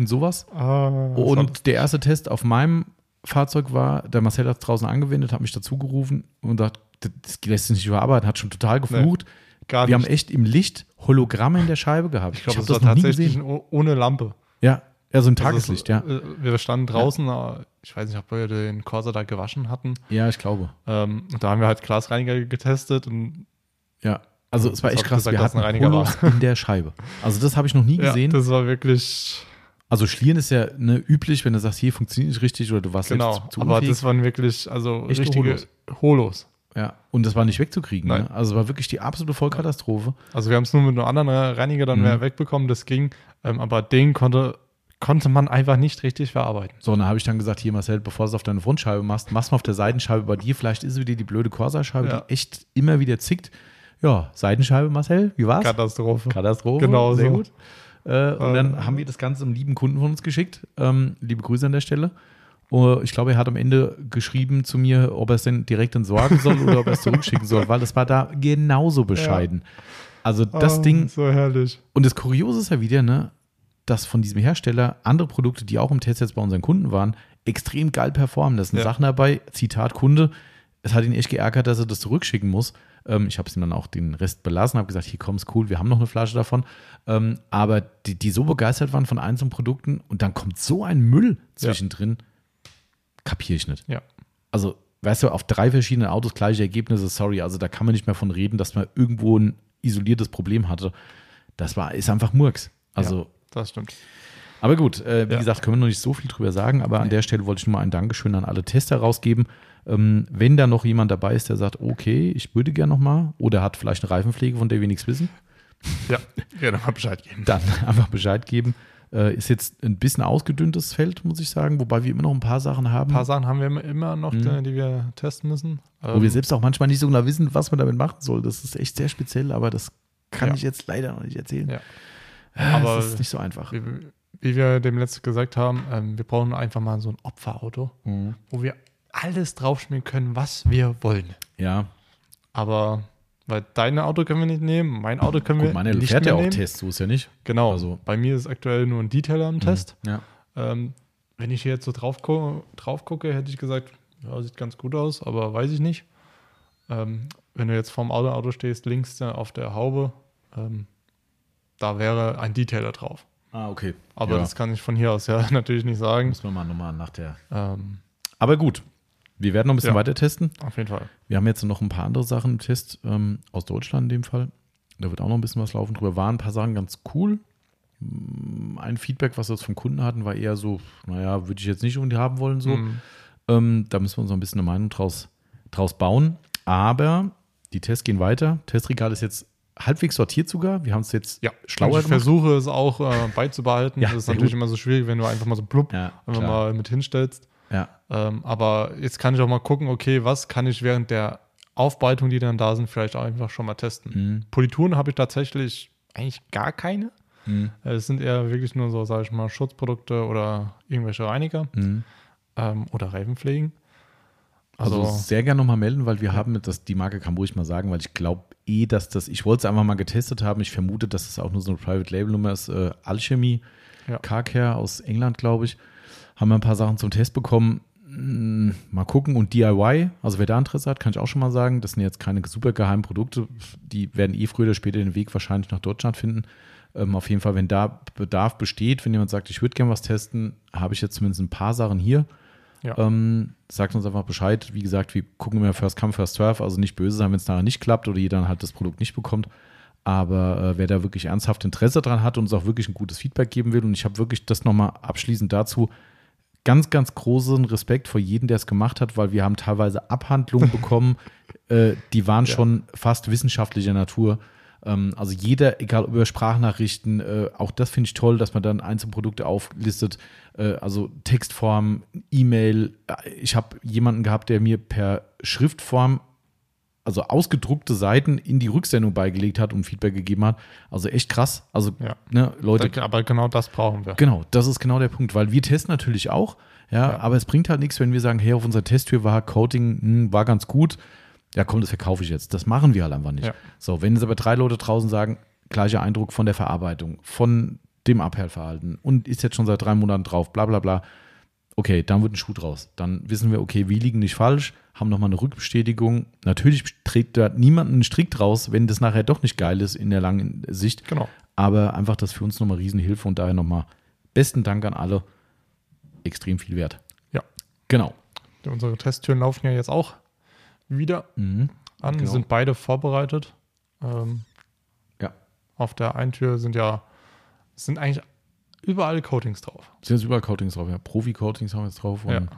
Und der erste Test auf meinem Fahrzeug war, der Marcel hat es draußen angewendet, hat mich dazu gerufen und sagt, das lässt sich nicht überarbeiten, hat schon total geflucht. Nee, wir haben echt im Licht Hologramme in der Scheibe gehabt. Ich glaube, das war tatsächlich ohne Lampe. Ja, so ein Tageslicht, Wir standen draußen, ich weiß nicht, ob wir den Corsa da gewaschen hatten. Ja, ich glaube. Und da haben wir halt Glasreiniger getestet. Und also es war echt krass, wir hatten Holos in der Scheibe. Also das habe ich noch nie gesehen. Das war wirklich... Also Schlieren ist ja üblich, wenn du sagst, hier funktioniert nicht richtig oder du warst zu aber unfähig. Das waren wirklich echt richtige Holos. Ja, und das war nicht wegzukriegen. Ne? Also es war wirklich die absolute Vollkatastrophe. Also wir haben es nur mit einem anderen Reiniger dann wegbekommen, das ging. Aber den konnte man einfach nicht richtig verarbeiten. So, und dann habe ich dann gesagt, hier Marcel, bevor du es auf deine Frontscheibe machst mal auf der Seitenscheibe bei dir. Vielleicht ist es wieder die blöde Corsa-Scheibe, die echt immer wieder zickt. Ja, Seitenscheibe, Marcel, wie war's? Katastrophe. Genau, sehr gut. Und dann haben wir das Ganze einem lieben Kunden von uns geschickt. Liebe Grüße an der Stelle. Ich glaube, er hat am Ende geschrieben zu mir, ob er es denn direkt entsorgen soll oder ob er es zurückschicken soll, weil das war da genauso bescheiden. Also das Ding. So herrlich. Und das Kuriose ist ja wieder, ne? dass von diesem Hersteller andere Produkte, die auch im Test jetzt bei unseren Kunden waren, extrem geil performen. Da sind Sachen dabei, Zitat Kunde, es hat ihn echt geärgert, dass er das zurückschicken muss. Ich habe es ihm dann auch den Rest belassen, habe gesagt, hier komm, ist cool, wir haben noch eine Flasche davon. Aber die so begeistert waren von einzelnen Produkten und dann kommt so ein Müll zwischendrin, kapiere ich nicht. Ja. Also, weißt du, auf 3 verschiedenen Autos gleiche Ergebnisse, sorry, also da kann man nicht mehr von reden, dass man irgendwo ein isoliertes Problem hatte. Ist einfach Murks. Also, das stimmt. Aber gut, wie gesagt, können wir noch nicht so viel drüber sagen, aber an der Stelle wollte ich nur mal ein Dankeschön an alle Tester rausgeben. Wenn da noch jemand dabei ist, der sagt, okay, ich würde gerne nochmal oder hat vielleicht eine Reifenpflege, von der wir nichts wissen. Ja, gerne mal Bescheid geben. Dann einfach Bescheid geben. Ist jetzt ein bisschen ausgedünntes Feld, muss ich sagen, wobei wir immer noch ein paar Sachen haben. Ein paar Sachen haben wir immer noch, die wir testen müssen. Wo wir selbst auch manchmal nicht so genau wissen, was man damit machen soll. Das ist echt sehr speziell, aber das kann ich jetzt leider noch nicht erzählen. Ja. Aber das ist nicht so einfach. Wie wir dem letzten gesagt haben, wir brauchen einfach mal so ein Opferauto, wo wir alles draufschmieren können, was wir wollen. Ja. Aber, weil dein Auto können wir nicht nehmen, mein Auto können wir nicht nehmen. Meine fährt ja auch Test, so ist ja nicht. Genau, also bei mir ist aktuell nur ein Detailer im Test. Ja. Wenn ich hier jetzt so drauf gucke, hätte ich gesagt, ja, sieht ganz gut aus, aber weiß ich nicht. Wenn du jetzt vorm Auto stehst, links auf der Haube, da wäre ein Detailer drauf. Ah, okay. Aber das kann ich von hier aus ja natürlich nicht sagen. Müssen wir mal nochmal nach der. Aber gut, wir werden noch ein bisschen weiter testen. Auf jeden Fall. Wir haben jetzt noch ein paar andere Sachen im Test, aus Deutschland in dem Fall. Da wird auch noch ein bisschen was laufen drüber. Waren ein paar Sachen ganz cool. Ein Feedback, was wir jetzt vom Kunden hatten, war eher so, naja, würde ich jetzt nicht unbedingt haben wollen. So. Da müssen wir uns noch ein bisschen eine Meinung draus bauen. Aber die Tests gehen weiter. Testregal ist jetzt halbwegs sortiert sogar. Wir haben es jetzt schlauer gemacht. Ich versuche es auch beizubehalten. Ja, das ist natürlich immer so schwierig, wenn du einfach mal so blub einfach klar. mal mit hinstellst. Ja. Aber jetzt kann ich auch mal gucken, okay, was kann ich während der Aufbereitung, die dann da sind, vielleicht auch einfach schon mal testen. Polituren habe ich tatsächlich eigentlich gar keine. Es sind eher wirklich nur so, sage ich mal, Schutzprodukte oder irgendwelche Reiniger oder Reifenpflegen. Also sehr gerne nochmal melden, weil wir haben die Marke kann ruhig mal sagen, weil ich glaube dass ich wollte es einfach mal getestet haben. Ich vermute, dass es auch nur so eine Private-Label-Nummer ist. Alchemy, Carcare aus England, glaube ich. Haben wir ein paar Sachen zum Test bekommen. Mal gucken. Und DIY, also wer da Interesse hat, kann ich auch schon mal sagen, das sind jetzt keine super geheimen Produkte. Die werden früher oder später den Weg wahrscheinlich nach Deutschland finden. Auf jeden Fall, wenn da Bedarf besteht, wenn jemand sagt, ich würde gerne was testen, habe ich jetzt zumindest ein paar Sachen hier. Ja. Sagt uns einfach Bescheid. Wie gesagt, wir gucken immer First Come, First Serve, also nicht böse sein, wenn es nachher nicht klappt oder jeder dann halt das Produkt nicht bekommt. Aber wer da wirklich ernsthaft Interesse dran hat und uns auch wirklich ein gutes Feedback geben will, und ich habe wirklich das nochmal abschließend dazu, ganz, ganz großen Respekt vor jedem, der es gemacht hat, weil wir haben teilweise Abhandlungen bekommen, die waren schon fast wissenschaftlicher Natur. Also jeder, egal über Sprachnachrichten, auch das finde ich toll, dass man dann Einzelprodukte auflistet, also Textform, E-Mail. Ich habe jemanden gehabt, der mir per Schriftform, also ausgedruckte Seiten in die Rücksendung beigelegt hat und Feedback gegeben hat. Also echt krass. Also Leute. Aber genau das brauchen wir. Genau, das ist genau der Punkt, weil wir testen natürlich auch, aber es bringt halt nichts, wenn wir sagen, hey, auf unserer Testtür war Coating, war ganz gut. Ja, komm, das verkaufe ich jetzt. Das machen wir halt einfach nicht. Ja. So, wenn jetzt aber 3 Leute draußen sagen, gleicher Eindruck von der Verarbeitung, von dem Abhellverhalten und ist jetzt schon seit 3 Monaten drauf, bla bla bla, okay, dann wird ein Schuh draus. Dann wissen wir, okay, wir liegen nicht falsch, haben nochmal eine Rückbestätigung. Natürlich trägt da niemand einen Strick draus, wenn das nachher doch nicht geil ist in der langen Sicht. Genau. Aber einfach das für uns nochmal Riesenhilfe und daher nochmal besten Dank an alle. Extrem viel wert. Ja. Genau. Unsere Testtüren laufen ja jetzt auch wieder an, genau. Sind beide vorbereitet. Auf der einen Tür sind eigentlich überall Coatings drauf. Sind jetzt überall Coatings drauf, ja. Profi-Coatings haben wir jetzt drauf. Und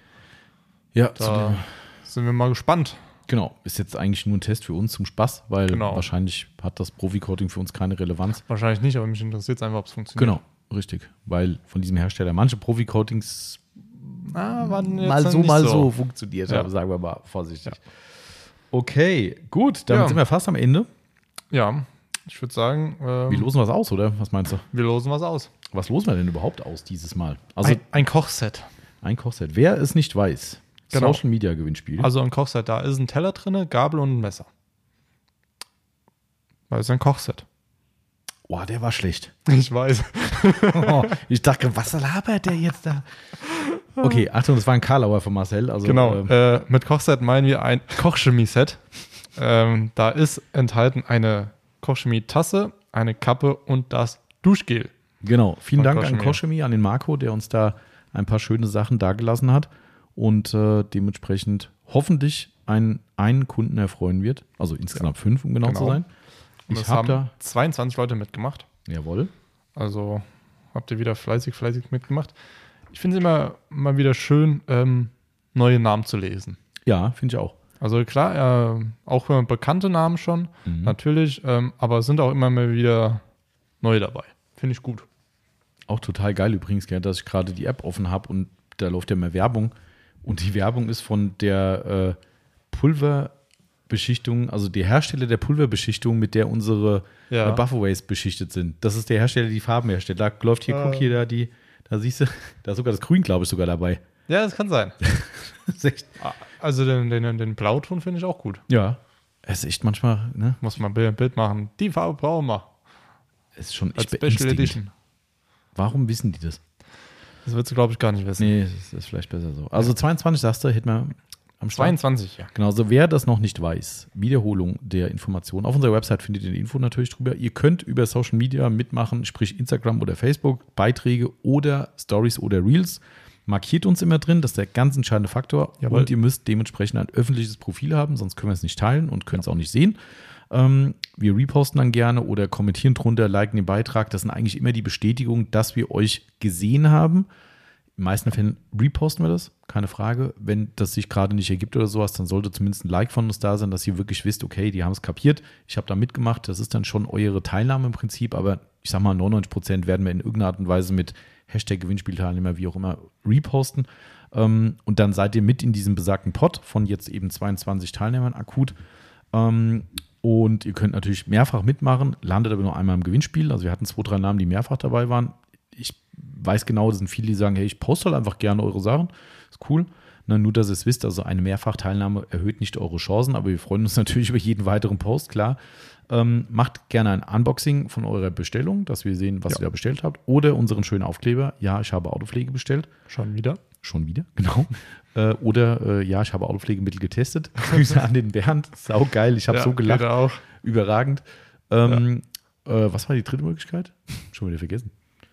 da sind wir mal gespannt. Genau, ist jetzt eigentlich nur ein Test für uns zum Spaß, weil wahrscheinlich hat das Profi-Coating für uns keine Relevanz. Wahrscheinlich nicht, aber mich interessiert es einfach, ob es funktioniert. Genau, richtig. Weil von diesem Hersteller manche Profi-Coatings waren jetzt mal so funktioniert haben, sagen wir mal vorsichtig. Ja. Okay, gut, dann sind wir fast am Ende. Ja, ich würde sagen. Wir losen was aus, oder? Was meinst du? Wir losen was aus. Was losen wir denn überhaupt aus dieses Mal? Also ein Kochset. Ein Kochset. Wer es nicht weiß, Social Media Gewinnspiel. Also ein Kochset, da ist ein Teller drin, Gabel und ein Messer. Das ist ein Kochset. Boah, der war schlecht. Ich weiß. Oh, ich dachte, was labert der jetzt da? Okay, Achtung, das war ein Karlauer von Marcel. Also, Genau, mit Kochset meinen wir ein Kochchemie-Set. Da ist enthalten eine Kochchemie-Tasse, eine Kappe und das Duschgel. Genau, vielen Von Dank an Kochchemie, an den Marco, der uns da ein paar schöne Sachen dagelassen hat und dementsprechend hoffentlich einen Kunden erfreuen wird. Also insgesamt 5, um genau zu sein. Und es haben 22 Leute mitgemacht. Jawohl. Also habt ihr wieder fleißig mitgemacht. Ich finde es immer mal wieder schön, neue Namen zu lesen. Ja, finde ich auch. Also klar, auch bekannte Namen schon, natürlich, aber es sind auch immer mal wieder neue dabei. Finde ich gut. Auch total geil übrigens, gell, dass ich gerade die App offen habe und da läuft ja mehr Werbung. Und die Werbung ist von der Pulverbeschichtung, also der Hersteller der Pulverbeschichtung, mit der unsere Buffaways beschichtet sind. Das ist der Hersteller, der die Farben herstellt. Da läuft hier, guck hier, da siehst du, da ist sogar das Grün, glaube ich, sogar dabei. Ja, das kann sein. Also den Blauton finde ich auch gut. Ja, es ist echt manchmal, ne? Muss man ein Bild machen. Die Farbe brauchen wir. Es ist schon als echt Special Edition. Warum wissen die das? Das würdest du, glaube ich, gar nicht wissen. Nee, das ist vielleicht besser so. Also 22, sagst du, hätten wir am Start. 22, ja. Genau, so wer das noch nicht weiß, Wiederholung der Informationen. Auf unserer Website findet ihr die Info natürlich drüber. Ihr könnt über Social Media mitmachen, sprich Instagram oder Facebook, Beiträge oder Stories oder Reels. Markiert uns immer drin, das ist der ganz entscheidende Faktor. Jawohl. Und ihr müsst dementsprechend ein öffentliches Profil haben, sonst können wir es nicht teilen und können es auch nicht sehen. Wir reposten dann gerne oder kommentieren drunter, liken den Beitrag. Das sind eigentlich immer die Bestätigungen, dass wir euch gesehen haben. In den meisten Fällen reposten wir das, keine Frage. Wenn das sich gerade nicht ergibt oder sowas, dann sollte zumindest ein Like von uns da sein, dass ihr wirklich wisst, okay, die haben es kapiert, ich habe da mitgemacht. Das ist dann schon eure Teilnahme im Prinzip, aber ich sag mal, 99% werden wir in irgendeiner Art und Weise mit Hashtag Gewinnspielteilnehmer, wie auch immer, reposten. Und dann seid ihr mit in diesem besagten Pot von jetzt eben 22 Teilnehmern akut. Und ihr könnt natürlich mehrfach mitmachen, landet aber nur einmal im Gewinnspiel. Also wir hatten 2, 3 Namen, die mehrfach dabei waren. Ich weiß genau, das sind viele, die sagen, hey, ich poste halt einfach gerne eure Sachen. Ist cool. Nur, dass ihr es wisst, also eine Mehrfachteilnahme erhöht nicht eure Chancen, aber wir freuen uns natürlich über jeden weiteren Post, klar. Macht gerne ein Unboxing von eurer Bestellung, dass wir sehen, was ihr da bestellt habt. Oder unseren schönen Aufkleber, ja, ich habe Autopflege bestellt. Schon wieder, genau. Oder, ja, ich habe Autopflegemittel getestet. Grüße an den Bernd, saugeil, ich habe so gelacht. Auch. Überragend. Was war die dritte Möglichkeit? Schon wieder vergessen.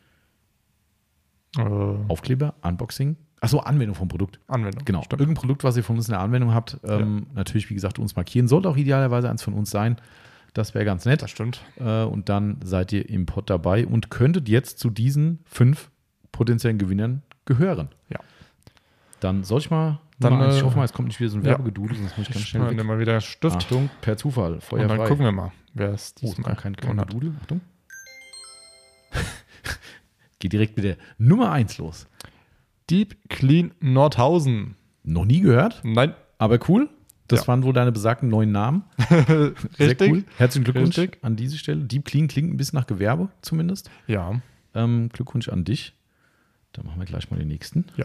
Aufkleber, Unboxing. Achso, Anwendung vom Produkt. Anwendung. Genau. Stimmt. Irgendein Produkt, was ihr von uns in der Anwendung habt, natürlich, wie gesagt, uns markieren. Sollte auch idealerweise eins von uns sein. Das wäre ganz nett. Das stimmt. Und dann seid ihr im Pod dabei und könntet jetzt zu diesen 5 potenziellen Gewinnern gehören. Ja. Dann soll ich mal, ich hoffe mal, es kommt nicht wieder so ein Werbegedudel, sonst muss ich ganz schnell weg. Nehmen wir wieder Stift. Achtung, per Zufall, Feuer und dann frei. gucken wir mal, wer es diesmal kein Gedudel. Achtung. Geht direkt mit der Nummer 1 los. Deep Clean Nordhausen. Noch nie gehört? Nein. Aber cool. Das waren wohl deine besagten neuen Namen. Sehr cool. Herzlichen Glückwunsch an diese Stelle. Deep Clean klingt ein bisschen nach Gewerbe zumindest. Ja. Glückwunsch an dich. Dann machen wir gleich mal den nächsten. Ja.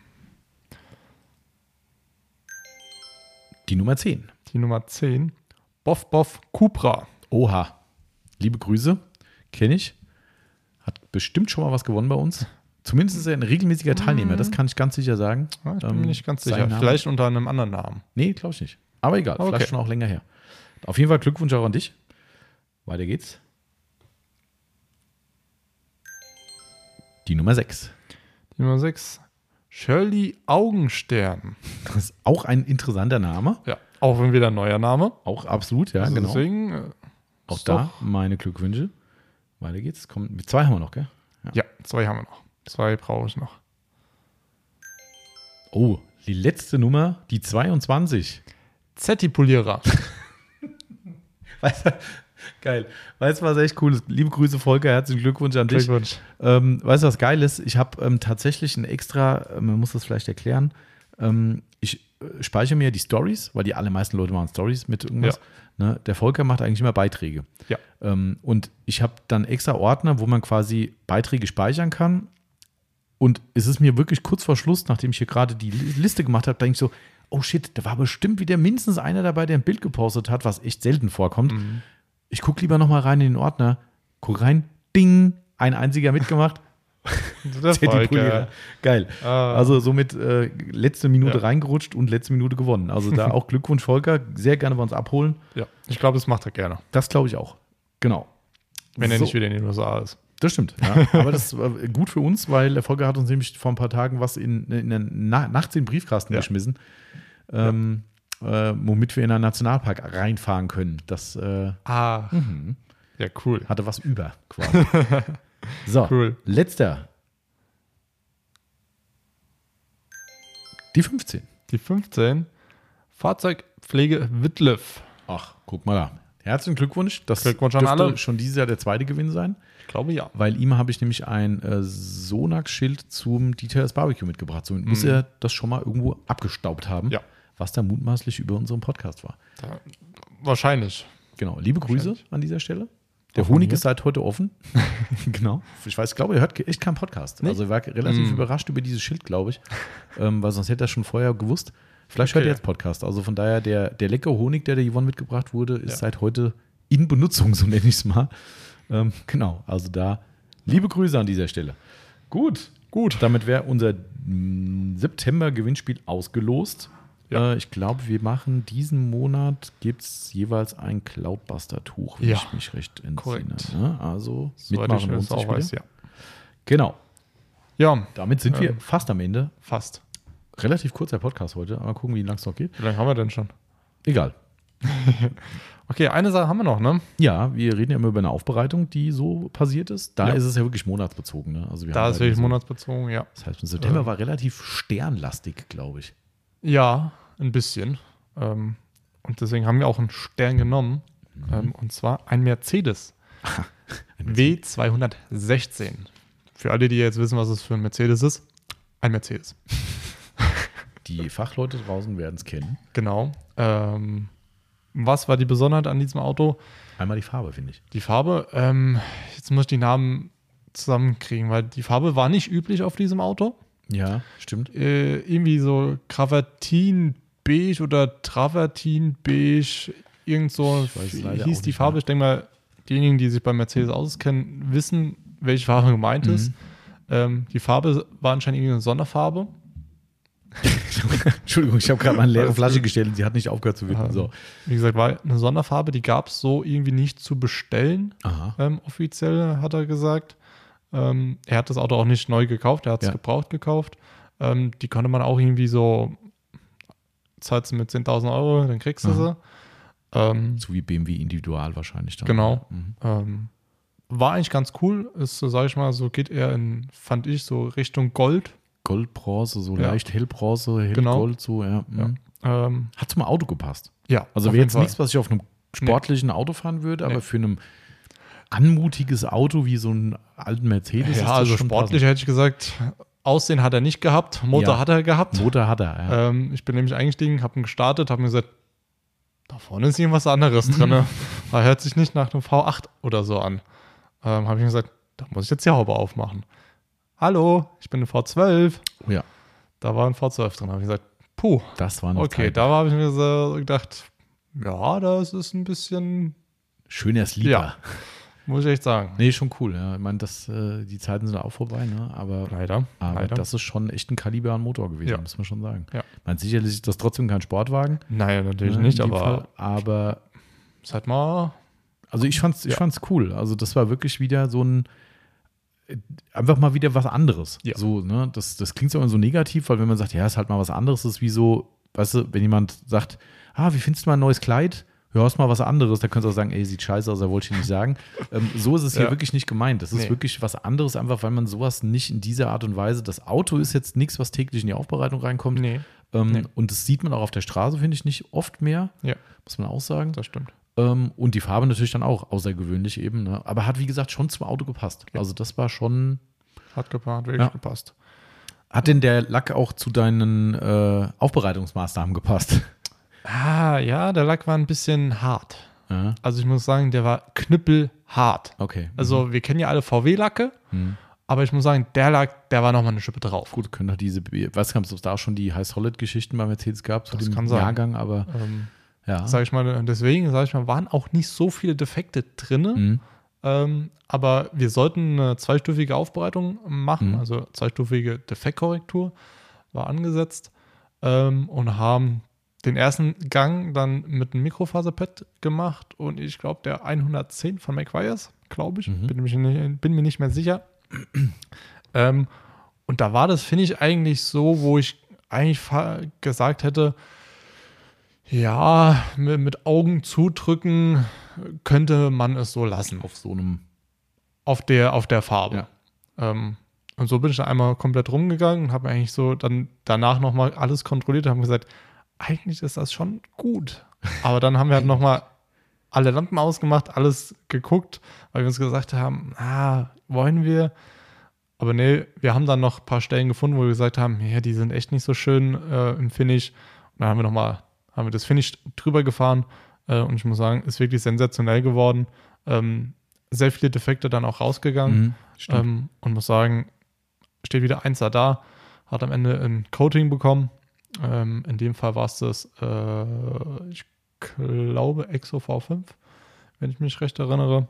Die Nummer 10. Die Nummer 10. Boff Boff Cupra. Oha. Liebe Grüße. Kenne ich. Hat bestimmt schon mal was gewonnen bei uns. Zumindest ist er ein regelmäßiger Teilnehmer, das kann ich ganz sicher sagen. Ja, ich bin mir nicht ganz sicher. Vielleicht unter einem anderen Namen. Nee, glaube ich nicht. Aber egal, okay. Vielleicht schon auch länger her. Auf jeden Fall Glückwunsch auch an dich. Weiter geht's. Die Nummer 6. Die Nummer 6. Shirley Augenstern. Das ist auch ein interessanter Name. Ja, auch wieder ein neuer Name. Auch absolut, ja, also genau. Deswegen, auch da meine Glückwünsche. Weiter geht's. 2 haben wir noch, gell? Ja, 2 haben wir noch. 2 brauche ich noch. Oh, die letzte Nummer, die 22. Zettipulierer. Weißt du, geil. Weißt du, was echt cool ist? Liebe Grüße, Volker, herzlichen Glückwunsch an dich. Glückwunsch. Weißt du, was geil ist? Ich habe tatsächlich ein extra, man muss das vielleicht erklären, ich speichere mir die Stories, weil die allermeisten Leute machen Stories mit irgendwas. Ja. Ne? Der Volker macht eigentlich immer Beiträge. Ja. Und ich habe dann extra Ordner, wo man quasi Beiträge speichern kann. Und es ist mir wirklich kurz vor Schluss, nachdem ich hier gerade die Liste gemacht habe, denke ich so, oh shit, da war bestimmt wieder mindestens einer dabei, der ein Bild gepostet hat, was echt selten vorkommt. Ich gucke lieber nochmal rein in den Ordner. guck rein, ding, ein einziger mitgemacht. Das war geil. Geil. Also somit letzte Minute reingerutscht und letzte Minute gewonnen. Also da auch Glückwunsch, Volker. Sehr gerne bei uns abholen. Ja, ich glaube, das macht er gerne. Das glaube ich auch. Genau. Wenn er nicht wieder in den USA ist. Das stimmt. Ja. Aber das war gut für uns, weil der Volker hat uns nämlich vor ein paar Tagen was nachts in den Briefkasten geschmissen, womit wir in einen Nationalpark reinfahren können. Das ja, cool. Hatte was über quasi. So, cool. Letzter. Die 15. Die 15. Fahrzeugpflege Wittliff. Ach, guck mal da. Herzlichen Glückwunsch. Das Glückwunsch an alle. Schon dieses Jahr der zweite Gewinn sein. Ich glaube ja. Weil ihm habe ich nämlich ein Sonax-Schild zum Details Barbecue mitgebracht. Somit muss er das schon mal irgendwo abgestaubt haben, was da mutmaßlich über unseren Podcast war. Wahrscheinlich. Genau. Liebe Grüße an dieser Stelle. Der Honig ist seit heute offen. Genau. Ich glaube, er hört echt keinen Podcast. Nee? Also er war relativ überrascht über dieses Schild, glaube ich. Weil sonst hätte er schon vorher gewusst. Vielleicht hört er jetzt Podcast. Also von daher, der leckere Honig, der Yvonne mitgebracht wurde, ist seit heute in Benutzung, so nenne ich es mal. Genau. Also da liebe Grüße an dieser Stelle. Gut. Damit wäre unser September-Gewinnspiel ausgelost. Ja. Ich glaube, wir machen diesen Monat, gibt es jeweils ein Cloudbuster-Tuch, wenn ich mich recht entsinne. Korrekt. Ne? Also so mitmachen wir uns auch weiß, ja. Genau. Ja. Damit sind wir fast am Ende. Fast. Relativ kurzer Podcast heute, aber gucken, wie lang es noch geht. Wie lange haben wir denn schon? Egal. Okay, eine Sache haben wir noch, ne? Ja, wir reden ja immer über eine Aufbereitung, die so passiert ist. Da ist es ja wirklich monatsbezogen. Ne? Also da ist wirklich monatsbezogen, ja. Das heißt, im September war relativ sternlastig, glaube ich. Ja, ein bisschen. Und deswegen haben wir auch einen Stern genommen. Und zwar ein Mercedes. W216. Für alle, die jetzt wissen, was es für ein Mercedes ist. Ein Mercedes. Die Fachleute draußen werden es kennen. Genau. Was war die Besonderheit an diesem Auto? Einmal die Farbe, finde ich. Die Farbe, jetzt muss ich die Namen zusammenkriegen, weil die Farbe war nicht üblich auf diesem Auto. Ja, stimmt. Irgendwie so Gravatin-Beige oder Travertin-Beige, irgend so hieß die Farbe. Ich denke mal, diejenigen, die sich bei Mercedes auskennen, wissen, welche Farbe gemeint ist. Die Farbe war anscheinend irgendwie eine Sonderfarbe. Entschuldigung, ich habe gerade mal eine leere Flasche gestellt und sie hat nicht aufgehört zu wippen. So. Wie gesagt, war eine Sonderfarbe, die gab es so irgendwie nicht zu bestellen. Offiziell hat er gesagt. Er hat das Auto auch nicht neu gekauft, er hat es gebraucht gekauft. Die konnte man auch irgendwie so, zahlst du mit 10.000 Euro, dann kriegst du sie. So wie BMW Individual wahrscheinlich dann. Genau. War eigentlich ganz cool. Ist, sag ich mal, so geht er fand ich, so Richtung Gold. Goldbronze, so leicht hellbronze, hellgold, so, ja. Hat zum Auto gepasst. Ja. Also wäre jetzt nichts, was ich auf einem sportlichen Auto fahren würde, aber für ein anmutiges Auto wie so einen alten Mercedes. Ja, also sportlich hätte ich gesagt, Aussehen hat er nicht gehabt, Motor hat er gehabt. Motor hat er, ja. Ich bin nämlich eingestiegen, habe ihn gestartet, habe mir gesagt, da vorne ist irgendwas anderes drin. Da hört sich nicht nach einem V8 oder so an. Habe ich mir gesagt, da muss ich jetzt die Haube aufmachen. Hallo, ich bin ein V12. Oh ja. Da war ein V12 drin. Habe ich gesagt, puh. Das war noch okay, Zeit. Da habe ich mir so gedacht, ja, das ist ein bisschen schöner Sleeper. Ja, muss ich echt sagen. Nee, schon cool. Ja. Ich meine, die Zeiten sind auch vorbei, ne? Aber leider. Das ist schon echt ein Kaliber an Motor gewesen, muss man schon sagen. Ja. Ich meine, sicherlich ist das trotzdem kein Sportwagen. Nein, natürlich nicht, aber ist halt mal. Also ich fand's cool. Also das war wirklich wieder so ein einfach mal wieder was anderes. Ja. So, ne? Das klingt so immer so negativ, weil wenn man sagt, ja, ist halt mal was anderes, ist wie so, weißt du, wenn jemand sagt, wie findest du mal ein neues Kleid? Ja, ist mal was anderes. Da könntest du auch sagen, ey, sieht scheiße aus, da wollte ich nicht sagen. So ist es hier wirklich nicht gemeint. Das ist wirklich was anderes, einfach weil man sowas nicht in dieser Art und Weise, das Auto ist jetzt nichts, was täglich in die Aufbereitung reinkommt. Und das sieht man auch auf der Straße, finde ich, nicht oft mehr. Ja. Muss man auch sagen. Das stimmt. Und die Farbe natürlich dann auch außergewöhnlich eben. Ne? Aber hat, wie gesagt, schon zum Auto gepasst. Ja. Also das war schon. Hat wirklich gepasst. Hat denn der Lack auch zu deinen Aufbereitungsmaßnahmen gepasst? Ja, der Lack war ein bisschen hart. Ja. Also ich muss sagen, der war knüppelhart. Okay. Also wir kennen ja alle VW-Lacke, aber ich muss sagen, der Lack, der war nochmal eine Schippe drauf. Gut, können doch ich weiß nicht, ob es da auch schon die High-Solid-Geschichten bei Mercedes gab zu das dem kann sein. Jahrgang, aber deswegen waren auch nicht so viele Defekte drin. Aber wir sollten eine zweistufige Aufbereitung machen, also zweistufige Defektkorrektur war angesetzt und haben den ersten Gang dann mit einem Mikrofaserpad gemacht und ich glaube der 110 von McGuire's, glaube ich, bin mir nicht mehr sicher. Und da war das, finde ich, eigentlich so, wo ich eigentlich gesagt hätte, ja, mit Augen zudrücken könnte man es so lassen. Auf so einem. Auf der Farbe. Ja. Und so bin ich dann einmal komplett rumgegangen und habe eigentlich so dann danach nochmal alles kontrolliert und haben gesagt, eigentlich ist das schon gut. Aber dann haben wir halt nochmal alle Lampen ausgemacht, alles geguckt, weil wir uns gesagt haben, wollen wir? Aber nee, wir haben dann noch ein paar Stellen gefunden, wo wir gesagt haben, ja, die sind echt nicht so schön im Finish. Und dann haben wir das Finish drüber gefahren und ich muss sagen, ist wirklich sensationell geworden. Sehr viele Defekte dann auch rausgegangen und muss sagen, steht wieder 1er da, hat am Ende ein Coating bekommen. In dem Fall war es das, ich glaube, Exo V5, wenn ich mich recht erinnere.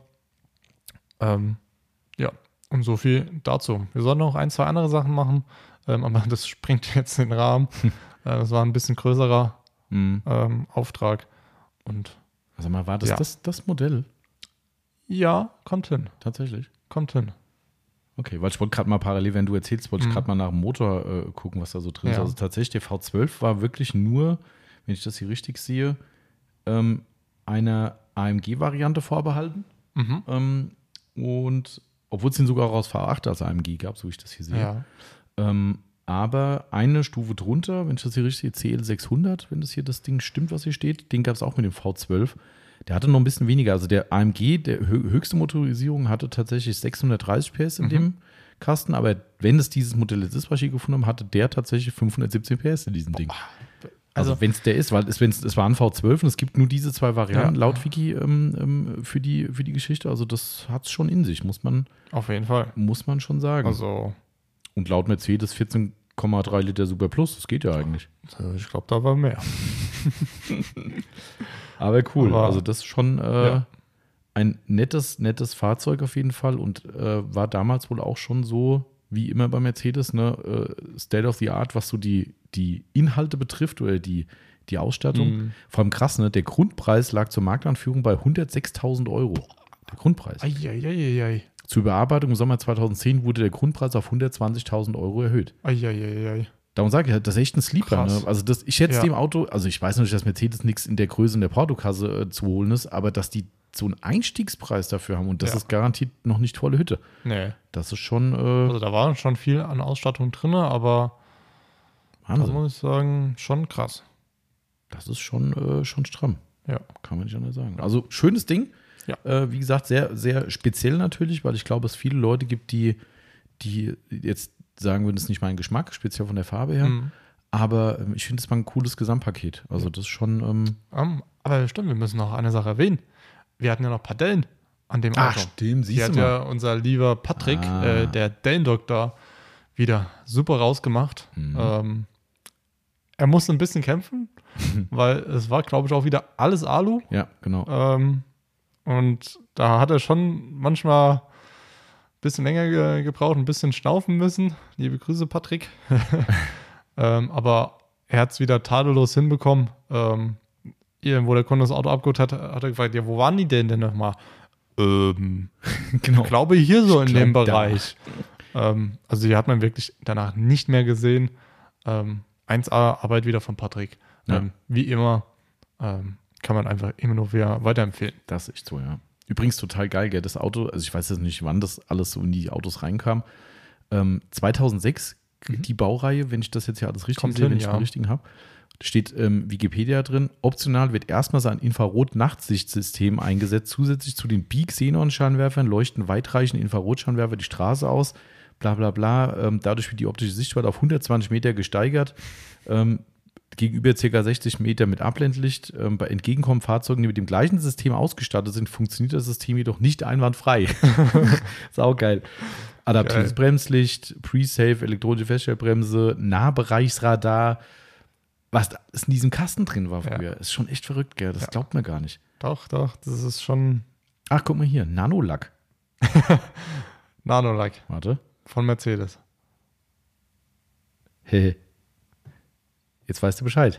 Ja, und so viel dazu. Wir sollten noch 1, 2 andere Sachen machen, aber das sprengt jetzt den Rahmen. Das war ein bisschen größerer Auftrag. Und also mal, war das Modell? Ja, kommt hin. Tatsächlich? Kommt hin. Okay, weil ich wollte gerade mal parallel, wenn du erzählst, wollte ich gerade mal nach dem Motor gucken, was da so drin ist. Also tatsächlich, der V12 war wirklich nur, wenn ich das hier richtig sehe, einer AMG-Variante vorbehalten. Und obwohl es den sogar auch aus V8 als AMG gab, so wie ich das hier sehe. Ja. Aber eine Stufe drunter, wenn ich das hier richtig sehe, CL600, wenn das hier das Ding stimmt, was hier steht, den gab es auch mit dem V12. Der hatte noch ein bisschen weniger. Also der AMG, der höchste Motorisierung, hatte tatsächlich 630 PS in dem Kasten. Aber wenn es dieses Modell jetzt ist, was ich hier gefunden habe, hatte der tatsächlich 517 PS in diesem Ding. Also wenn es der ist, weil es war ein V12 und es gibt nur diese 2 Varianten laut Wiki für die Geschichte. Also das hat es schon in sich, muss man auf jeden Fall. Muss man schon sagen. Also und laut Mercedes 14,3 Liter Super Plus, das geht ja eigentlich. Ich glaube, da war mehr. Aber cool, also das ist schon ein nettes Fahrzeug auf jeden Fall und war damals wohl auch schon so, wie immer bei Mercedes, ne, State of the Art, was so die Inhalte betrifft oder die Ausstattung. Vor allem krass, ne, der Grundpreis lag zur Markteinführung bei 106.000 €. Der Grundpreis. Zur Überarbeitung im Sommer 2010 wurde der Grundpreis auf 120.000 € erhöht. Darum sage ich, das ist echt ein Sleeper. Ne? Also ich schätze dem Auto, also ich weiß natürlich, dass Mercedes nichts in der Größe in der Portokasse zu holen ist, aber dass die so einen Einstiegspreis dafür haben und das ist garantiert noch nicht volle Hütte. Nee. Das ist schon. Also da war schon viel an Ausstattung drin, aber das muss ich sagen, schon krass. Das ist schon stramm. Ja. Kann man nicht anders sagen. Also schönes Ding. Ja. Wie gesagt, sehr, sehr speziell natürlich, weil ich glaube, es viele Leute gibt, die jetzt sagen würden, das ist nicht mein Geschmack, speziell von der Farbe her. Aber ich finde, es war ein cooles Gesamtpaket. Also das ist schon. Aber stimmt, wir müssen noch eine Sache erwähnen. Wir hatten ja noch ein paar Dellen an dem Auto. Ach, stimmt, siehst du mal. Die hat ja unser lieber Patrick, der Dellendoktor, wieder super rausgemacht. Er musste ein bisschen kämpfen, weil es war, glaube ich, auch wieder alles Alu. Ja, genau. Und da hat er schon manchmal ein bisschen länger gebraucht, ein bisschen schnaufen müssen. Liebe Grüße, Patrick. Aber er hat es wieder tadellos hinbekommen. Wo der Kunde das Auto abgeholt hat, hat er gefragt, ja, wo waren die denn nochmal? Genau. Ich glaube hier so in dem Bereich. Also die hat man wirklich danach nicht mehr gesehen. 1A Arbeit wieder von Patrick. Ja. Wie immer kann man einfach immer nur wieder weiterempfehlen. Das ist echt so, ja. Übrigens total geil, gell, das Auto, also ich weiß jetzt nicht, wann das alles so in die Autos reinkam. 2006, die Baureihe, wenn ich das jetzt hier alles richtig sehe, wenn ich den richtigen habe, steht Wikipedia drin. Optional wird erstmals ein Infrarot-Nachtsichtsystem eingesetzt. Zusätzlich zu den Bieg-Xenon-Scheinwerfern leuchten weitreichende Infrarotscheinwerfer die Straße aus. Bla bla bla. Dadurch wird die optische Sichtweite auf 120 Meter gesteigert. Gegenüber ca. 60 Meter mit Abblendlicht. Bei entgegenkommenden Fahrzeugen, die mit dem gleichen System ausgestattet sind, funktioniert das System jedoch nicht einwandfrei. Saugeil. Adaptives Bremslicht, Pre-Safe, elektronische Feststellbremse, Nahbereichsradar. Was da in diesem Kasten drin war früher, ist schon echt verrückt, gell? Das glaubt man gar nicht. Doch, das ist schon. Ach, guck mal hier, Nanolack. Nanolack Warte. von Mercedes. Hey. Jetzt weißt du Bescheid.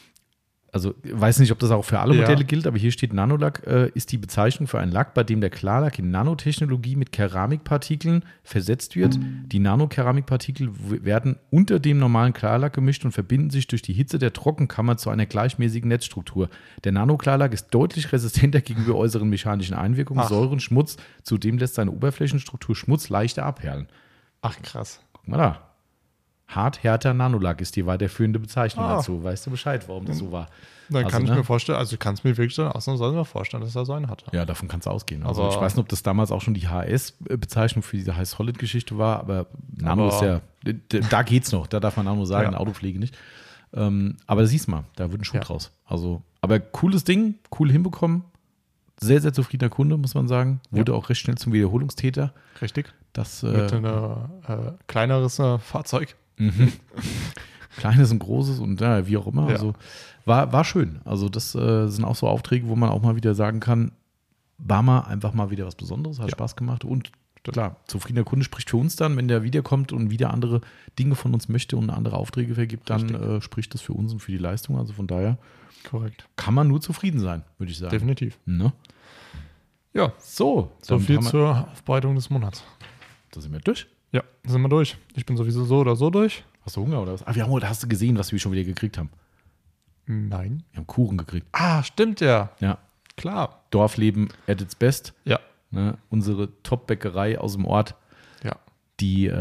Also, ich weiß nicht, ob das auch für alle Modelle gilt, aber hier steht, Nanolack ist die Bezeichnung für einen Lack, bei dem der Klarlack in Nanotechnologie mit Keramikpartikeln versetzt wird. Die Nanokeramikpartikel werden unter dem normalen Klarlack gemischt und verbinden sich durch die Hitze der Trockenkammer zu einer gleichmäßigen Netzstruktur. Der Nanoklarlack ist deutlich resistenter gegenüber äußeren mechanischen Einwirkungen, Säuren, Schmutz. Zudem lässt seine Oberflächenstruktur Schmutz leichter abperlen. Ach, krass. Guck mal da. Harthärter Nanolack ist die weiterführende Bezeichnung dazu. Weißt du Bescheid, warum das so war? Dann kann ich mir vorstellen, also ich kann es mir wirklich ausnahmsweise mal vorstellen, dass er so einen hatte. Ja, davon kannst du ausgehen. Also ich weiß nicht, ob das damals auch schon die HS-Bezeichnung für diese High-Solid-Geschichte war, aber Nano ist ja, da geht's noch, da darf man Nano sagen, Autopflege nicht. Aber siehst mal, da wird ein Schuh draus. Also, aber cooles Ding, cool hinbekommen. Sehr, sehr zufriedener Kunde, muss man sagen. Wurde auch recht schnell zum Wiederholungstäter. Richtig. Das, mit einem kleineres Fahrzeug. Kleines und großes und wie auch immer. Ja. Also war schön. Also das sind auch so Aufträge, wo man auch mal wieder sagen kann, war mal einfach mal wieder was Besonderes, hat Spaß gemacht und klar, zufriedener Kunde spricht für uns dann, wenn der wiederkommt und wieder andere Dinge von uns möchte und andere Aufträge vergibt, dann spricht das für uns und für die Leistung. Also von daher kann man nur zufrieden sein, würde ich sagen. Definitiv. Ne? Ja, so viel zur Aufbereitung des Monats. Da sind wir durch. Ja, sind wir durch. Ich bin sowieso so oder so durch. Hast du Hunger oder was? Hast du gesehen, was wir schon wieder gekriegt haben? Nein. Wir haben Kuchen gekriegt. Ah, stimmt ja. Ja. Klar. Dorfleben at its best. Ja. Ne, unsere Top-Bäckerei aus dem Ort. Ja. Die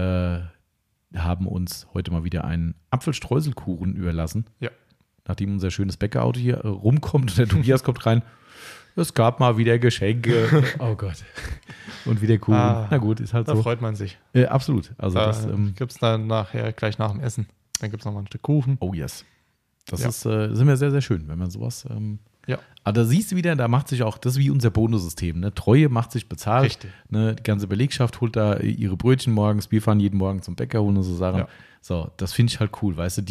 haben uns heute mal wieder einen Apfelstreuselkuchen überlassen. Ja. Nachdem unser schönes Bäckerauto hier rumkommt und der Tobias kommt rein. Es gab mal wieder Geschenke. Oh Gott. Und wieder Kuchen. Na gut, ist halt so. Da freut man sich. Absolut. Also das gibt es dann gleich nach dem Essen. Dann gibt es nochmal ein Stück Kuchen. Oh yes. Das ist immer sehr, sehr schön, wenn man sowas. Ja. Aber da siehst du wieder, da macht sich auch, das ist wie unser Bonussystem. Ne? Treue macht sich bezahlt. Richtig. Ne? Die ganze Belegschaft holt da ihre Brötchen morgens. Wir fahren jeden Morgen zum Bäcker, holen und so Sachen. Ja. So, das finde ich halt cool. Weißt du,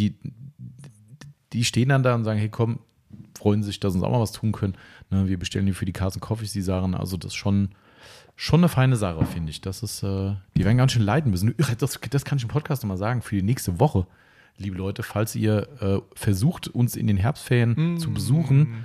die stehen dann da und sagen, hey komm, freuen sich, dass uns auch mal was tun können. Ne? Wir bestellen hier für die Carson Coffees die Sachen. Also das ist schon eine feine Sache, finde ich. Das ist, die werden ganz schön leiden müssen. Das kann ich im Podcast nochmal sagen. Für die nächste Woche, liebe Leute, falls ihr versucht, uns in den Herbstferien zu besuchen,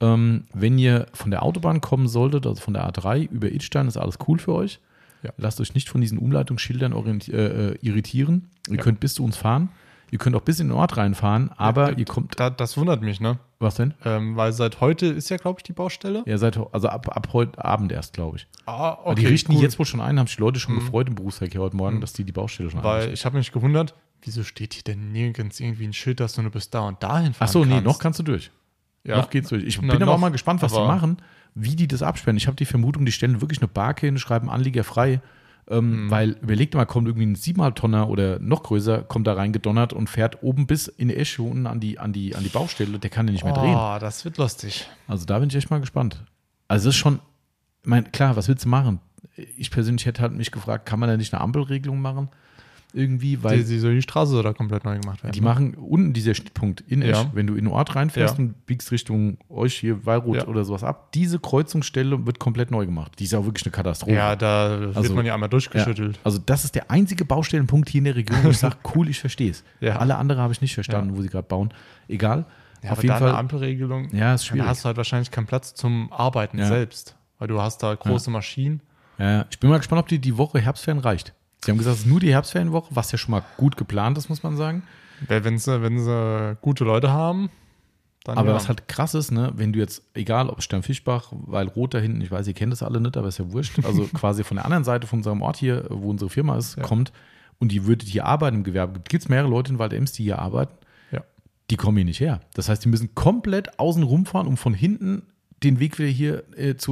wenn ihr von der Autobahn kommen solltet, also von der A3 über Idstein, ist alles cool für euch. Ja. Lasst euch nicht von diesen Umleitungsschildern irritieren. Ihr könnt bis zu uns fahren. Ihr könnt auch bis in den Ort reinfahren, aber ihr kommt... Das wundert mich, ne? Was denn? Weil seit heute ist ja, glaube ich, die Baustelle. Ja, also ab heute Abend erst, glaube ich. Ah, okay. Aber die richten die jetzt wohl schon ein, haben sich die Leute schon gefreut im Berufsverkehr heute Morgen, dass die Baustelle schon einrichten. Weil ich habe mich gewundert, wieso steht hier denn nirgends irgendwie ein Schild, dass du nur bis da und dahin fahren kannst? Achso, nee, noch kannst du durch. Ja. Noch geht's durch. Ich bin aber auch mal gespannt, was die machen, wie die das absperren. Ich habe die Vermutung, die stellen wirklich eine Barke hin, schreiben Anlieger frei. Weil, überlegt mal, kommt irgendwie ein 7,5 Tonner oder noch größer, kommt da reingedonnert und fährt oben bis in die Esche unten an die Baustelle. Der kann ja nicht mehr drehen. Oh, das wird lustig. Also da bin ich echt mal gespannt. Also das ist schon, klar, was willst du machen? Ich persönlich hätte halt mich gefragt, kann man da nicht eine Ampelregelung machen? Irgendwie, weil die Straße soll da komplett neu gemacht werden. Die machen unten dieser Schnittpunkt in Esch, wenn du in den Ort reinfährst und biegst Richtung euch hier, Weilroth oder sowas ab, diese Kreuzungsstelle wird komplett neu gemacht. Die ist auch wirklich eine Katastrophe. Ja, da wird man ja einmal durchgeschüttelt. Ja, also das ist der einzige Baustellenpunkt hier in der Region, wo ich sage, cool, ich verstehe es. Ja. Alle andere habe ich nicht verstanden, wo sie gerade bauen. Egal. Ja, auf jeden Fall eine Ampelregelung, ist schwierig. Da hast du halt wahrscheinlich keinen Platz zum Arbeiten selbst, weil du hast da große Maschinen. Ja, ich bin mal gespannt, ob die Woche Herbstferien reicht. Sie haben gesagt, es ist nur die Herbstferienwoche, was ja schon mal gut geplant ist, muss man sagen. Wenn sie gute Leute haben, dann aber was halt krass ist, ne, wenn du jetzt, egal ob Sternfischbach, Weilroth da hinten, ich weiß, ihr kennt das alle nicht, aber ist ja wurscht, also quasi von der anderen Seite von unserem Ort hier, wo unsere Firma ist, kommt und die würdet hier arbeiten im Gewerbe. Gibt es mehrere Leute in Waldems, die hier arbeiten? Ja. Die kommen hier nicht her. Das heißt, die müssen komplett außen rumfahren, um von hinten den Weg wieder hier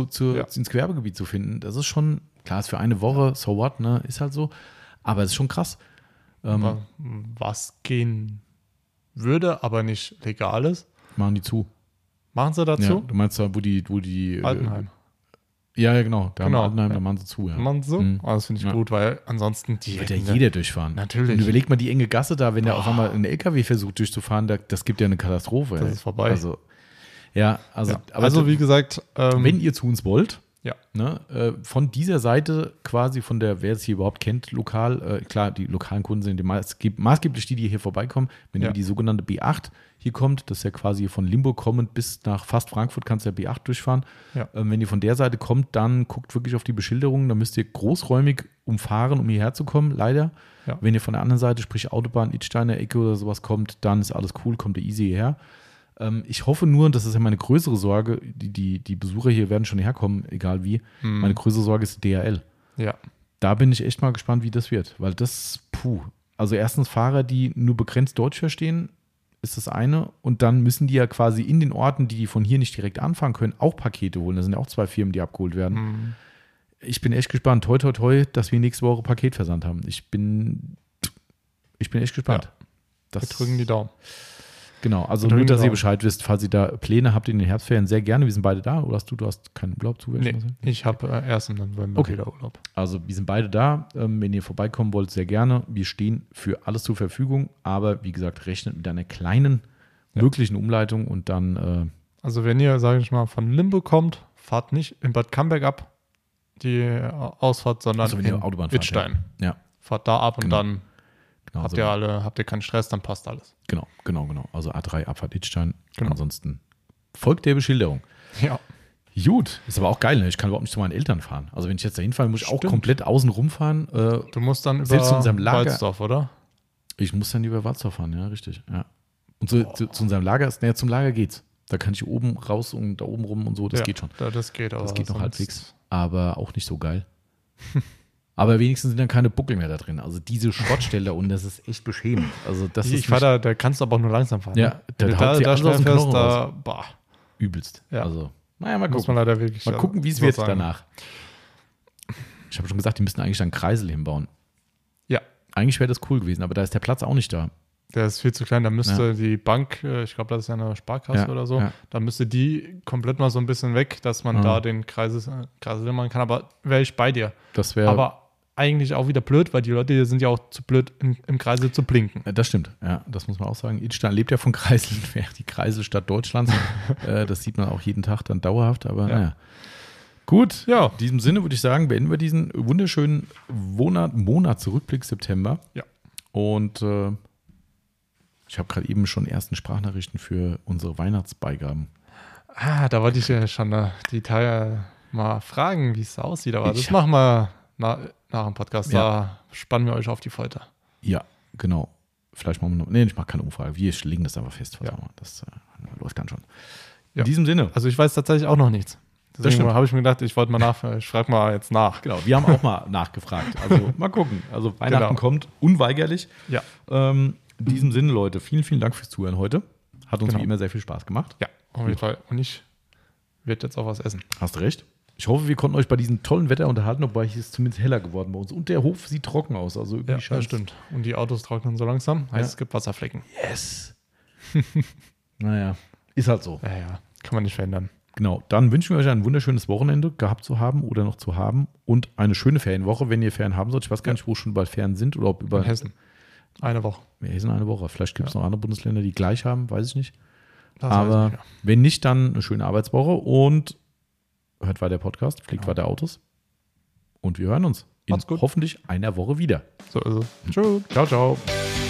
ins Gewerbegebiet zu finden. Das ist schon... Klar, ist für eine Woche, so what, ne? Ist halt so. Aber es ist schon krass. Was gehen würde, aber nicht legal ist. Machen die zu. Machen sie dazu? Ja, du meinst da, wo die Altenheim. Ja, genau. Da haben Altenheim, da machen sie zu. Ja. Machen sie so? Das finde ich gut, weil ansonsten wird ja jeder durchfahren. Natürlich. Und überleg mal die enge Gasse da, wenn der auf einmal ein LKW versucht durchzufahren, das gibt ja eine Katastrophe. Das ist vorbei. Also, aber wie gesagt, wenn ihr zu uns wollt, Ja. Ne? Von dieser Seite quasi, von der, wer es hier überhaupt kennt, lokal, klar, die lokalen Kunden sind maßgeblich die hier vorbeikommen. Wenn über die sogenannte B8 hier kommt, das ist ja quasi von Limburg kommend bis nach fast Frankfurt, kannst du ja B8 durchfahren. Ja. Wenn ihr von der Seite kommt, dann guckt wirklich auf die Beschilderung. Da müsst ihr großräumig umfahren, um hierher zu kommen, leider. Ja. Wenn ihr von der anderen Seite, sprich Autobahn, Idsteiner Ecke oder sowas kommt, dann ist alles cool, kommt ihr easy hierher. Ich hoffe nur, und das ist ja meine größere Sorge, die Besucher hier werden schon herkommen, egal wie. Meine größere Sorge ist die DHL. Ja. Da bin ich echt mal gespannt, wie das wird. Weil das, also erstens Fahrer, die nur begrenzt Deutsch verstehen, ist das eine. Und dann müssen die ja quasi in den Orten, die von hier nicht direkt anfahren können, auch Pakete holen. Da sind ja auch 2 Firmen, die abgeholt werden. Ich bin echt gespannt. Toi, toi, toi, dass wir nächste Woche Paketversand haben. Ich bin echt gespannt. Ja. Wir drücken die Daumen. Genau, also nur, dass ihr Bescheid wisst, falls ihr da Pläne habt in den Herbstferien, sehr gerne. Wir sind beide da. Oder du hast keinen Urlaub zu? Nee, ich habe erst im November wieder Urlaub. Also wir sind beide da. Wenn ihr vorbeikommen wollt, sehr gerne. Wir stehen für alles zur Verfügung. Aber wie gesagt, rechnet mit einer kleinen möglichen Umleitung und dann... also wenn ihr, sage ich mal, von Limburg kommt, fahrt nicht in Bad Camberg ab, die Ausfahrt, sondern in Idstein. Ja. Fahrt da ab und dann... Genau, habt ihr keinen Stress, dann passt alles. Genau. Also A3 Abfahrt Idstein. Genau. Ansonsten folgt der Beschilderung. Ja. Gut, ist aber auch geil, ne? Ich kann überhaupt nicht zu meinen Eltern fahren. Also wenn ich jetzt dahin fahre, muss ich auch komplett außen rumfahren. Du musst dann über Walsdorf, oder? Ich muss dann über Walsdorf fahren, ja, richtig. Ja. Und zu unserem Lager, zum Lager geht's. Da kann ich oben raus und da oben rum und so, das geht schon. Das geht aber. Das geht noch halbwegs, aber auch nicht so geil. Aber wenigstens sind dann keine Buckel mehr da drin. Also diese Schrottstelle da unten, das ist echt beschämend. Also ich fahre da kannst du aber auch nur langsam fahren. Ja, da haut sie alles aus dem Knochen raus. Boah. Übelst. Ja. Also, naja, mal gucken. Muss man leider wirklich mal gucken, wie es wird danach. Ich habe schon gesagt, die müssten eigentlich dann einen Kreisel hinbauen. Ja. Eigentlich wäre das cool gewesen, aber da ist der Platz auch nicht da. Der ist viel zu klein. Da müsste die Bank, ich glaube, das ist ja eine Sparkasse oder so, da müsste die komplett mal so ein bisschen weg, dass man da den Kreisel machen kann. Aber wäre ich bei dir. Das wäre... Aber eigentlich auch wieder blöd, weil die Leute hier sind ja auch zu blöd, im Kreisel zu blinken. Das stimmt, ja, das muss man auch sagen. Idstein lebt ja von Kreiseln, wäre die Kreiselstadt Deutschlands. Das sieht man auch jeden Tag dann dauerhaft, aber naja. Gut, in diesem Sinne würde ich sagen, beenden wir diesen wunderschönen Monatsrückblick September. Ja. Und ich habe gerade eben schon ersten Sprachnachrichten für unsere Weihnachtsbeigaben. Da wollte ich ja schon die Tage mal fragen, wie es aussieht, aber das machen wir nach dem Podcast, da spannen wir euch auf die Folter. Ja, genau. Vielleicht machen wir noch. Nee, ich mache keine Umfrage. Wir legen das einfach fest. Das läuft dann schon. In diesem Sinne. Also ich weiß tatsächlich auch noch nichts. Deswegen habe ich mir gedacht, ich wollte mal ich frage mal jetzt nach. Genau, wir haben auch mal nachgefragt. Also mal gucken. Also Weihnachten kommt unweigerlich. Ja. In diesem Sinne, Leute, vielen, vielen Dank fürs Zuhören heute. Hat uns wie immer sehr viel Spaß gemacht. Ja, auf jeden Fall. Und ich werde jetzt auch was essen. Hast du recht. Ich hoffe, wir konnten euch bei diesem tollen Wetter unterhalten, wobei es ist zumindest heller geworden bei uns. Und der Hof sieht trocken aus. Also irgendwie das stimmt. Und die Autos trocknen so langsam. Heißt, es gibt Wasserflecken. Yes. Naja, ist halt so. Ja, kann man nicht verändern. Genau, dann wünschen wir euch ein wunderschönes Wochenende gehabt zu haben oder noch zu haben und eine schöne Ferienwoche, wenn ihr Ferien haben sollt. Ich weiß gar nicht, wo schon bald Ferien sind oder ob über in Hessen. Eine Woche. Hessen eine Woche. Vielleicht gibt es noch andere Bundesländer, die gleich haben, weiß ich nicht. Aber wenn nicht, dann eine schöne Arbeitswoche und hört weiter Podcast, fliegt weiter Autos und wir hören uns in hoffentlich einer Woche wieder. So ist es. Tschüss. Ciao, ciao.